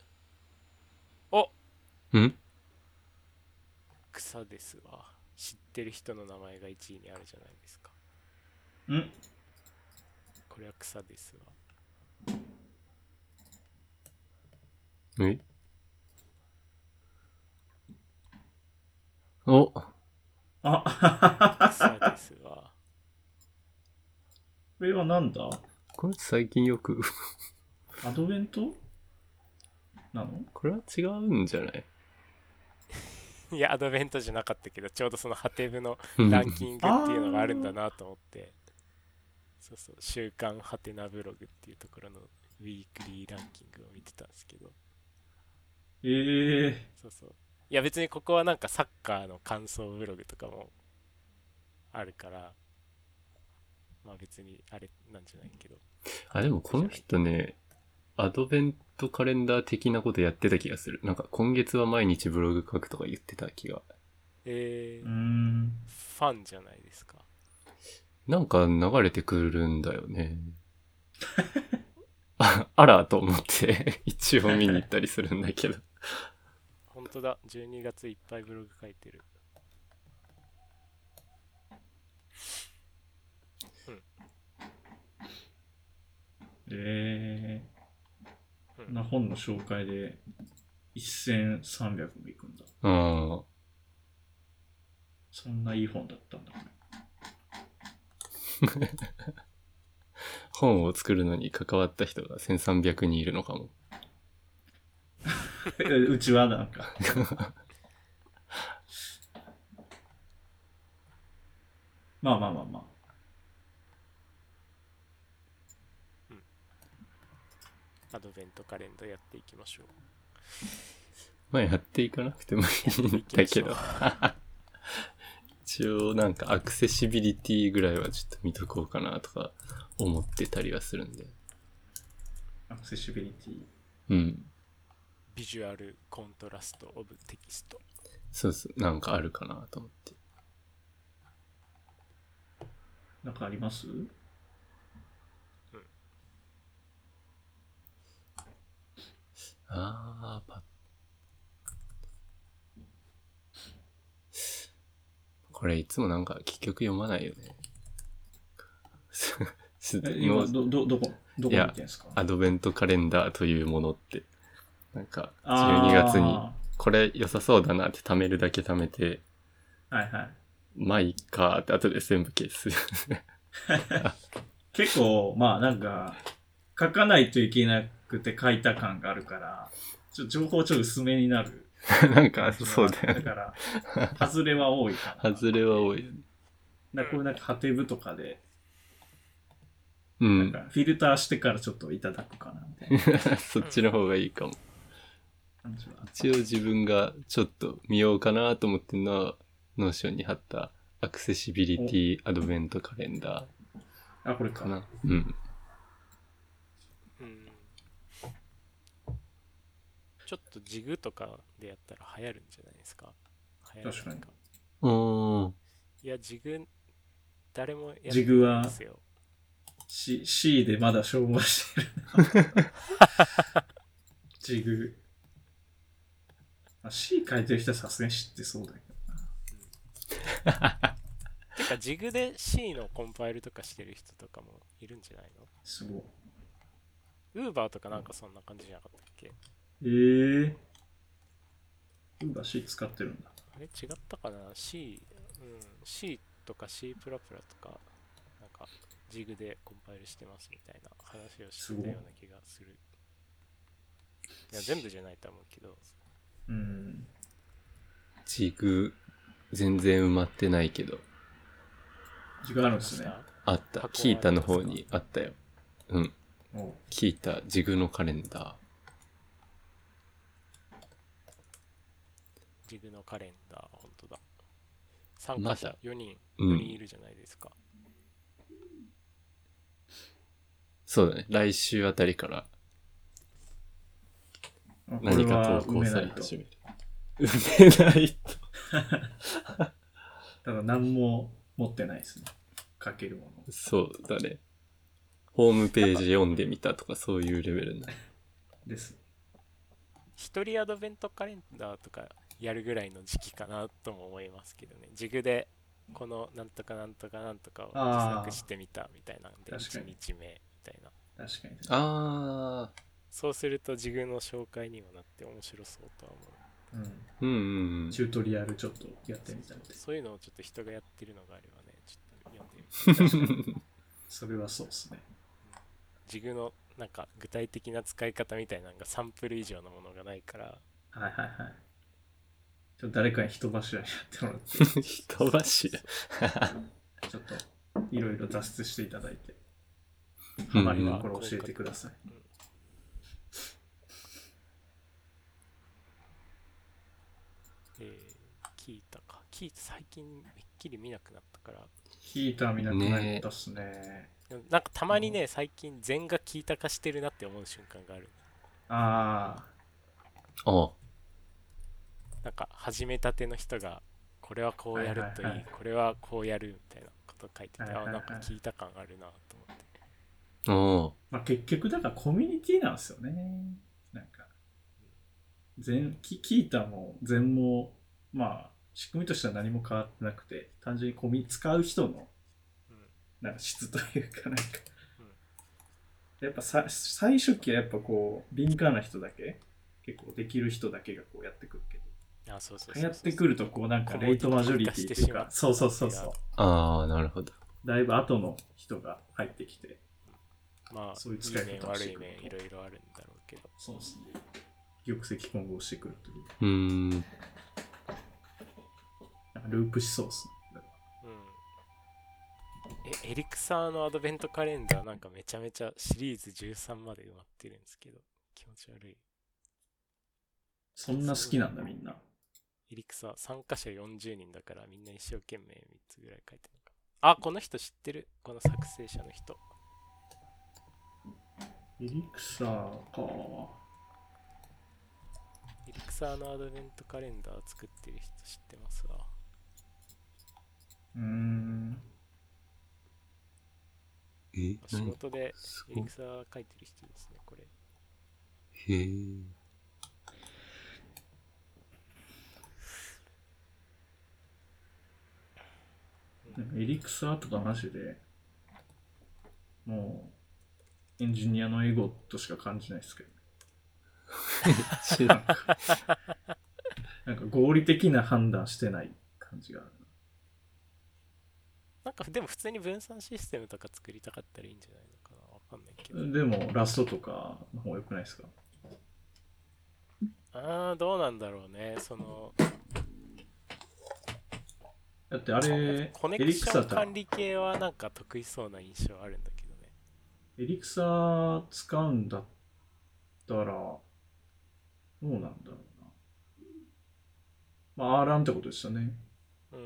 おん草ですわ。知ってる人の名前が1位にあるじゃないですか。 んこれは草ですわ。えお草ですわ。 これはなんだ？ これ最近よくアドベントなの？ これは違うんじゃない？ いや、アドベントじゃなかったけど、ちょうどそのハテブのランキングっていうのがあるんだなと思ってそうそう、週刊ハテナブログっていうところのウィークリーランキングを見てたんですけど、そうそう、いや別にここはなんかサッカーの感想ブログとかもあるから、まあ別にあれなんじゃないけど。 あ、でもこの人ね、アドベントカレンダー的なことやってた気がする。なんか今月は毎日ブログ書くとか言ってた気が。 ファンじゃないですか。 なんか流れてくるんだよね。あらと思って一応見に行ったりするんだけど。 本当だ、12月いっぱいブログ書いてる。 な本の紹介で1300もいくんだ。そんないい本だったんだ。 本を作るのに関わった人が1300人いるのかも。 うちはなんかまあまあまあまあ。 アドベントカレンダーやっていきましょう。 まあやっていかなくてもいいんだけど一応なんかアクセシビリティぐらいはちょっと見とこうかなとか思ってたりはするんで。 アクセシビリティ。 ビジュアルコントラストオブテキスト。 そうそう、なんかあるかなと思って。 なんかあります？ これいつもなんか結局読まないよね。 今どこ見てんすか？ アドベントカレンダーというものってなんか12月にこれ良さそうだなって貯めるだけ貯めて、 はいはい、 まあいいかって後で全部消す結構まあなんか書かないといけなくて書いた感があるから情報ちょっと薄めになるなんかそうだよね。 だから外れは多いかな。 外れは多いよね。 これなんかハテブとかで、 うんなんかフィルターしてからちょっといただくかなみたいなそっちの方がいいかも。 感じは。 一応自分がちょっと見ようかなと思ってるのは、ノーションに貼ったアクセシビリティアドベントカレンダあ、これか。 ーかな。うん。 ちょっとジグとかでやったら流行るんじゃないですか。流行る確かに。 いや、ジグ、誰もやってジグはないですよ。 C でまだ消耗してる。ジグ。C 書いてる人はさすがに知ってそうだけどな。 てか、ジグで C のコンパイルとかしてる人とかもいるんじゃないの？ すごい。 ウーバーとかなんかそんな感じじゃなかったっけ？ ウーバー C 使ってるんだ。 あれ違ったかな？ C、C とか C++ とか、なんかジグでコンパイルしてますみたいな話をしてたような気がする。いや、全部じゃないと思うけど。 ジグ、全然埋まってないけど。 ジグあるんですね。 あった。キータの方にあったよ。うん。キータ、ジグのカレンダー。 ジグのカレンダー、本当だ。参加者4人、4人いるじゃないですか。 そうだね。来週あたりから何か投稿され始める。埋めないと。 ただ何も持ってないですね。書けるもの。 そうだね。ホームページ読んでみたとかそういうレベルな。 です。 一人アドベントカレンダーとかやるぐらいの時期かなとも思いますけどね。ジグでこのなんとかなんとかなんとかを自作してみたみたいなんで、1日目みたいな。 確かに。 ああ。 そうするとジグの紹介にもなって面白そうとは思う。 チュートリアルちょっとやってみたい。 そういうのをちょっと人がやってるのがあればね、ちょっと読んでみて。 それはそうですね。 ジグのなんか具体的な使い方みたいなのがサンプル以上のものがないから。 はいはいはい。ちょっと誰かに人柱にやってもらって。 人柱ちょっといろいろ脱出していただいて、ハマりどころ教えてください。 キータか。キータ最近めっきり見なくなったから。 キータ見なくなったっすね。 なんかたまにね、最近全がキータ化してるなって思う瞬間がある。 ああ。 なんか始めたての人がこれはこうやるといい、これはこうやるみたいなこと書いてて、なんか聞いた感あるなと思って。 まあ結局だからコミュニティなんですよね。なんかキータも全もまあ仕組みとしては何も変わってなくて、単純に使う人のなんか質というかなんか、やっぱ最初期はやっぱこう敏感な人だけ、結構できる人だけがこうやってくるけど、流行ってくるとこうなんかレイトマジョリティっていうか、そう。 ああ、なるほど。 だいぶ後の人が入ってきて、 まあそういう使い方をしてくる。 いい面悪い面いろいろあるんだろうけど、 そうですね。玉石混合してくるという。 なんかループしそうですね。 エリクサーのアドベントカレンダーなんかめちゃめちゃシリーズ13まで埋まってるんですけど、気持ち悪い。 そんな好きなんだみんな。 エリクサー参加者40人だからみんな一生懸命3つぐらい書いてるのか。あ、この人知ってる、この作成者の人。 エリクサーか。 エリクサーのアドベントカレンダー作ってる人知ってますわ。仕事でエリクサー書いてる人ですね、これ。 へえ。 エリクサーとかマジでもうエンジニアのエゴとしか感じないですけどなんか合理的な判断してない感じがある。 なんかでも普通に分散システムとか作りたかったらいいんじゃないのかな、わかんないけど。 でもラストとかの方が良くないですか？ どうなんだろうね。そのだってあれ、 コネクション管理系はなんか得意そうな印象あるんだけどね。 エリクサ使うんだったら、どうなんだろうな。まあ、R ンってことですよね。 うん。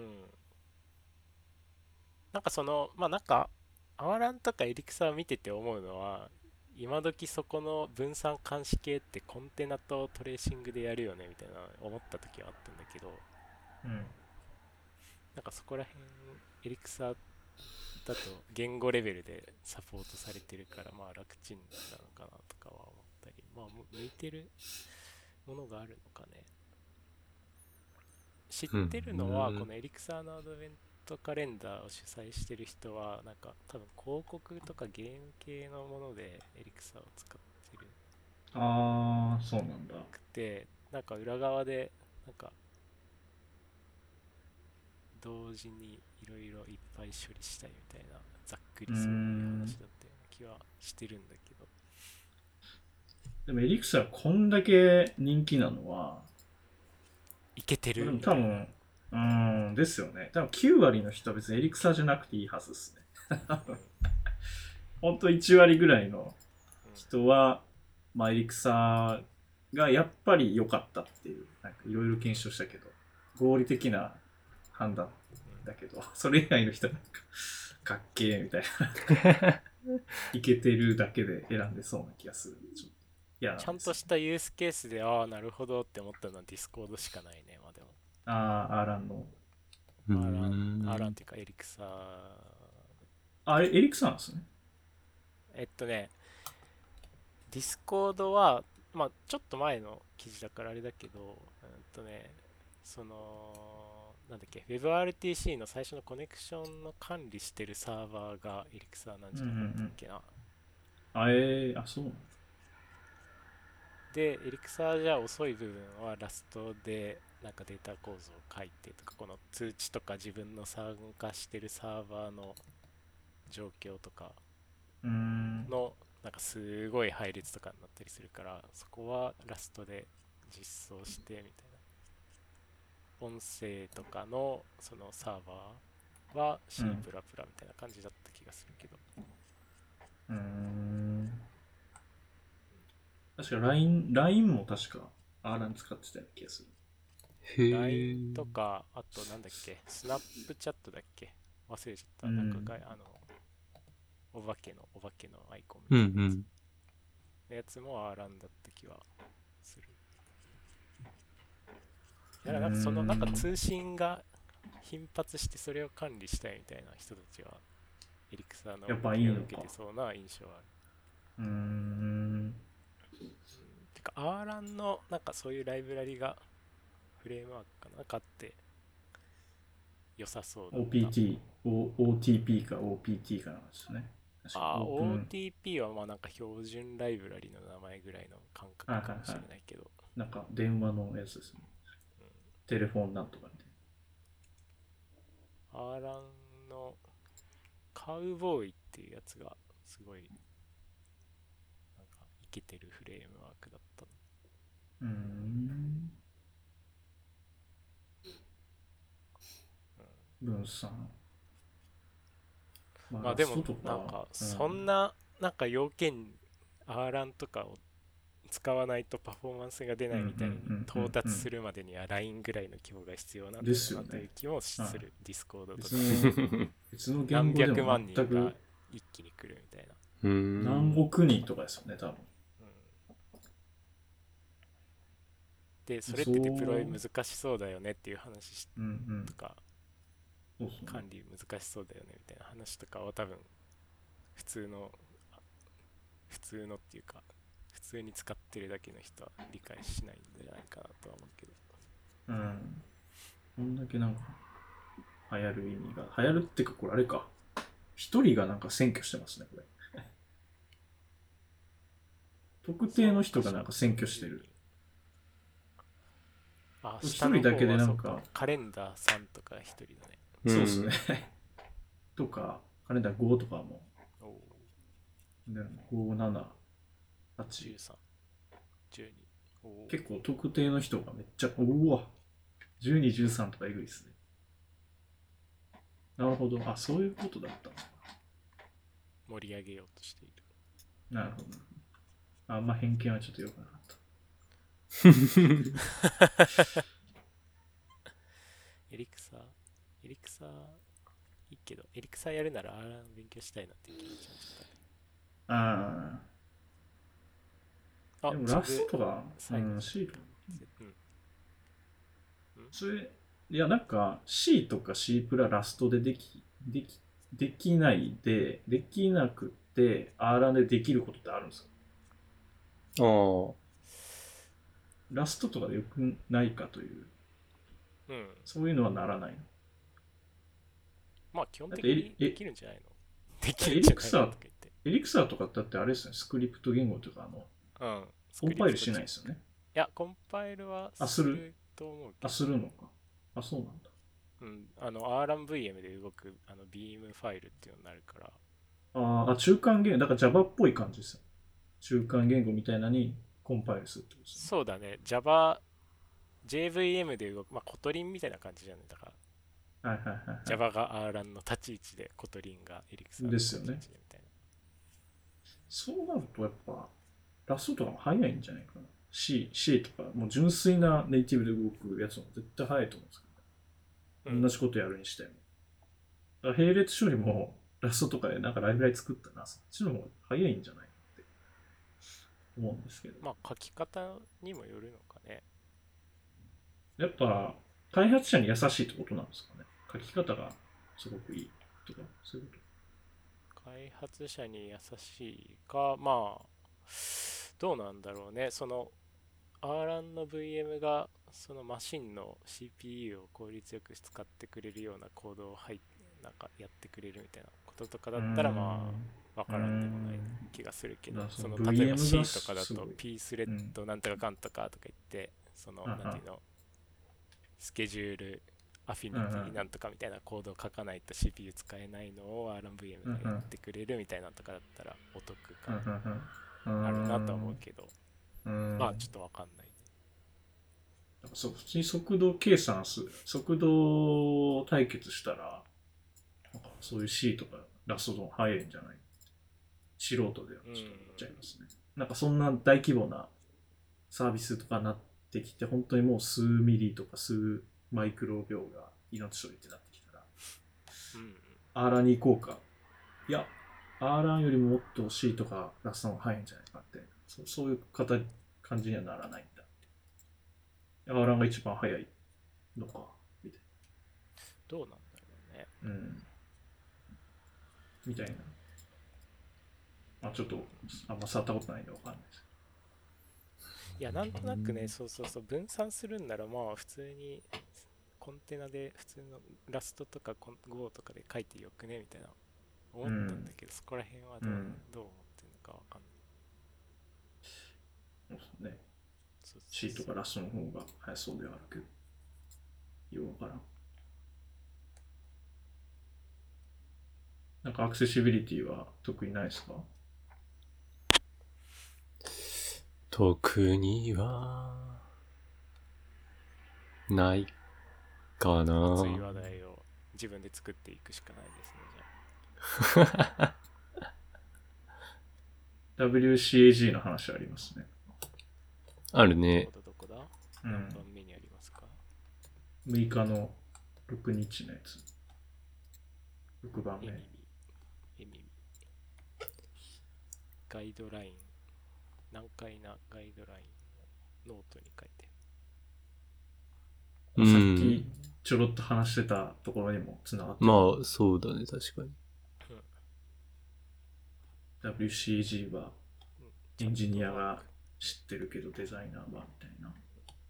なんかその、まあなんか、アワランとかエリクサを見てて思うのは、今時そこの分散監視系ってコンテナとトレーシングでやるよねみたいな思った時はあったんだけど、 うん。 なんかそこら辺エリクサだと言語レベルでサポートされてるからまあ楽ちんなのかなとかは思ったり、まあ向いてるものがあるのかね。知ってるのはこのエリクサのアドベントカレンダーを主催してる人はなんか多分広告とかゲーム系のものでエリクサを使ってるああ、そうなんだ。 くて、なんか裏側でなんか同時にいろいろいっぱい処理したいみたいなざっくりそういう話だったような気はしてるんだけど。 でもエリクサこんだけ人気なのは、 いけてでもるみたいな。 多分、ですよね。多分9割の人は別にエリクサじゃなくていいはずですね。ほんと1割ぐらいの人は、まあエリクサがやっぱり良かったっていう、なんかいろいろ検証したけど、合理的な判断だけど、それ以外の人はなんか、かっけーみたいな。いけてるだけで選んでそうな気がする。ちょっと嫌なんですよ。 ちゃんとしたユースケースで、ああ、なるほどって思ったのはディスコードしかないね、まあでも。 アーランの。 アーランっていうかエリクサ。 あれ、エリクサなんですね。 ね、ディスコードは、まあちょっと前の記事だからあれだけど、その、なんだっけ、WebRTC の最初のコネクションの管理してるサーバーがエリクサなんじゃなかったっけな。 そうなんだ。 で、エリクサじゃ遅い部分はラストでなんかデータ構造を書いてとか、この通知とか自分の参加してるサーバーの状況とかのなんかすごい配列とかになったりするから、そこはラストで実装してみたいな。音声とかのそのサーバーは C++ みたいな感じだった気がするけど。 確か LINE も確かアーラン使ってたような気がする。 LINE とか、あとなんだっけ、スナップチャットだっけ、忘れちゃった。なんかお化けのアイコンみたいなやつもアーランだった気はする。だからなんかそのなんか通信が頻発してそれを管理したいみたいな人たちはエリクサの恩恵を受けてそうな印象はある。てかアーランのなんかそういうライブラリがフレームワークかなんかあって良さそうだった。 OTP か OPT かなんですね。 OTP はまあなんか標準ライブラリの名前ぐらいの感覚かもしれないけど、 なんか電話のやつですね。テレフォンなんとかみたいな。アーランのカウボーイっていうやつがすごいなんかイケてるフレームワークだった。 分散。 まあでもなんかそんななんか要件アーランとかを使わないとパフォーマンスが出ないみたいに到達するまでには LINE ぐらいの規模が必要なんだろうなという気もする。ディスコードとか何百万人が一気に来るみたいな。 何億人とかですよね多分。 でそれってデプロイ難しそうだよねっていう話とか、管理難しそうだよねみたいな話とかは多分普通のっていうか普通に使ってるだけの人は理解しないんじゃないかなとは思うけど。 こんだけなんか流行る意味が流行るってかこれあれか一人がなんか占拠してますねこれ。特定の人がなんか占拠してる。一人だけでなんかカレンダーさんとか一人だね。 そうですね。とかカレンダー5とかも。5、7、8、 13、12。 結構特定の人がめっちゃ、うわ、12、13とかえぐいっすね。 なるほど。あ、そういうことだったのか。 盛り上げようとしている。 なるほど。あんま偏見はちょっと良くなかった。 エリクサーいいけど、エリクサーやるならアーラン勉強したいなっていう気持ちもちょっとああ。でもラストとか、 最後、 C とか。それ、いやなんか C とか C プララストでできなくってアーランでできることってあるんですか？ラストとかでよくないかという、そういうのはならないの？ まあ基本的にできるんじゃないの？できエるんじゃないの？ エリクサーとかだってあれですね、スクリプト言語とかコンパイルしないですよね。 いや、コンパイルはすると思うけど。 するのか。あ、そうなんだ。 RunVM で動くBeam ファイルっていうのになるから。 中間言語、だから Java っぽい感じですよ。中間言語みたいなにコンパイルするってことですね。 そうだね。JVM で動く、まあ、コトリンみたいな感じじゃない。だから、Java が Run の立ち位置で、コトリンがエリクサーの立ち位置でみたいな。 そうなるとやっぱ、ラストとかも早いんじゃないかな。C とか、もう純粋なネイティブで動くやつも絶対早いと思うんですけど、同じことやるにしても。だから並列処理もラストとかでなんかライブラリ作ったな、そっちの方が早いんじゃないって思うんですけど。 まあ書き方にもよるのかね。 やっぱ開発者に優しいってことなんですかね。書き方がすごくいいとか、そういうこと。 開発者に優しいか、まあ、どうなんだろうね。RAN の VM がそのマシンの CPU を効率よく使ってくれるようなコードをなんかやってくれるみたいなこととかだったらまあ分からんでもない気がするけど、例えば C とかだと P スレッドなんとかかんとかとか言ってなんていうの、スケジュールアフィニティなんとかみたいなコードを書かないと CPU 使えないのを RunVM がやってくれるみたいなとかだったらお得感あるなとは思うけど、まあちょっと分かんない。 普通に速度計算速度対決したら、なんかそういう C とかラストの早いんじゃない？素人ではちょっと思っちゃいますね。なんかそんな大規模なサービスとかになってきて、本当にもう数ミリとか数マイクロ秒が命取りってなってきたら、アーランに行こうか。いや、アーランよりももっと C とかラストの方が早いんじゃないかって、そういう感じにはならないんだ。アーランが一番早いのか、みたいな。 どうなんだろうね。 みたいな。まあちょっと、あんま触ったことないんでわかんないです。 いや、なんとなくね、分散するんなら、まあ普通にコンテナで普通のラストとかGo とかで書いてよくねみたいな思ったんだけど、そこら辺はどう思ってるのかわかんない。 そうですね。C とかラストの方が早そうではあるけど、ようわからん。なんかアクセシビリティは特にないですか？ 特にはないかな。 熱い話題を自分で作っていくしかないですね。じゃあ WCAG の話ありますね。 あるね。 どこだ？何番目にありますか ？6日の6日のやつ。6番目。 ガイドライン。難解なガイドラインをノートに書いて。 さっきちょろっと話してたところにもつながってる。 まあ、そうだね、確かに。 WCAG はエンジニアが知ってるけどデザイナーはみたいな。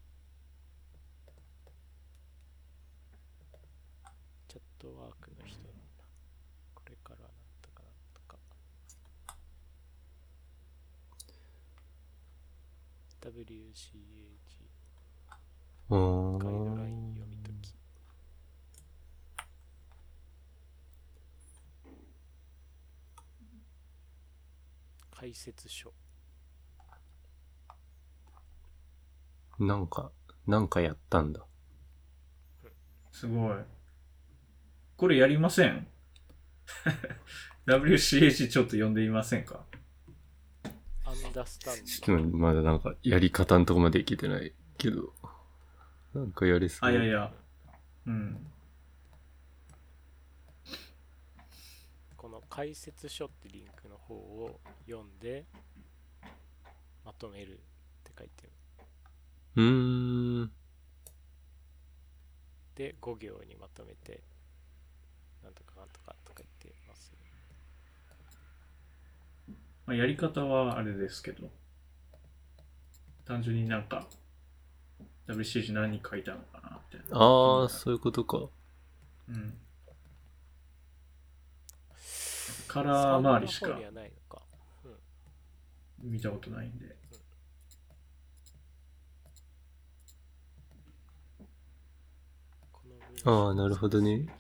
チャットワークの人なんだ。これからなんとかなんとか。WCAG ガイドライン読み解き。解説書。 なんかやったんだ。 すごい。 これやりませんWCAG ちょっと読んでみませんか？ アンダースタンちょっとまだなんかやり方のとこまでいけてないけど、なんかやれそう。 あ、いやいや。うん。 この解説書ってリンクの方を読んでまとめるって書いてる。で5行にまとめてなんとかなんとかとか言ってます、 まあ、やり方はあれですけど、単純になんか WCG 何書いたのかなって。 ああ、そういうことか。 うん。カラー周りしか見たことないんで。 ああ、なるほどね。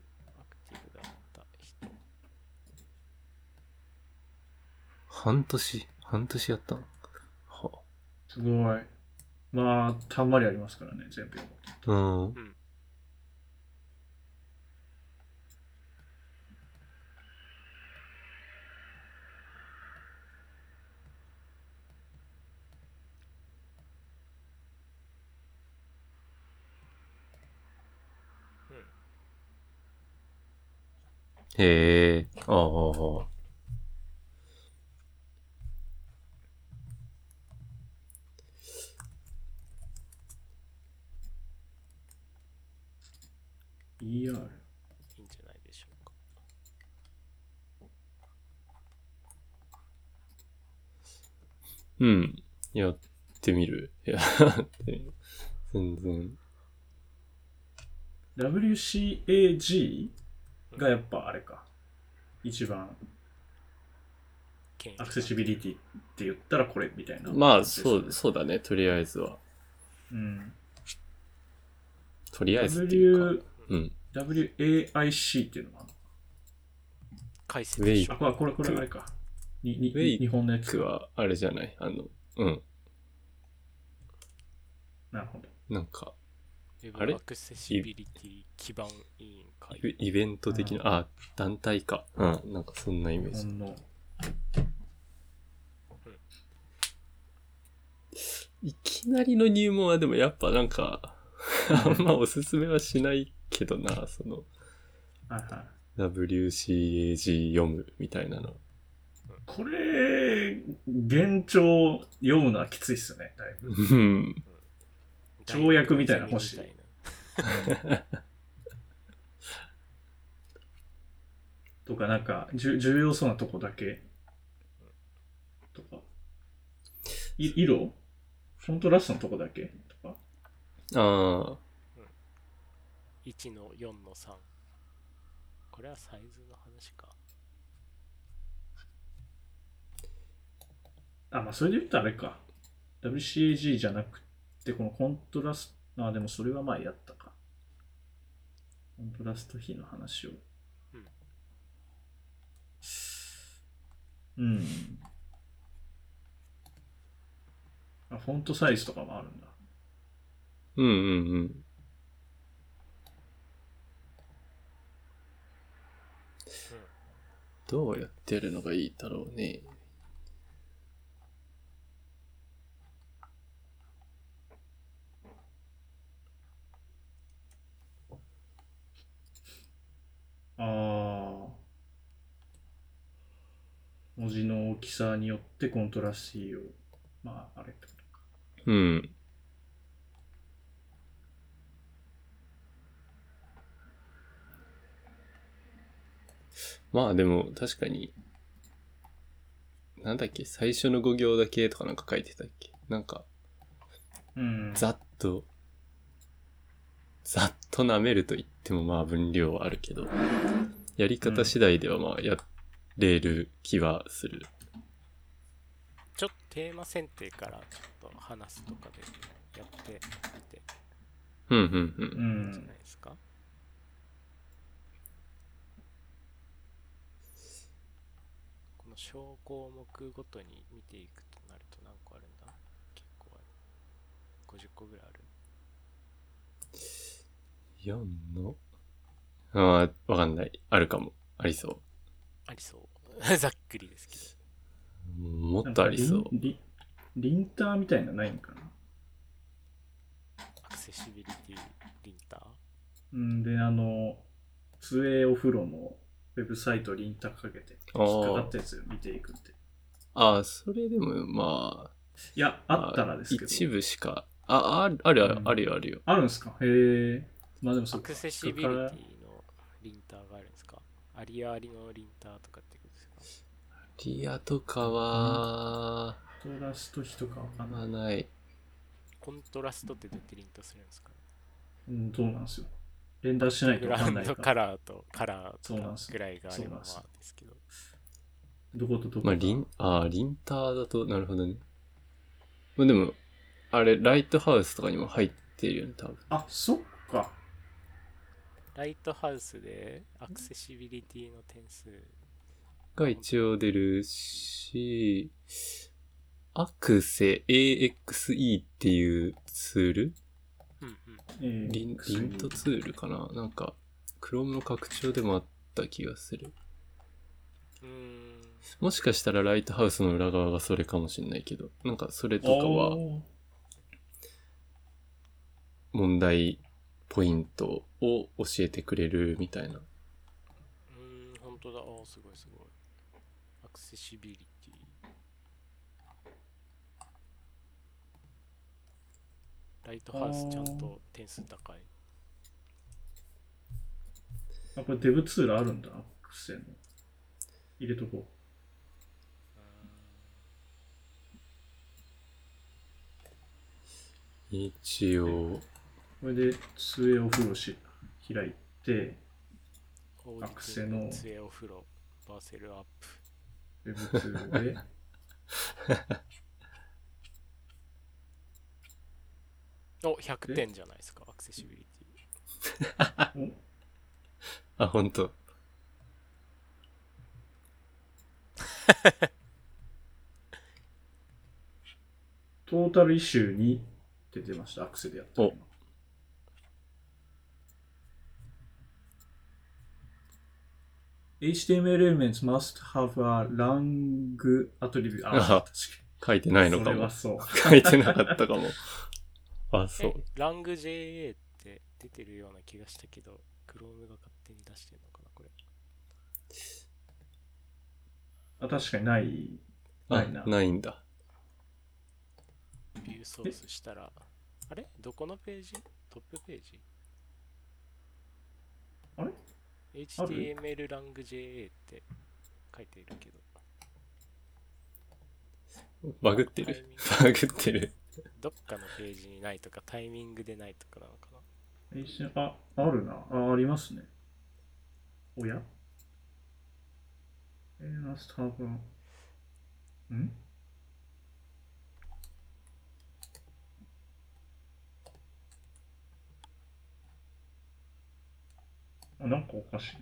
半年やったのはあ。 すごい。まあ、たんまりありますからね、全部読むと。 うん。へえ、ああ。 ER。 いいんじゃないでしょうか。 うん。やってみる。やってみる。全然。 WCAG がやっぱあれか。一番アクセシビリティって言ったらこれみたいな、 まあ、そうだね。とりあえずは。 うん。 とりあえずっていうか。 WAIC っていうのは解説書。 あ、これあれか。日本のやつはあれじゃない。うん。 なるほど。 なんか、 あれアクセシビリティ基盤委員会。 イベント的な、団体か。うん、なんかそんなイメージ。いきなりの入門はでもやっぱなんか、あんまおすすめはしないけどな、その、WCAG 読むみたいなの。 これ、現状読むのはきついっすよね、だいぶ。跳躍みたいな欲しい。とかなんか重要そうなとこだけとか色コントラストのとこだけとか 1の4の3これはサイズの話か。 まあそれで言ったらあれか WCAG じゃなくてこのコントラストでもそれは前やったか。コントラスト比の話をフォントサイズとかもあるんだ。 どうやってやるのがいいだろうね。 文字の大きさによってコントラスト比をあれってことか。 まあでも確かになんだっけ最初の5行だけとかなんか書いてたっけなんかざっと舐めると言っても分量はあるけどやり方次第ではやれる気はする。 ちょっとテーマ選定からちょっと話すとかでやってみてじゃないですか。この小項目ごとに見ていくとなると何個あるんだ。結構ある。50個ぐらいある。 4のわかんない。あるかも。ありそありそう。ざっくりですけど。もっとありそう。 リンターみたいなのないのかな。 アクセシビリティリンター。 うんで、ツエお風呂のウェブサイトリンターかけて、引っかかったやつ見ていくって。 ああ、それでもまあ。 いや、あったらですけど。 一部しか。あるよ。あるよ。 あるんですか。へえ。まあでもそうか。 アクセシビリティのリンターがあるんですか。アリアリのリンターとかってことですか。 リアとかは、 コントラスト比とかわかんない。 ない。 コントラストってどうやってリンターするんですか。 そうなんですよ。レンダーしないとわかんないから。 カラーとカラーとかぐらいがあればまあですけど。 どことどこまあ、リンターだと、なるほどね。まあでも、あれ、ライトハウスとかにも入ってるよね、多分。 あ、そっか。 ライトハウスでアクセシビリティの点数が一応出るし、アクセ AXE っていうツール、リントツールかな、なんか Chrome の拡張でもあった気がする。もしかしたらライトハウスの裏側がそれかもしれないけど、なんかそれとかは問題ポイントを教えてくれるみたいな。 本当だ。すごいすごい。アクセシビリティ。ライトハウスちゃんと点数高い。 これデブツールあるんだ。アクセの入れとこう。 一応これでツエお風呂開いて、アクセのツエお風呂バーセルアップウェブツールで 100点じゃないですか、アクセシビリティ。 あ、ほんと。 トータルイシューにって出ました。アクセでやった。HTML elements must have a lang attribute. 確かに。 書いてないのかも。 そう書いてなかったかも。あ、そう。 ラング JA って出てるような気がしたけど、Chrome が勝手に出してるのかな、これ。 確かにない。 ないな。ないんだ。 ビューソースしたら、あれどこのページ？トップページ？ あれ HTML ラング JA って書いているけど。 バグってる。どっかのページにないとか、タイミングでないとかなのかな。あるな。ありますね。おやmust have a... んなんかおかしい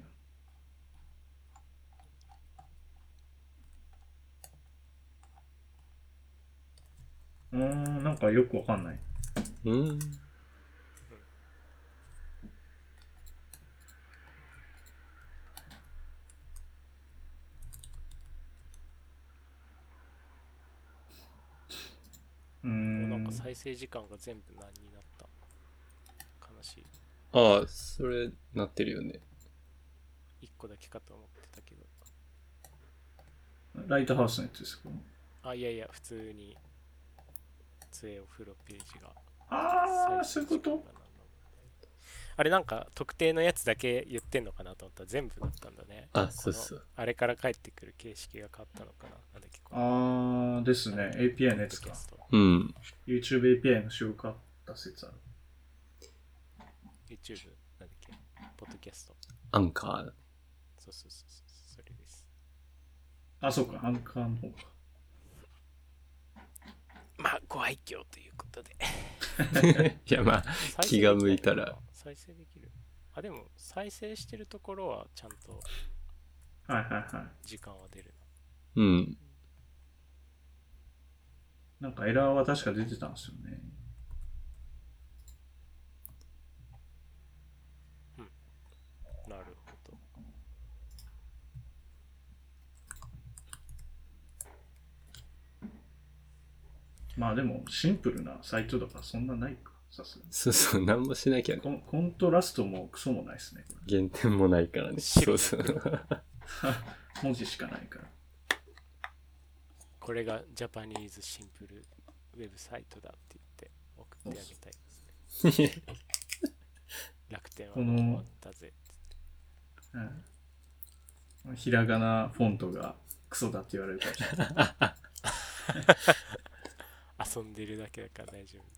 な。なんかよくわかんない。 なんか再生時間が全部何になった。悲しい。 ああ、それなってるよね。 1個だけかと思ってたけど。 ライトハウスのやつですか？ いや、普通にツエお風呂ページが。 そういうこと？ あれなんか特定のやつだけ言ってんのかなと思ったら全部だったんだね。 そう。 あれから返ってくる形式が変わったのかな。なんだっけですね。API のやつか。YouTube API の仕様変わった説ある。 YouTube なんだっけ？ポッドキャスト。 アンカー。 そう、それです。 そうか、アンカーの方か。 まあ、ご愛嬌ということで。 いや、まあ、気が向いたら。 再生できる。でも、再生してるところはちゃんと、時間は出るな。 なんかエラーは確か出てたんですよね。 なるほど。 まあでもシンプルなサイトだからそんなないか、さすがに。 そうそう、なんもしなきゃコントラストもクソもないですね。 減点もないからね。そうそう。 文字しかないから。 これがジャパニーズシンプルウェブサイトだって言って送ってあげたいですね。楽天は終わったぜ。 うん。ひらがなフォントがクソだって言われるかもしれない。 遊んでるだけだから大丈夫。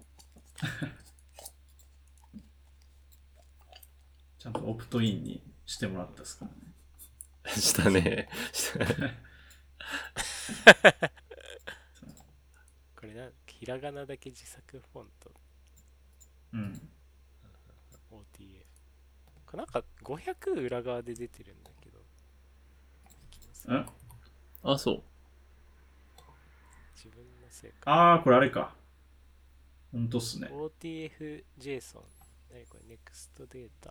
ちゃんとオプトインにしてもらったっすからね。 したね。 これな、ひらがなだけ自作フォント。 うん。 OTF。これなんか500裏側で出てるんだけど。 あ、そう。 自分のせいか。 ああ、これあれか。ほんとっすね。 OTF-JSON。何これ ?NEXT データ。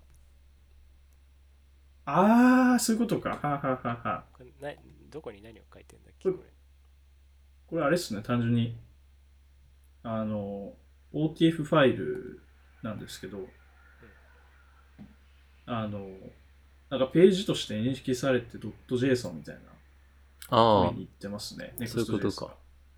ああ、そういうことか。はははは。 これどこに何を書いてんだっけこれ。 これあれっすね。単純に、OTF ファイルなんですけど、なんかページとして認識されて .json みたいなああ、 に行ってますね。 そういうことか。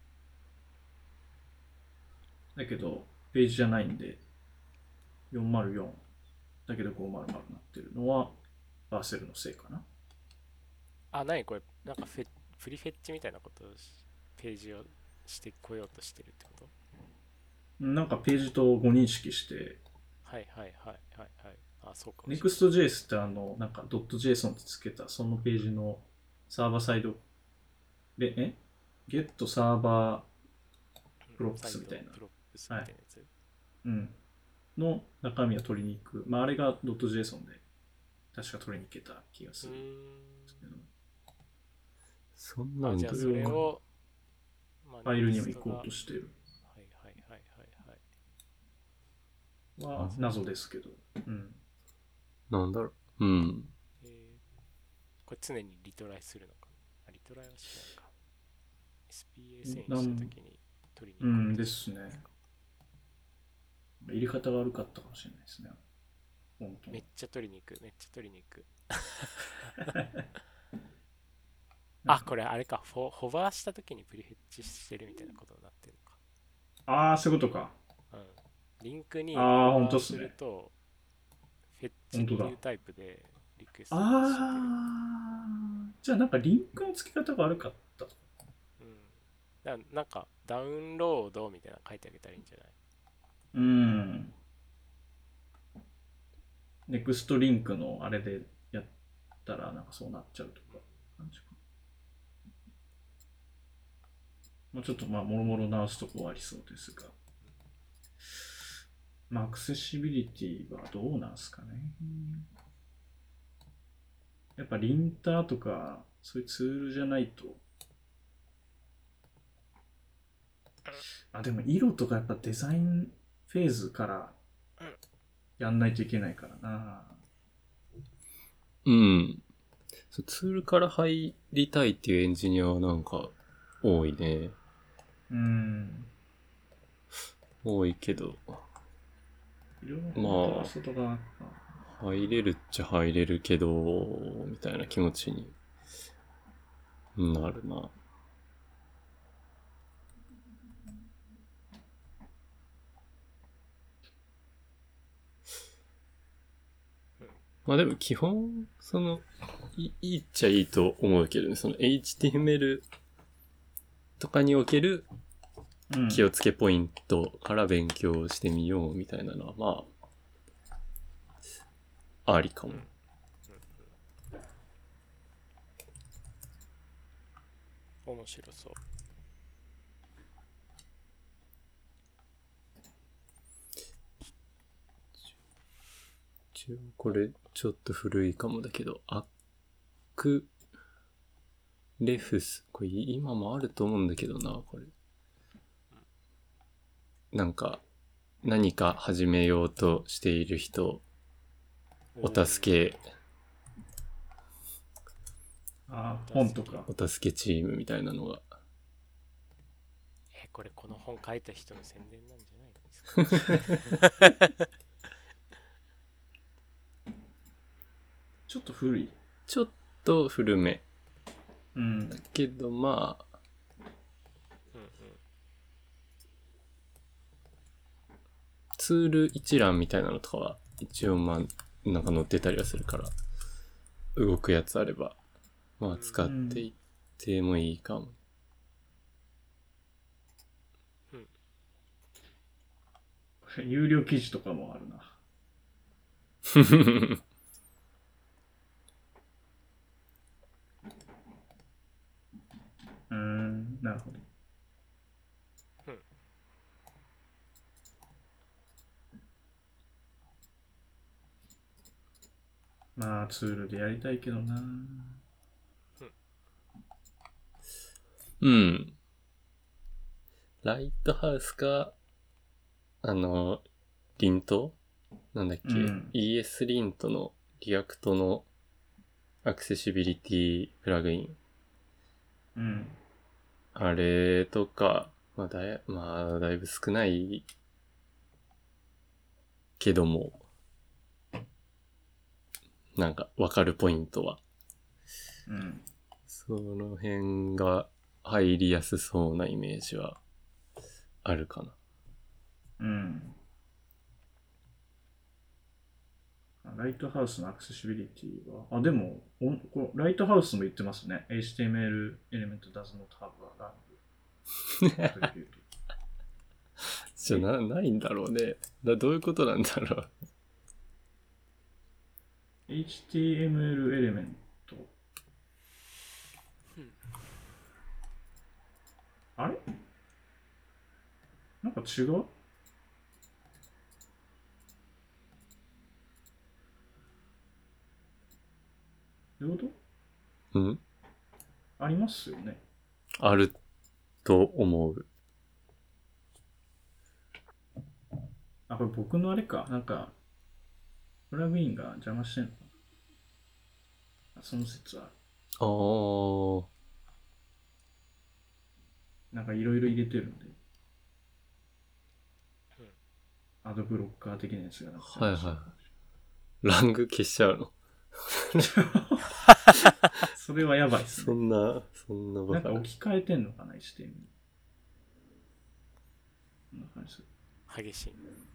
だけど、ページじゃないんで、404だけど500になってるのは、バーセルのせいかな。 あ、何これなんかプリフェッチみたいなことをページをしてこようとしてるってこと？ なんかページと誤認識して、 はいはいはいはいはい。あ、そうかもしれない。 Next.js ってなんか .json ってつけたそのページのサーバーサイドで、ゲットサーバープロップスみたいな。 プロップスみたいなやつ。 うん。の中身を取りに行く。まあ、あれが .json で確か取りに行けた気がするんですけど。 そんなんじゃあそれを、 ファイルにも行こうとしてる。 はいはいはいはいはい。 は謎ですけど。うん。 なんだろう。うん。 これ常にリトライするのかな。リトライはしないか。SPA 遷移したときに取りに行く。 うんですね。入れ方が悪かったかもしれないですね。本当めっちゃ取りに行く。めっちゃ取りに行く。あ、これあれか。ホバーしたときにプリフェッチしてるみたいなことになってるのか。 ああ、そういうことか。 うん。リンクにホバーすると、フェッチっていうタイプでリクエストしてくる。 ああ、じゃあなんかリンクの付け方が悪かった。 うん。なんかダウンロードみたいなの書いてあげたらいいんじゃない？ うん。ネクストリンクのあれでやったらなんかそうなっちゃうとか感じか。まあちょっとまあもろもろ直すとこはありそうですが。まあアクセシビリティはどうなんすかね。やっぱリンターとかそういうツールじゃないと。あ、でも色とかやっぱデザインフェーズからやんないといけないからな。 うん。ツールから入りたいっていうエンジニアはなんか多いね。多いけど。まあ、入れるっちゃ入れるけど、みたいな気持ちになるな。まあでも基本、いいっちゃいいと思うけどね、HTML とかにおける気をつけポイントから勉強してみようみたいなのは、まあ、ありかも。 面白そう。 これちょっと古いかもだけど、アクレフス。これ今もあると思うんだけどな、これ。なんか、何か始めようとしている人、お助けああ、本とか。 お助けチームみたいなのが。 これこの本書いた人の宣伝なんじゃないですか。 ちょっと古い。 ちょっと古め。 うん。 だけどまあ、 うんうん。 ツール一覧みたいなのとかは一応まあなんか載ってたりはするから、動くやつあればまあ使っていってもいいかも。 有料記事とかもあるな。なるほど。まあツールでやりたいけどな。 うん。ライトハウスか、リントなんだっけ、ES リントのリアクトのアクセシビリティプラグイン。 うん。 あれとか、まあだいぶ少ないけども、なんかわかるポイントは。 うん。 その辺が入りやすそうなイメージはあるかな。 うん。ライトハウスのアクセシビリティは、でも、ライトハウスも言ってますね。HTML element does not have a lang. ないんだろうね。どういうことなんだろう。 HTML エレメント。あれなんか違う？どういうこと？ うん？ ありますよね。 あると思う。 これ僕のあれか。なんか、プラグインが邪魔してんのかな。その説ある。なんかいろいろ入れてるんで。アドブロッカー的なやつがなってはいはい。ラング消しちゃうの。 それはやばいっすね。 そんなバカなんか置き換えてんのかな、HTML。こんな感じする。 激しい。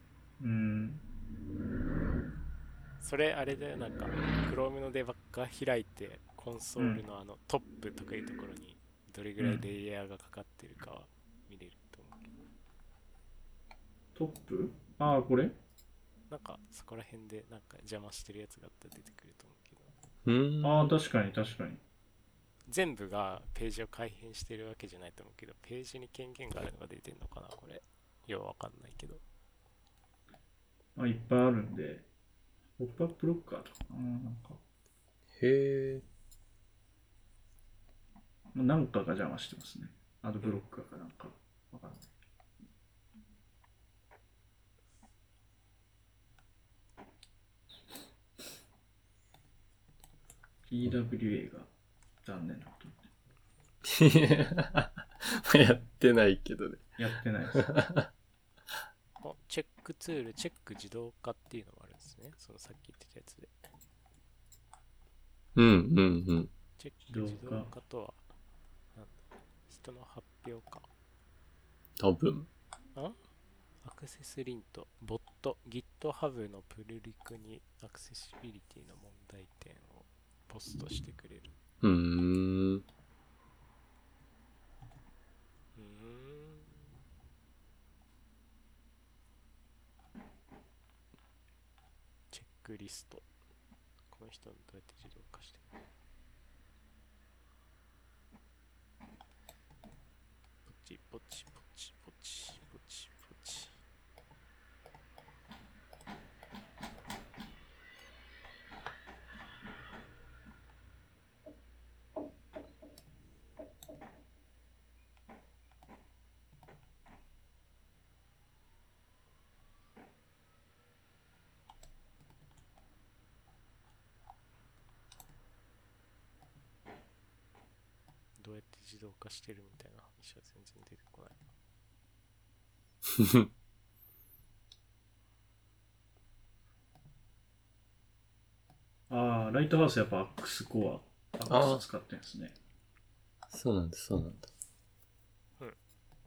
それあれだよ、なんか Chrome のデバッガー開いてコンソールのトップとかいうところにどれぐらいレイヤーがかかってるかは見れると思うけど。トップ？これ？ なんかそこら辺でなんか邪魔してるやつがあったら出てくると思うけど。確かに確かに。 全部がページを改変してるわけじゃないと思うけど、ページに権限があるのが出てんのかな、これ。ようわかんないけど。 いっぱいあるんで、ポップアップロッカーとかなんか。 へえ。 なんかが邪魔してますね。アドブロッカーかなんか。わかんない。PWA が残念なこと。 やってないけどね。 やってないです。 チェックツール、チェック自動化っていうのもあるんですね。そのさっき言ってたやつで。 チェック自動化とは、人の発表か。 多分。 アクセスリント、ボット、GitHub のプルリクにアクセシビリティの問題点をポストしてくれる。チェックリスト。この人どうやって自動化してる？ポチポチポチポチポチポチ。 やって自動化してるみたいな話は全然出てこない。 ああ、ライトハウスやっぱアックスコア、アックス使ってんですね。 そうなんだ、そうなんだ。 うん。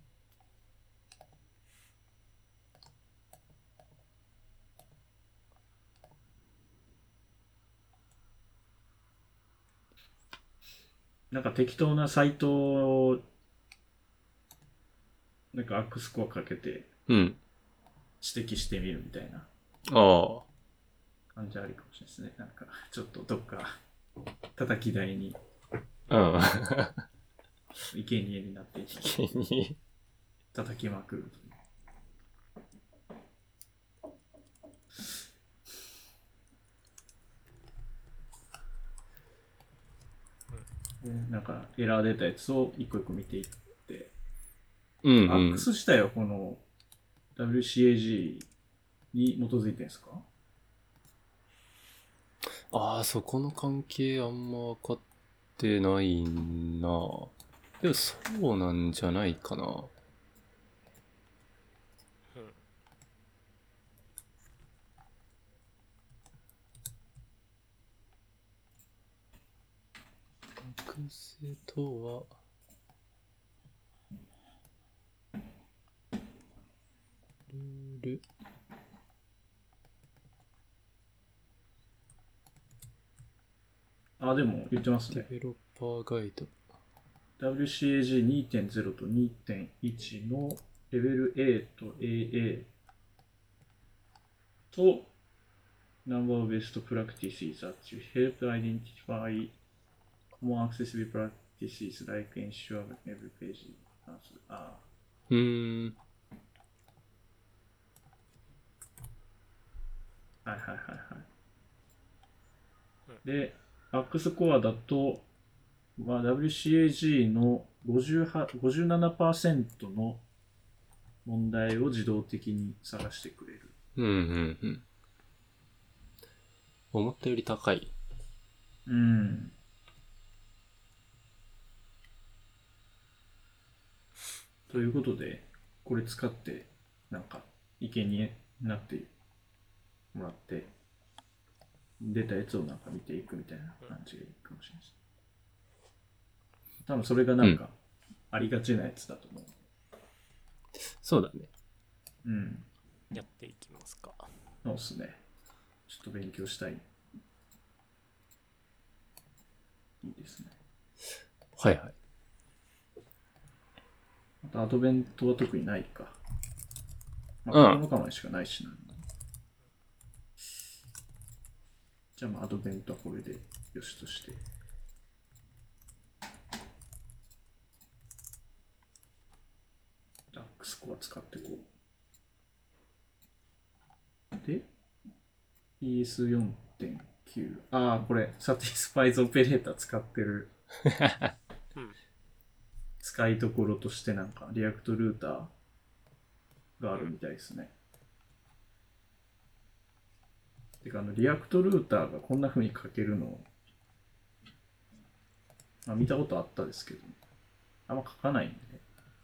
なんか適当なサイトを、なんかアックスコアかけて、 うん。 指摘してみるみたいなああ。 感じありかもしれないですね。なんか、ちょっとどっか、叩き台に、 うん。 生贄になっていき、 に。 叩きまくる。なんか、エラー出たやつを一個一個見ていって、 うんうん。 アックス自体はこの WCAG に基づいてるんですか？ ああ、そこの関係あんま分かってないな。でもそうなんじゃないかな。 うん。 学生とは、ルール。 あ、でも言ってますね。 デベロッパーガイド。 WCAG2.0 と2.1のレベル A と AA と Number of best practices that you help identify common accessible practices like ensure that every page has うーん。 はいはいはいはい。で、アックスコアだと、まあ、WCAG の57%の問題を自動的に探してくれる。 うんうんうん。思ったより高い。 うん。ということで、これ使って、なんか、生贄になってもらって、出たやつをなんか見ていくみたいな感じがいいかもしれないです。多分それがなんか、ありがちなやつだと思う。 そうだね。 うん。 やっていきますか。 そうっすね。ちょっと勉強したい。いいですね。 はいはい。 あとアドベントは特にないか。まあ、9日までしかないしな。じゃあまあアドベントはこれでよしとして。ダックスコア使ってこう。で、ES4.9。ああ、これ、サティスファイズオペレーター使ってる。 うん。 使いどころとしてなんか、リアクトルーターがあるみたいですね。てか、リアクトルーターがこんな風に書けるのを、まあ、見たことあったですけど、あんま書かないんでね。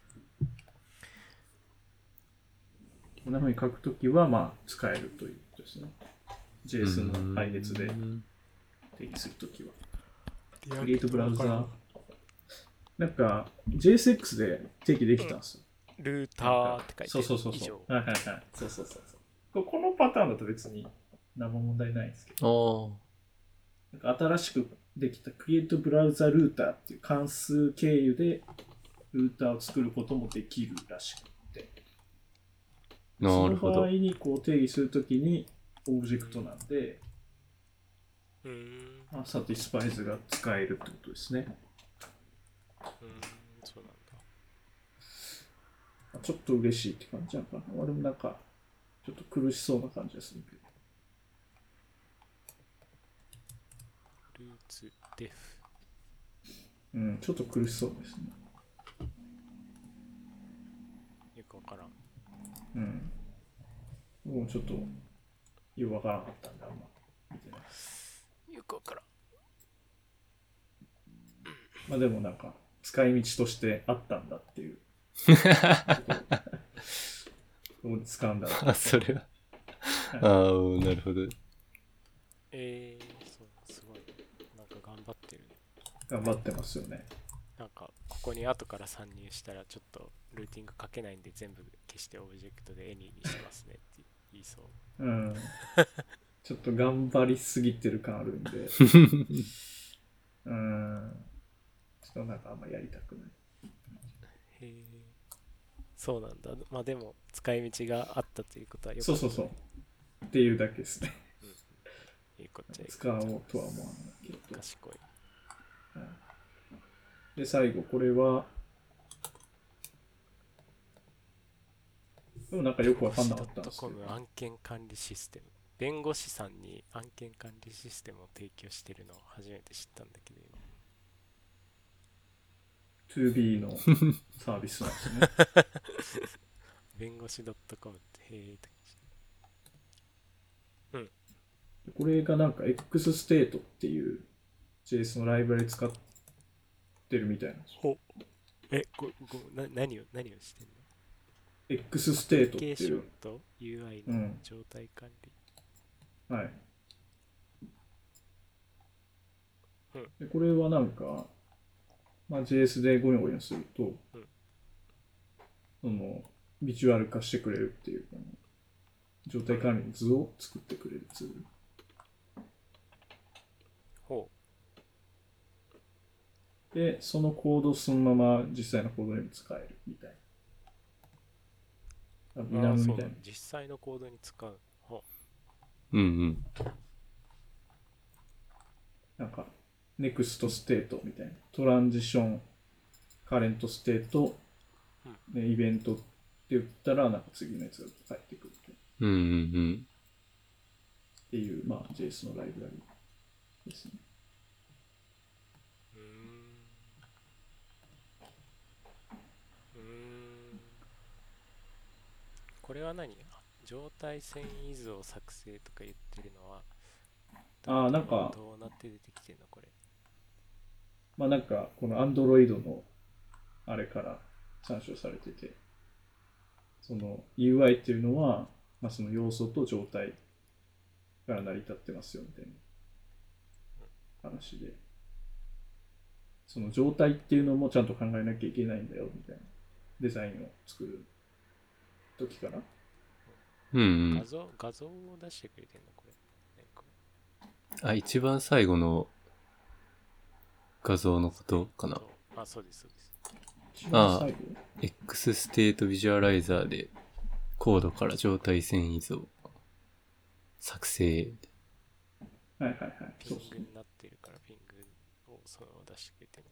こんな風に書くときは、まあ、使えるということですね。JS の配列で定義するときは。クリエイトブラウザー。なんか、JSX で定義できたんですよ。 ルーターって書いてそうそうそうそう。はいはいはい。そうそうそうそう。このパターンだと別に何も問題ないんですけど。なんか新しくできたクリエイトブラウザルーターっていう関数経由でルーターを作ることもできるらしくて。その場合にこう定義するときにオブジェクトなんで、まあ、サティスファイズが使えるってことですね。 そうなんだ。 ちょっと嬉しいって感じなのかな。俺もなんか、ちょっと苦しそうな感じがするけど。 ルーツデフ。 うん、ちょっと苦しそうですね。 よくわからん。 うん。もうちょっと、よくわからなかったんで、あんま見てない。 よくわからん。 まあでもなんか、 使い道としてあったんだっていう。どう使うんだろう。 あ、それは。ああ、なるほど。 そう、すごい。なんか頑張ってるね。 頑張ってますよね。 なんか、ここに後から参入したら、ちょっとルーティング書けないんで、全部消してオブジェクトで絵にしますねって言いそう。 うん。ちょっと頑張りすぎてる感あるんで。うん。ちょっとなんかあんまやりたくない。 へえ。そうなんだ。まあでも、使い道があったということはよかった、ね。 そうそうそう。っていうだけですね。 いいこっちゃいい。 使おうとは思わないけど。 賢い。 で、最後、これは、でもなんかよくわかんなかったんですけど。 案件管理システム。弁護士さんに案件管理システムを提供してるのを初めて知ったんだけど、今。 2B のサービスなんですね。 弁護士 .com ってへえって感じ。 これがなんか X ステートっていう JS のライブラリ使ってるみたいなんですよ。 何をしてんの？ X ステートっていう。 アプリケーションと UI の状態管理。 はい。 うん、 でこれはなんか、まあ、JS でゴニョゴニョすると、そのビジュアル化してくれるっていう、状態管理の図を作ってくれるツール。で、そのコードをそのまま実際のコードにも使えるみたいな。ビナムみたいな。 実際のコードに使う。 うんうん。 なんか、ネクストステートみたいな。トランジション、カレントステート、イベントって言ったら、なんか次のやつが返ってくるうんうんうん。 っていう、まあ、JS のライブラリですね。 これは何？状態遷移図を作成とか言ってるのは、 なんか、 どうなって出てきてんのこれ。 まあなんか、この Android のあれから参照されてて、その UI っていうのは、まあその要素と状態から成り立ってますよみたいな話で、その状態っていうのもちゃんと考えなきゃいけないんだよみたいなデザインを作る時から。 うんうん。 画像を出してくれてんのこれ。 あ、一番最後の画像のことかな。 あ、そうです、そうです。 ああ、X ステートビジュアライザーでコードから状態遷移図を作成。 はいはいはい。 ピングになってるから、ピングをそのまま出してくれてる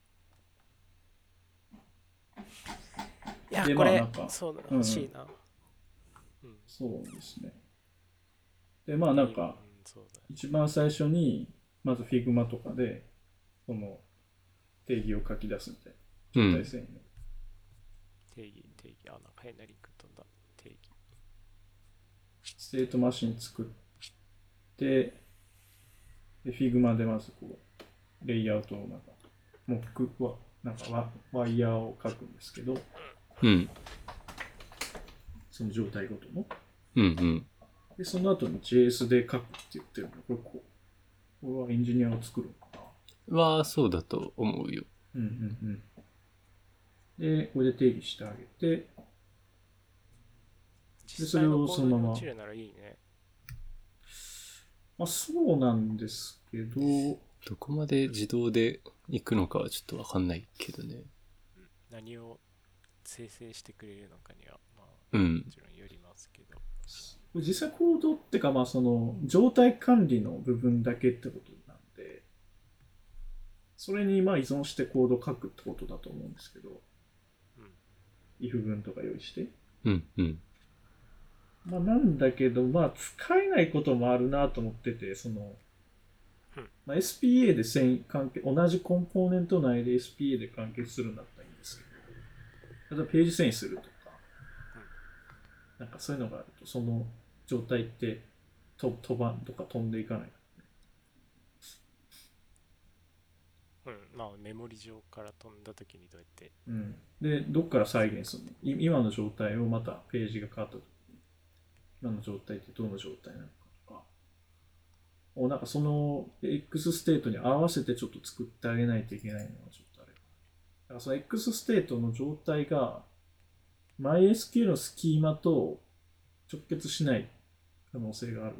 のかな。いや、これ、そうだな、欲しいな。 そうですね。で、まあなんか、一番最初に、まず Figma とかで、その定義を書き出すみたいな。状態遷移の。 定義、なんか変なリンク飛んだ。定義。 ステートマシン作って、で、Figma でまずこう、レイアウトをなんか、モックは、なんかワイヤーを書くんですけど、その状態ごとの。で、その後に JS で書くって言ってるので、これはエンジニアが作るのかな。は、そうだと思うよ。 で、これで定義してあげて、 で、それをそのまま。落ちるならいいね。 まあ、そうなんですけど、 どこまで自動で行くのかはちょっとわかんないけどね。 何を生成してくれるのかには、まあ、もちろんよりますけど。 実際コードってか、まあその状態管理の部分だけってことなんで、それにまあ依存してコード書くってことだと思うんですけど、if 文とか用意して。まあなんだけど、まあ使えないこともあるなと思ってて、その、まあ、SPA で関係、同じコンポーネント内で SPA で完結するんだったらいいんですけど、例えばページ遷移するとか、なんかそういうのがあると、その状態って飛ばんとか飛んでいかない。 うん、まあメモリ上から飛んだ時にどうやって、 うん、でどっから再現するの？今の状態をまたページが変わった時に今の状態ってどの状態なのかとかをなんかその X ステートに合わせてちょっと作ってあげないといけないのはちょっとあれ。だからその X ステートの状態が MySQL のスキーマと直結しない可能性がある。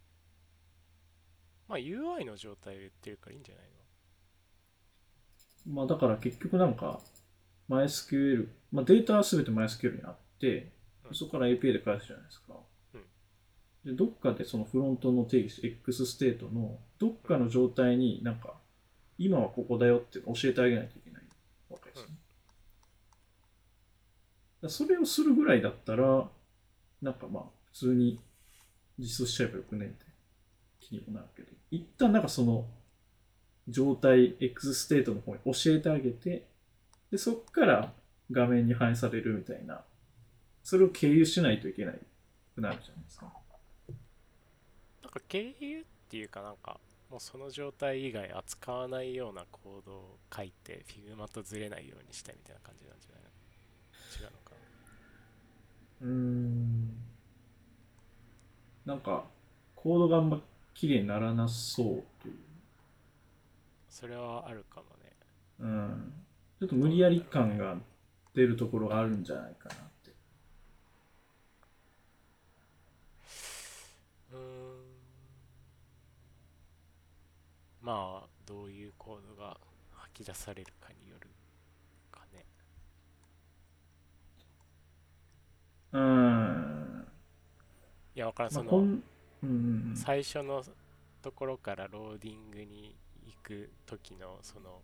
まあ UI の状態を言ってるからいいんじゃないまあだから結局なんか MySQL、まあ、データは全て MySQL にあって、 の？ そこから API で返すじゃないですか。でどっかでそのフロントの定義して X ステートのどっかの状態になんか今はここだよって教えてあげないといけないわけですね。それをするぐらいだったらなんかまあ普通に実装しちゃえばよくねみたいな気にもなるけど、一旦なんかその状態 X ステートの方に教えてあげて、でそっから画面に反映されるみたいな、それを経由しないといけないくなるじゃないですか。 なんか経由っていうかなんかもうその状態以外扱わないようなコードを書いて Figma とずれないようにしたいみたいな感じなんじゃないの？違うのかなんかコードがあんま綺麗にならなそうという。 それはあるかもね。 うん。ちょっと無理やり感が出るところがあるんじゃないかなって。 うーん、まあどういうコードが吐き出されるかによるかね。 うん。 いやわからん、 まあ、 そのうん最初のところからローディングに行く時のその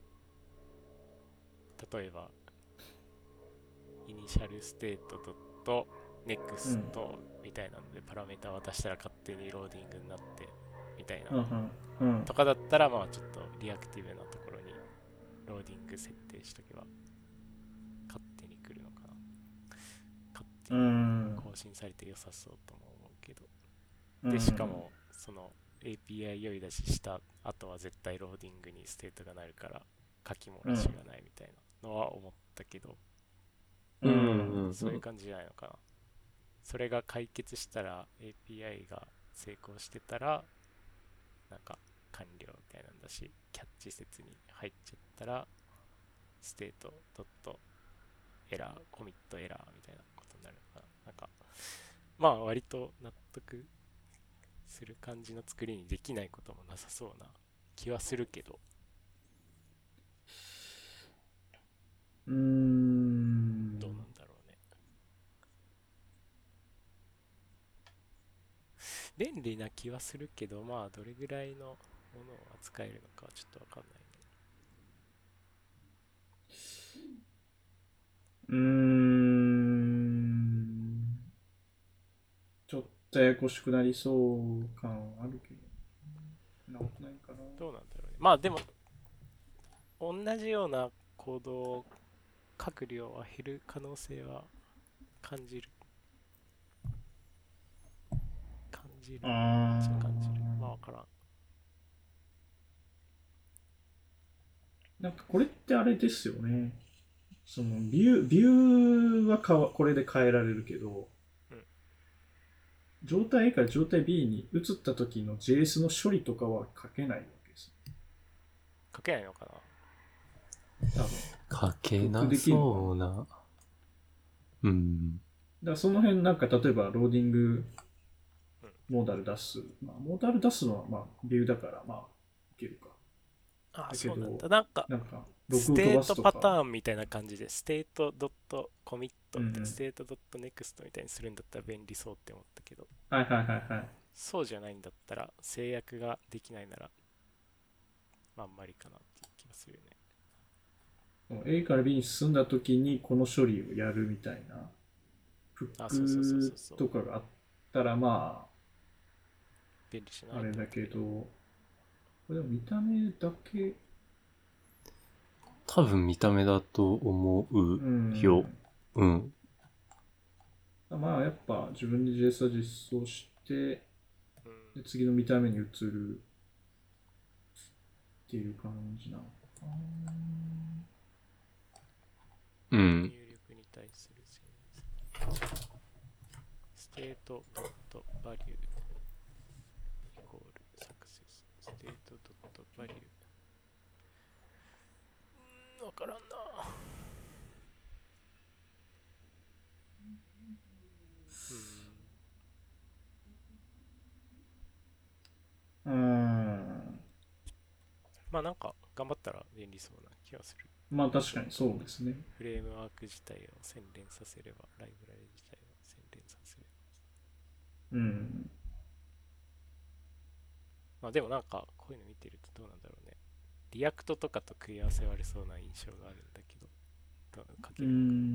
例えばイニシャルステートドットネクストみたいなのでパラメータ渡したら勝手にローディングになってみたいなとかだったらまあちょっとリアクティブなところにローディング設定しとけば勝手に来るのかな。勝手に更新されて良さそうとも思うけど、でしかもその API 用意出しした後は絶対ローディングにステートがなるから書き漏らしがないみたいなのは思ったけど、そういう感じじゃないのかな。それが解決したら API が成功してたらなんか完了みたいなんだし、キャッチ説に入っちゃったらステートドットエラーコミットエラーみたいなことになるのかな。なんかまあ割と納得する感じの作りにできないこともなさそうな気はするけど、どうなんだろうね。便利な気はするけど、まあどれぐらいのものを扱えるのかはちょっとわかんないね。 ちょっとややこしくなりそう感あるけど、そんなことないかな。 どうなんだろうね。まあでも同じようなコードを書く量は減る可能性は感じる感じるじゃ感じる。まあわからん。 なんかこれってあれですよね。そのビューはこれで変えられるけど、状態 A から状態 B に移った時の JS の処理とかは書けないわけです。 書けないのかな。 多分書けなそうな。 だからその辺なんか例えばローディングモーダル出す、まあ、モーダル出すのはまあビューだからまあいけるか。 ああ、そうなんだ。なんかステートパターンみたいな感じでステートドットコミットみたいな、ステートドットネクストみたいにするんだったら便利そうって思ったけど、そうじゃないんだったら制約ができないならあんまりかなっていう気がするよね。A から B に進んだ時にこの処理をやるみたいなフックとかがあったらまあ便利しないあれだけど、これでも見た目だけ多分見た目だと思うよ。 まあやっぱ自分で JS は実装して、で次の見た目に移るっていう感じなのかうん。 入力に対するステートドットバリューイコールサクセスステートドットバリューわからんな。まあなんか頑張ったら便利そうな気がする。 まあ確かにそうですね。 フレームワーク自体を洗練させれば、ライブラリ自体を洗練させれば。まあでもなんかこういうの見てるとどうなんだろうね。リアクトとかと組み合わせ割れそうな印象があるんだけど、どう書ける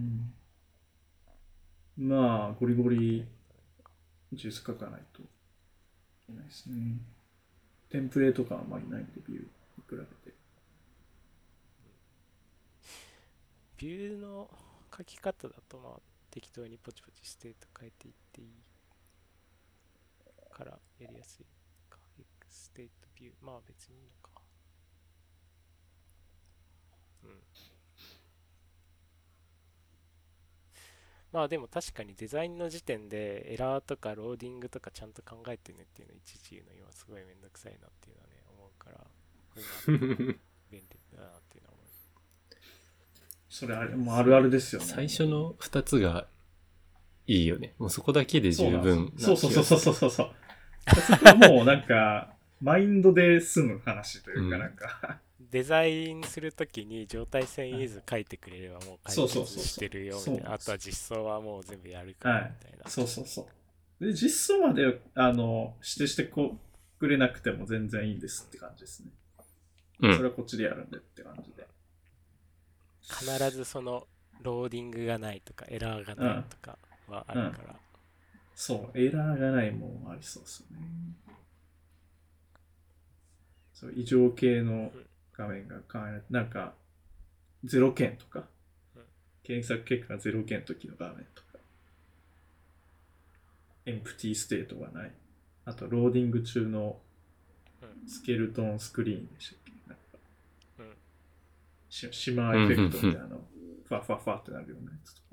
のか。まあゴリゴリジュース書かないといけないですね。テンプレート感はあまりないんで、ビューに比べて。 ビューの書き方だとまあ適当にポチポチステート変えていっていいからやりやすいか。ステートビュー、まあ別にいいのか。まあでも確かにデザインの時点でエラーとかローディングとかちゃんと考えてねっていうのを一時言うの今すごいめんどくさいなっていうのはね思うから、こういうの便利だなっていうのは思う。 それあれもあるあるですよね。 最初の2つがいいよね。もうそこだけで十分な。 そう。そこはもうなんかマインドで済む話というかなんか、 デザインするときに状態線イズ書いてくれればもう解決してるよみたいな。あとは実装はもう全部やるからみたいな。 で、実装まで指定してくれなくても全然いいんですって感じですね。それはこっちでやるんでって感じで。 必ずそのローディングがないとかエラーがないとかはあるから。 そう、エラーがないもんありそうですよね。そう、異常系の画面が変えない。なんか、0件とか、検索結果が0件の時の画面とか、エンプティステートがない。あと、ローディング中のスケルトンスクリーンでしたっけ、なんか、シマーエフェクトみたいなの、ファファファってなるようなやつと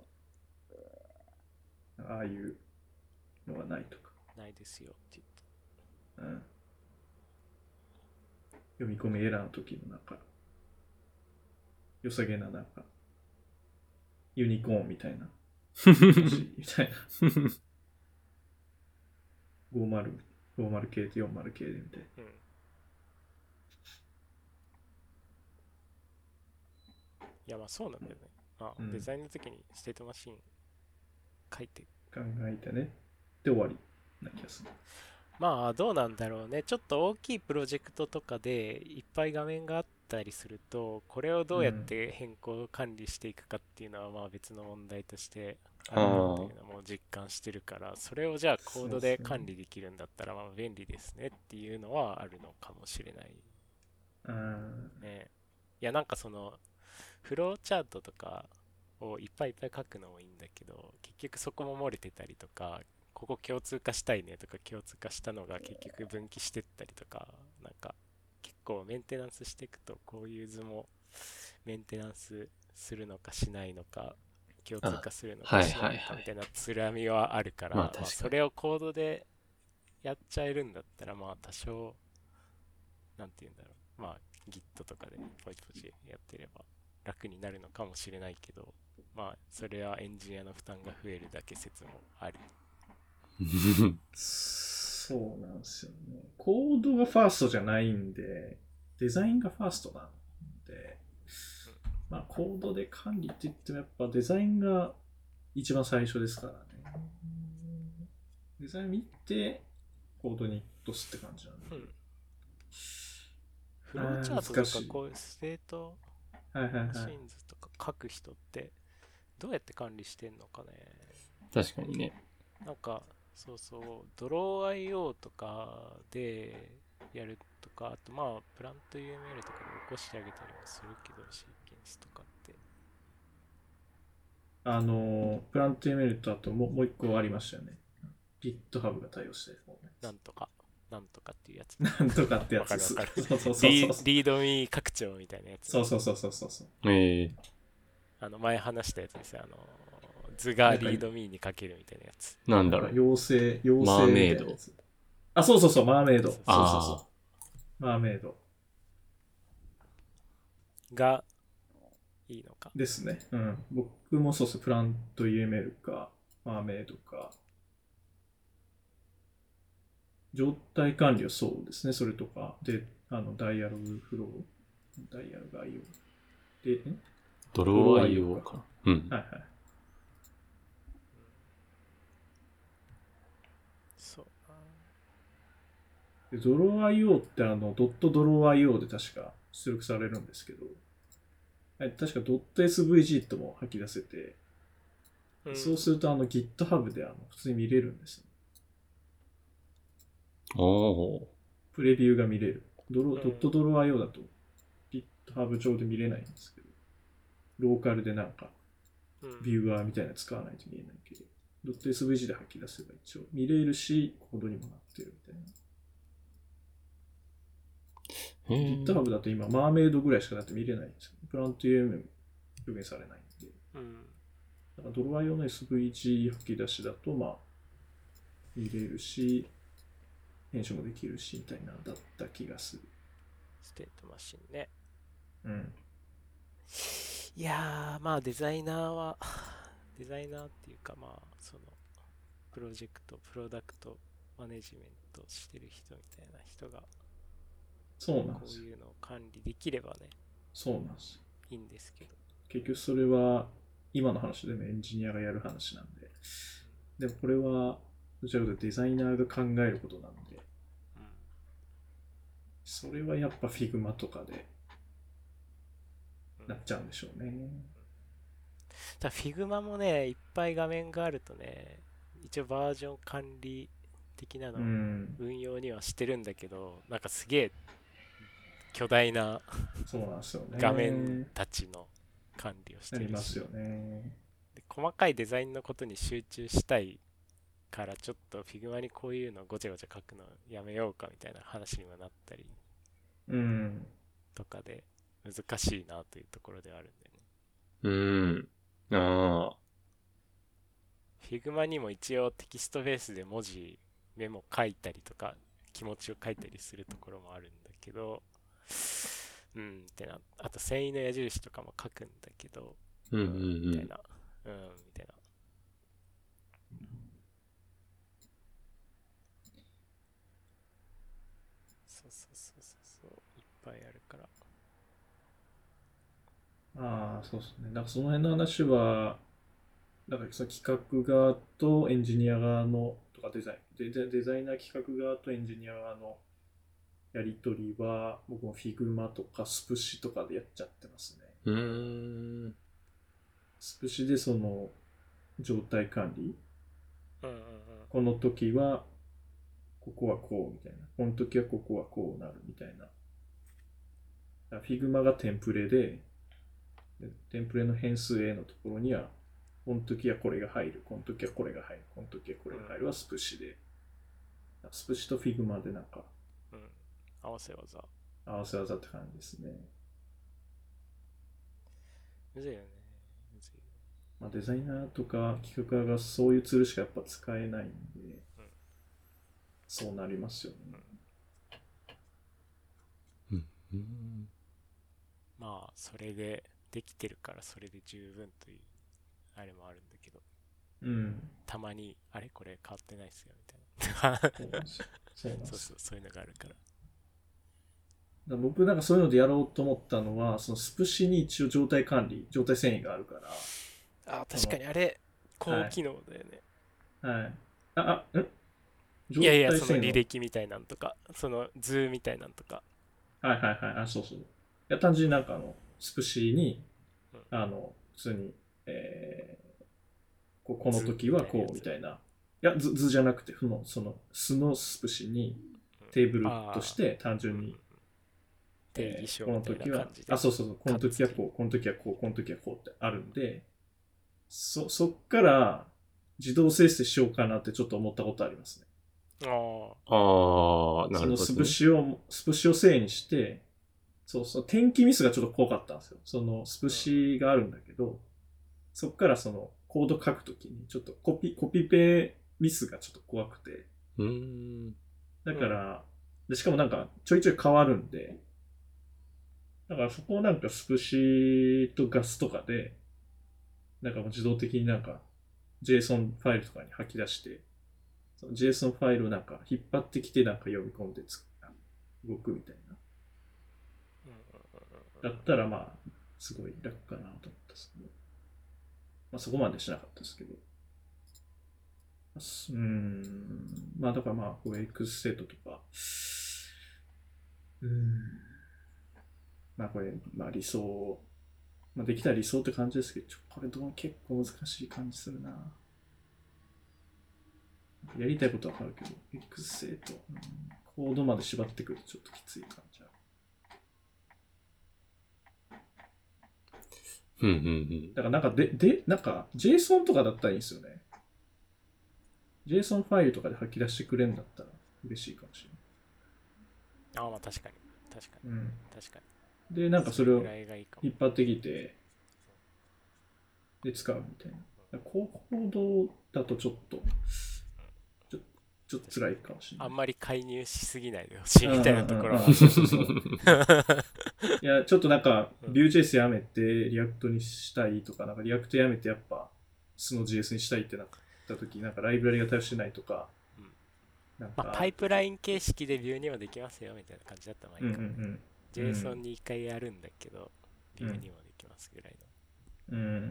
か、ああいうのがないとか。 ないですよって言って。 読み込みエラーの時のなんか、良さげななんか、ユニコーンみたいな。みたいな。50系と40系でみたいな。 いやまあそうなんだよね。まあ、デザインの時にステートマシン書いて考えてね。で終わりな気がする。 まあどうなんだろうね。ちょっと大きいプロジェクトとかでいっぱい画面があったりすると、これをどうやって変更管理していくかっていうのはまあ別の問題としてあるなっていうのも実感してるから、それをじゃあコードで管理できるんだったらまあ便利ですねっていうのはあるのかもしれないね。いやなんかそのフローチャートとかをいっぱい書くのもいいんだけど、結局そこも漏れてたりとか、ここ共通化したいねとか共通化したのが結局分岐してったりとか、なんか結構メンテナンスしていくとこういう図もメンテナンスするのかしないのか共通化するのかしないのかみたいなつらみはあるから、まあそれをコードでやっちゃえるんだったらまあ多少なんて言うんだろう、まあ Git とかでポチポチやってれば楽になるのかもしれないけど、まあそれはエンジニアの負担が増えるだけ説もある。 そうなんですよね。コードがファーストじゃないんで、デザインがファーストなんで、まあコードで管理って言ってもやっぱデザインが一番最初ですからね。デザイン見てコードに落とすって感じなんで。 フローチャートとかこういうステートマシンズとか書く人ってどうやって管理してんのかね。 確かにね。 なんかそうそう、ドロー IO とかでやるとか、あとまあプラント UML とかで起こしてあげたりもするけど、シーケンスとかってプラント UML とあともう一個ありましたよね。GitHub が対応してるもんね。 なんとかなんとかっていうやつ。 なんとかってやつです。わかる。 そうそうそうそう。 リードミー拡張みたいなやつ。 そうそうそうそうそう。 前話したやつですよ。図がリードミーにかけるみたいなやつ。 なんだろう。 妖精マーメイド。 あ、そうそうそう、マーメイド。そうそうそう。マーメイド。 が、いいのか。 ですね。うん。僕もそうです。プラント UML か、マーメイドか。状態管理はそうですね。それとか。で、ダイアログフロー。ダイアログ IO。で、 ドロー IO か。うん。 はいはい。 そう。 でドロー IO ってドットドロー IO で確か出力されるんですけど、確かドット SVG とも吐き出せて、そうするとGitHub で普通に見れるんですよ。プレビューが見れる。ドットドロー IO だと GitHub 上で見れないんですけど、ローカルでなんかビューアーみたいなの使わないと見えないけど、ドット SVG で吐き出せば一応見れるし、コードにもなってるみたいな。GitHub だと今、マーメイドぐらいしかだって見れないんですよ。プラント UML 表現されないんで。だからドロワイ用の SVG 吐き出しだと、まあ、見れるし、編集もできるし、みたいな、だった気がする。 ステートマシンね。 うん。 いやー、まあデザイナーっていうか、まあ、プロジェクト、プロダクト、マネジメントしてる人みたいな人が、 そうなんですよ。 こういうのを管理できればね、 そうなんですよ。 いいんですけど。 結局それは、今の話でもエンジニアがやる話なんで。でもこれは、どちらかというとデザイナーが考えることなんで、それはやっぱ Figma とかでなっちゃうんでしょうね。 ただ Figma もね、いっぱい画面があるとね、一応バージョン管理的なの運用にはしてるんだけど、なんかすげえ巨大な画面たちの管理をしてるし、 なりますよね。 で細かいデザインのことに集中したいからちょっと Figma にこういうのごちゃごちゃ書くのやめようかみたいな話にもなったりとかで難しいなというところではあるんだよね。Figma にも一応テキストベースで文字メモ書いたりとか気持ちを書いたりするところもあるんだけど、ってな、あと繊維の矢印とかも書くんだけど、みたいな、みたいな。そう、いっぱいあるから。 そうですね。なんかその辺の話は、なんかその企画側とエンジニア側のとかデザイナー企画側とエンジニア側のやり取りは僕も Figma とかスプシとかでやっちゃってますね。スプシでその状態管理、この時はここはこうみたいな、この時はここはこうなるみたいな。Figma がテンプレで、テンプレの変数 A のところにはこの時はこれが入る、この時はこれが入る、この時はこれが入るはスプシで、スプシと Figma でなんか、 合わせ技って感じですね。 むずいよね。 まあ、デザイナーとか企画側がそういうツールしかやっぱ使えないんで、そうなりますよね。 まあそれでできてるからそれで十分というあれもあるんだけど、たまにあれこれ変わってないっすよみたいなそういうのがあるから。 僕なんかそういうのでやろうと思ったのは、そのスプシに一応状態管理、状態遷移があるから。 確かにあれ高機能だよね。 はい。 いやいや、その履歴みたいなんとか、その図みたいなんとか。 そう。いや、単純になんかスプシに、普通に、この時はこうみたいな。いや、図じゃなくて、その素のスプシにテーブルとして単純に、 定義書みたいな感じで。 この時はこう、この時はこう、この時はこうってあるんで、そっから自動生成しようかなってちょっと思ったことありますね。 ああ、なるほど、ね。 そのスプシを正にして、そうそう、転記ミスがちょっと怖かったんですよ。そのスプシがあるんだけど、そっからそのコード書くときにちょっとコピペミスがちょっと怖くて。だから、でしかもなんかちょいちょい変わるんで、だからそこをなんかスプシとガスとかで、なんかもう自動的になんか JSON ファイルとかに吐き出して、その JSON ファイルをなんか引っ張ってきてなんか読み込んで動くみたいな。だったらまあ、すごい楽かなと思ったんですけど。まあそこまでしなかったですけど。まあだからまあ、こう X ステートとか、まあこれ、まあ理想、まあできたら理想って感じですけど、これ結構難しい感じするな。やりたいことはわかるけど、X ステート、コードまで縛ってくるとちょっときつい感じある。だからなんかなんか JSON とかだったらいいんですよね。JSON ファイルとかで吐き出してくれるんだったら嬉しいかもしれない。 ああ、まあ確かに。確かに。確かに。で、なんかそれを引っ張ってきて、で使うみたいな。コードだとちょっと辛いかもしれない。 あんまり介入しすぎないでほしいみたいなところは。 いや、ちょっとなんか、Vue.js やめて、React にしたいとか、なんか React やめてやっぱ、Snow.js にしたいってなった時、なんかライブラリが対応してないとか、 なんかパイプライン形式で Vue にもできますよみたいな感じだったらいいかも。JSON に一回やるんだけど、Vue にもできますぐらいの。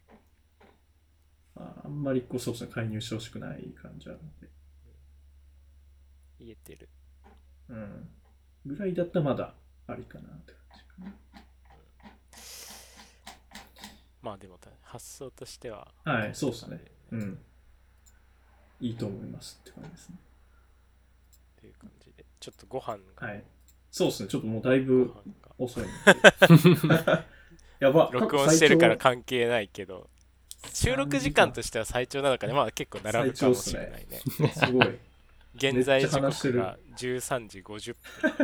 あんまりそうですね、介入してほしくない感じあるので。 言えてる。 ぐらいだったらまだありかなって感じかな。 まあでも発想としては。 はい、そうですね。いいと思いますって感じですね。 っていう感じで。ちょっとご飯が。 はい。そうですね、ちょっともうだいぶ遅いので。やば、 録音してるから関係ないけど、収録時間としては最長なのかね、まあ結構並ぶかもしれないね。 すごい。 現在時刻が13時50分。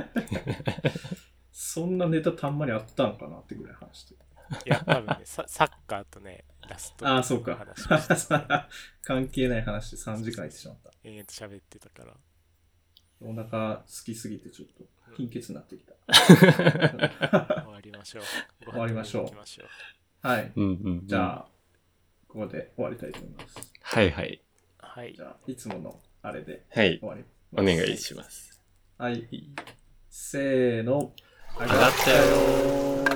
そんなネタたんまりあったんかなってぐらい話してる。 いや、多分ね、サッカーとね、ラストのそうか。関係ない話で3時間いってしまった。 延々と喋ってたから。 お腹好きすぎてちょっと貧血になってきた。 終わりましょう。 終わりましょう。はい。じゃあ、ここで終わりたいと思います。 はいはい。 はい。 じゃあ、いつものあれで終わります。はい。お願いします。 はい。せーの。 上がったよー。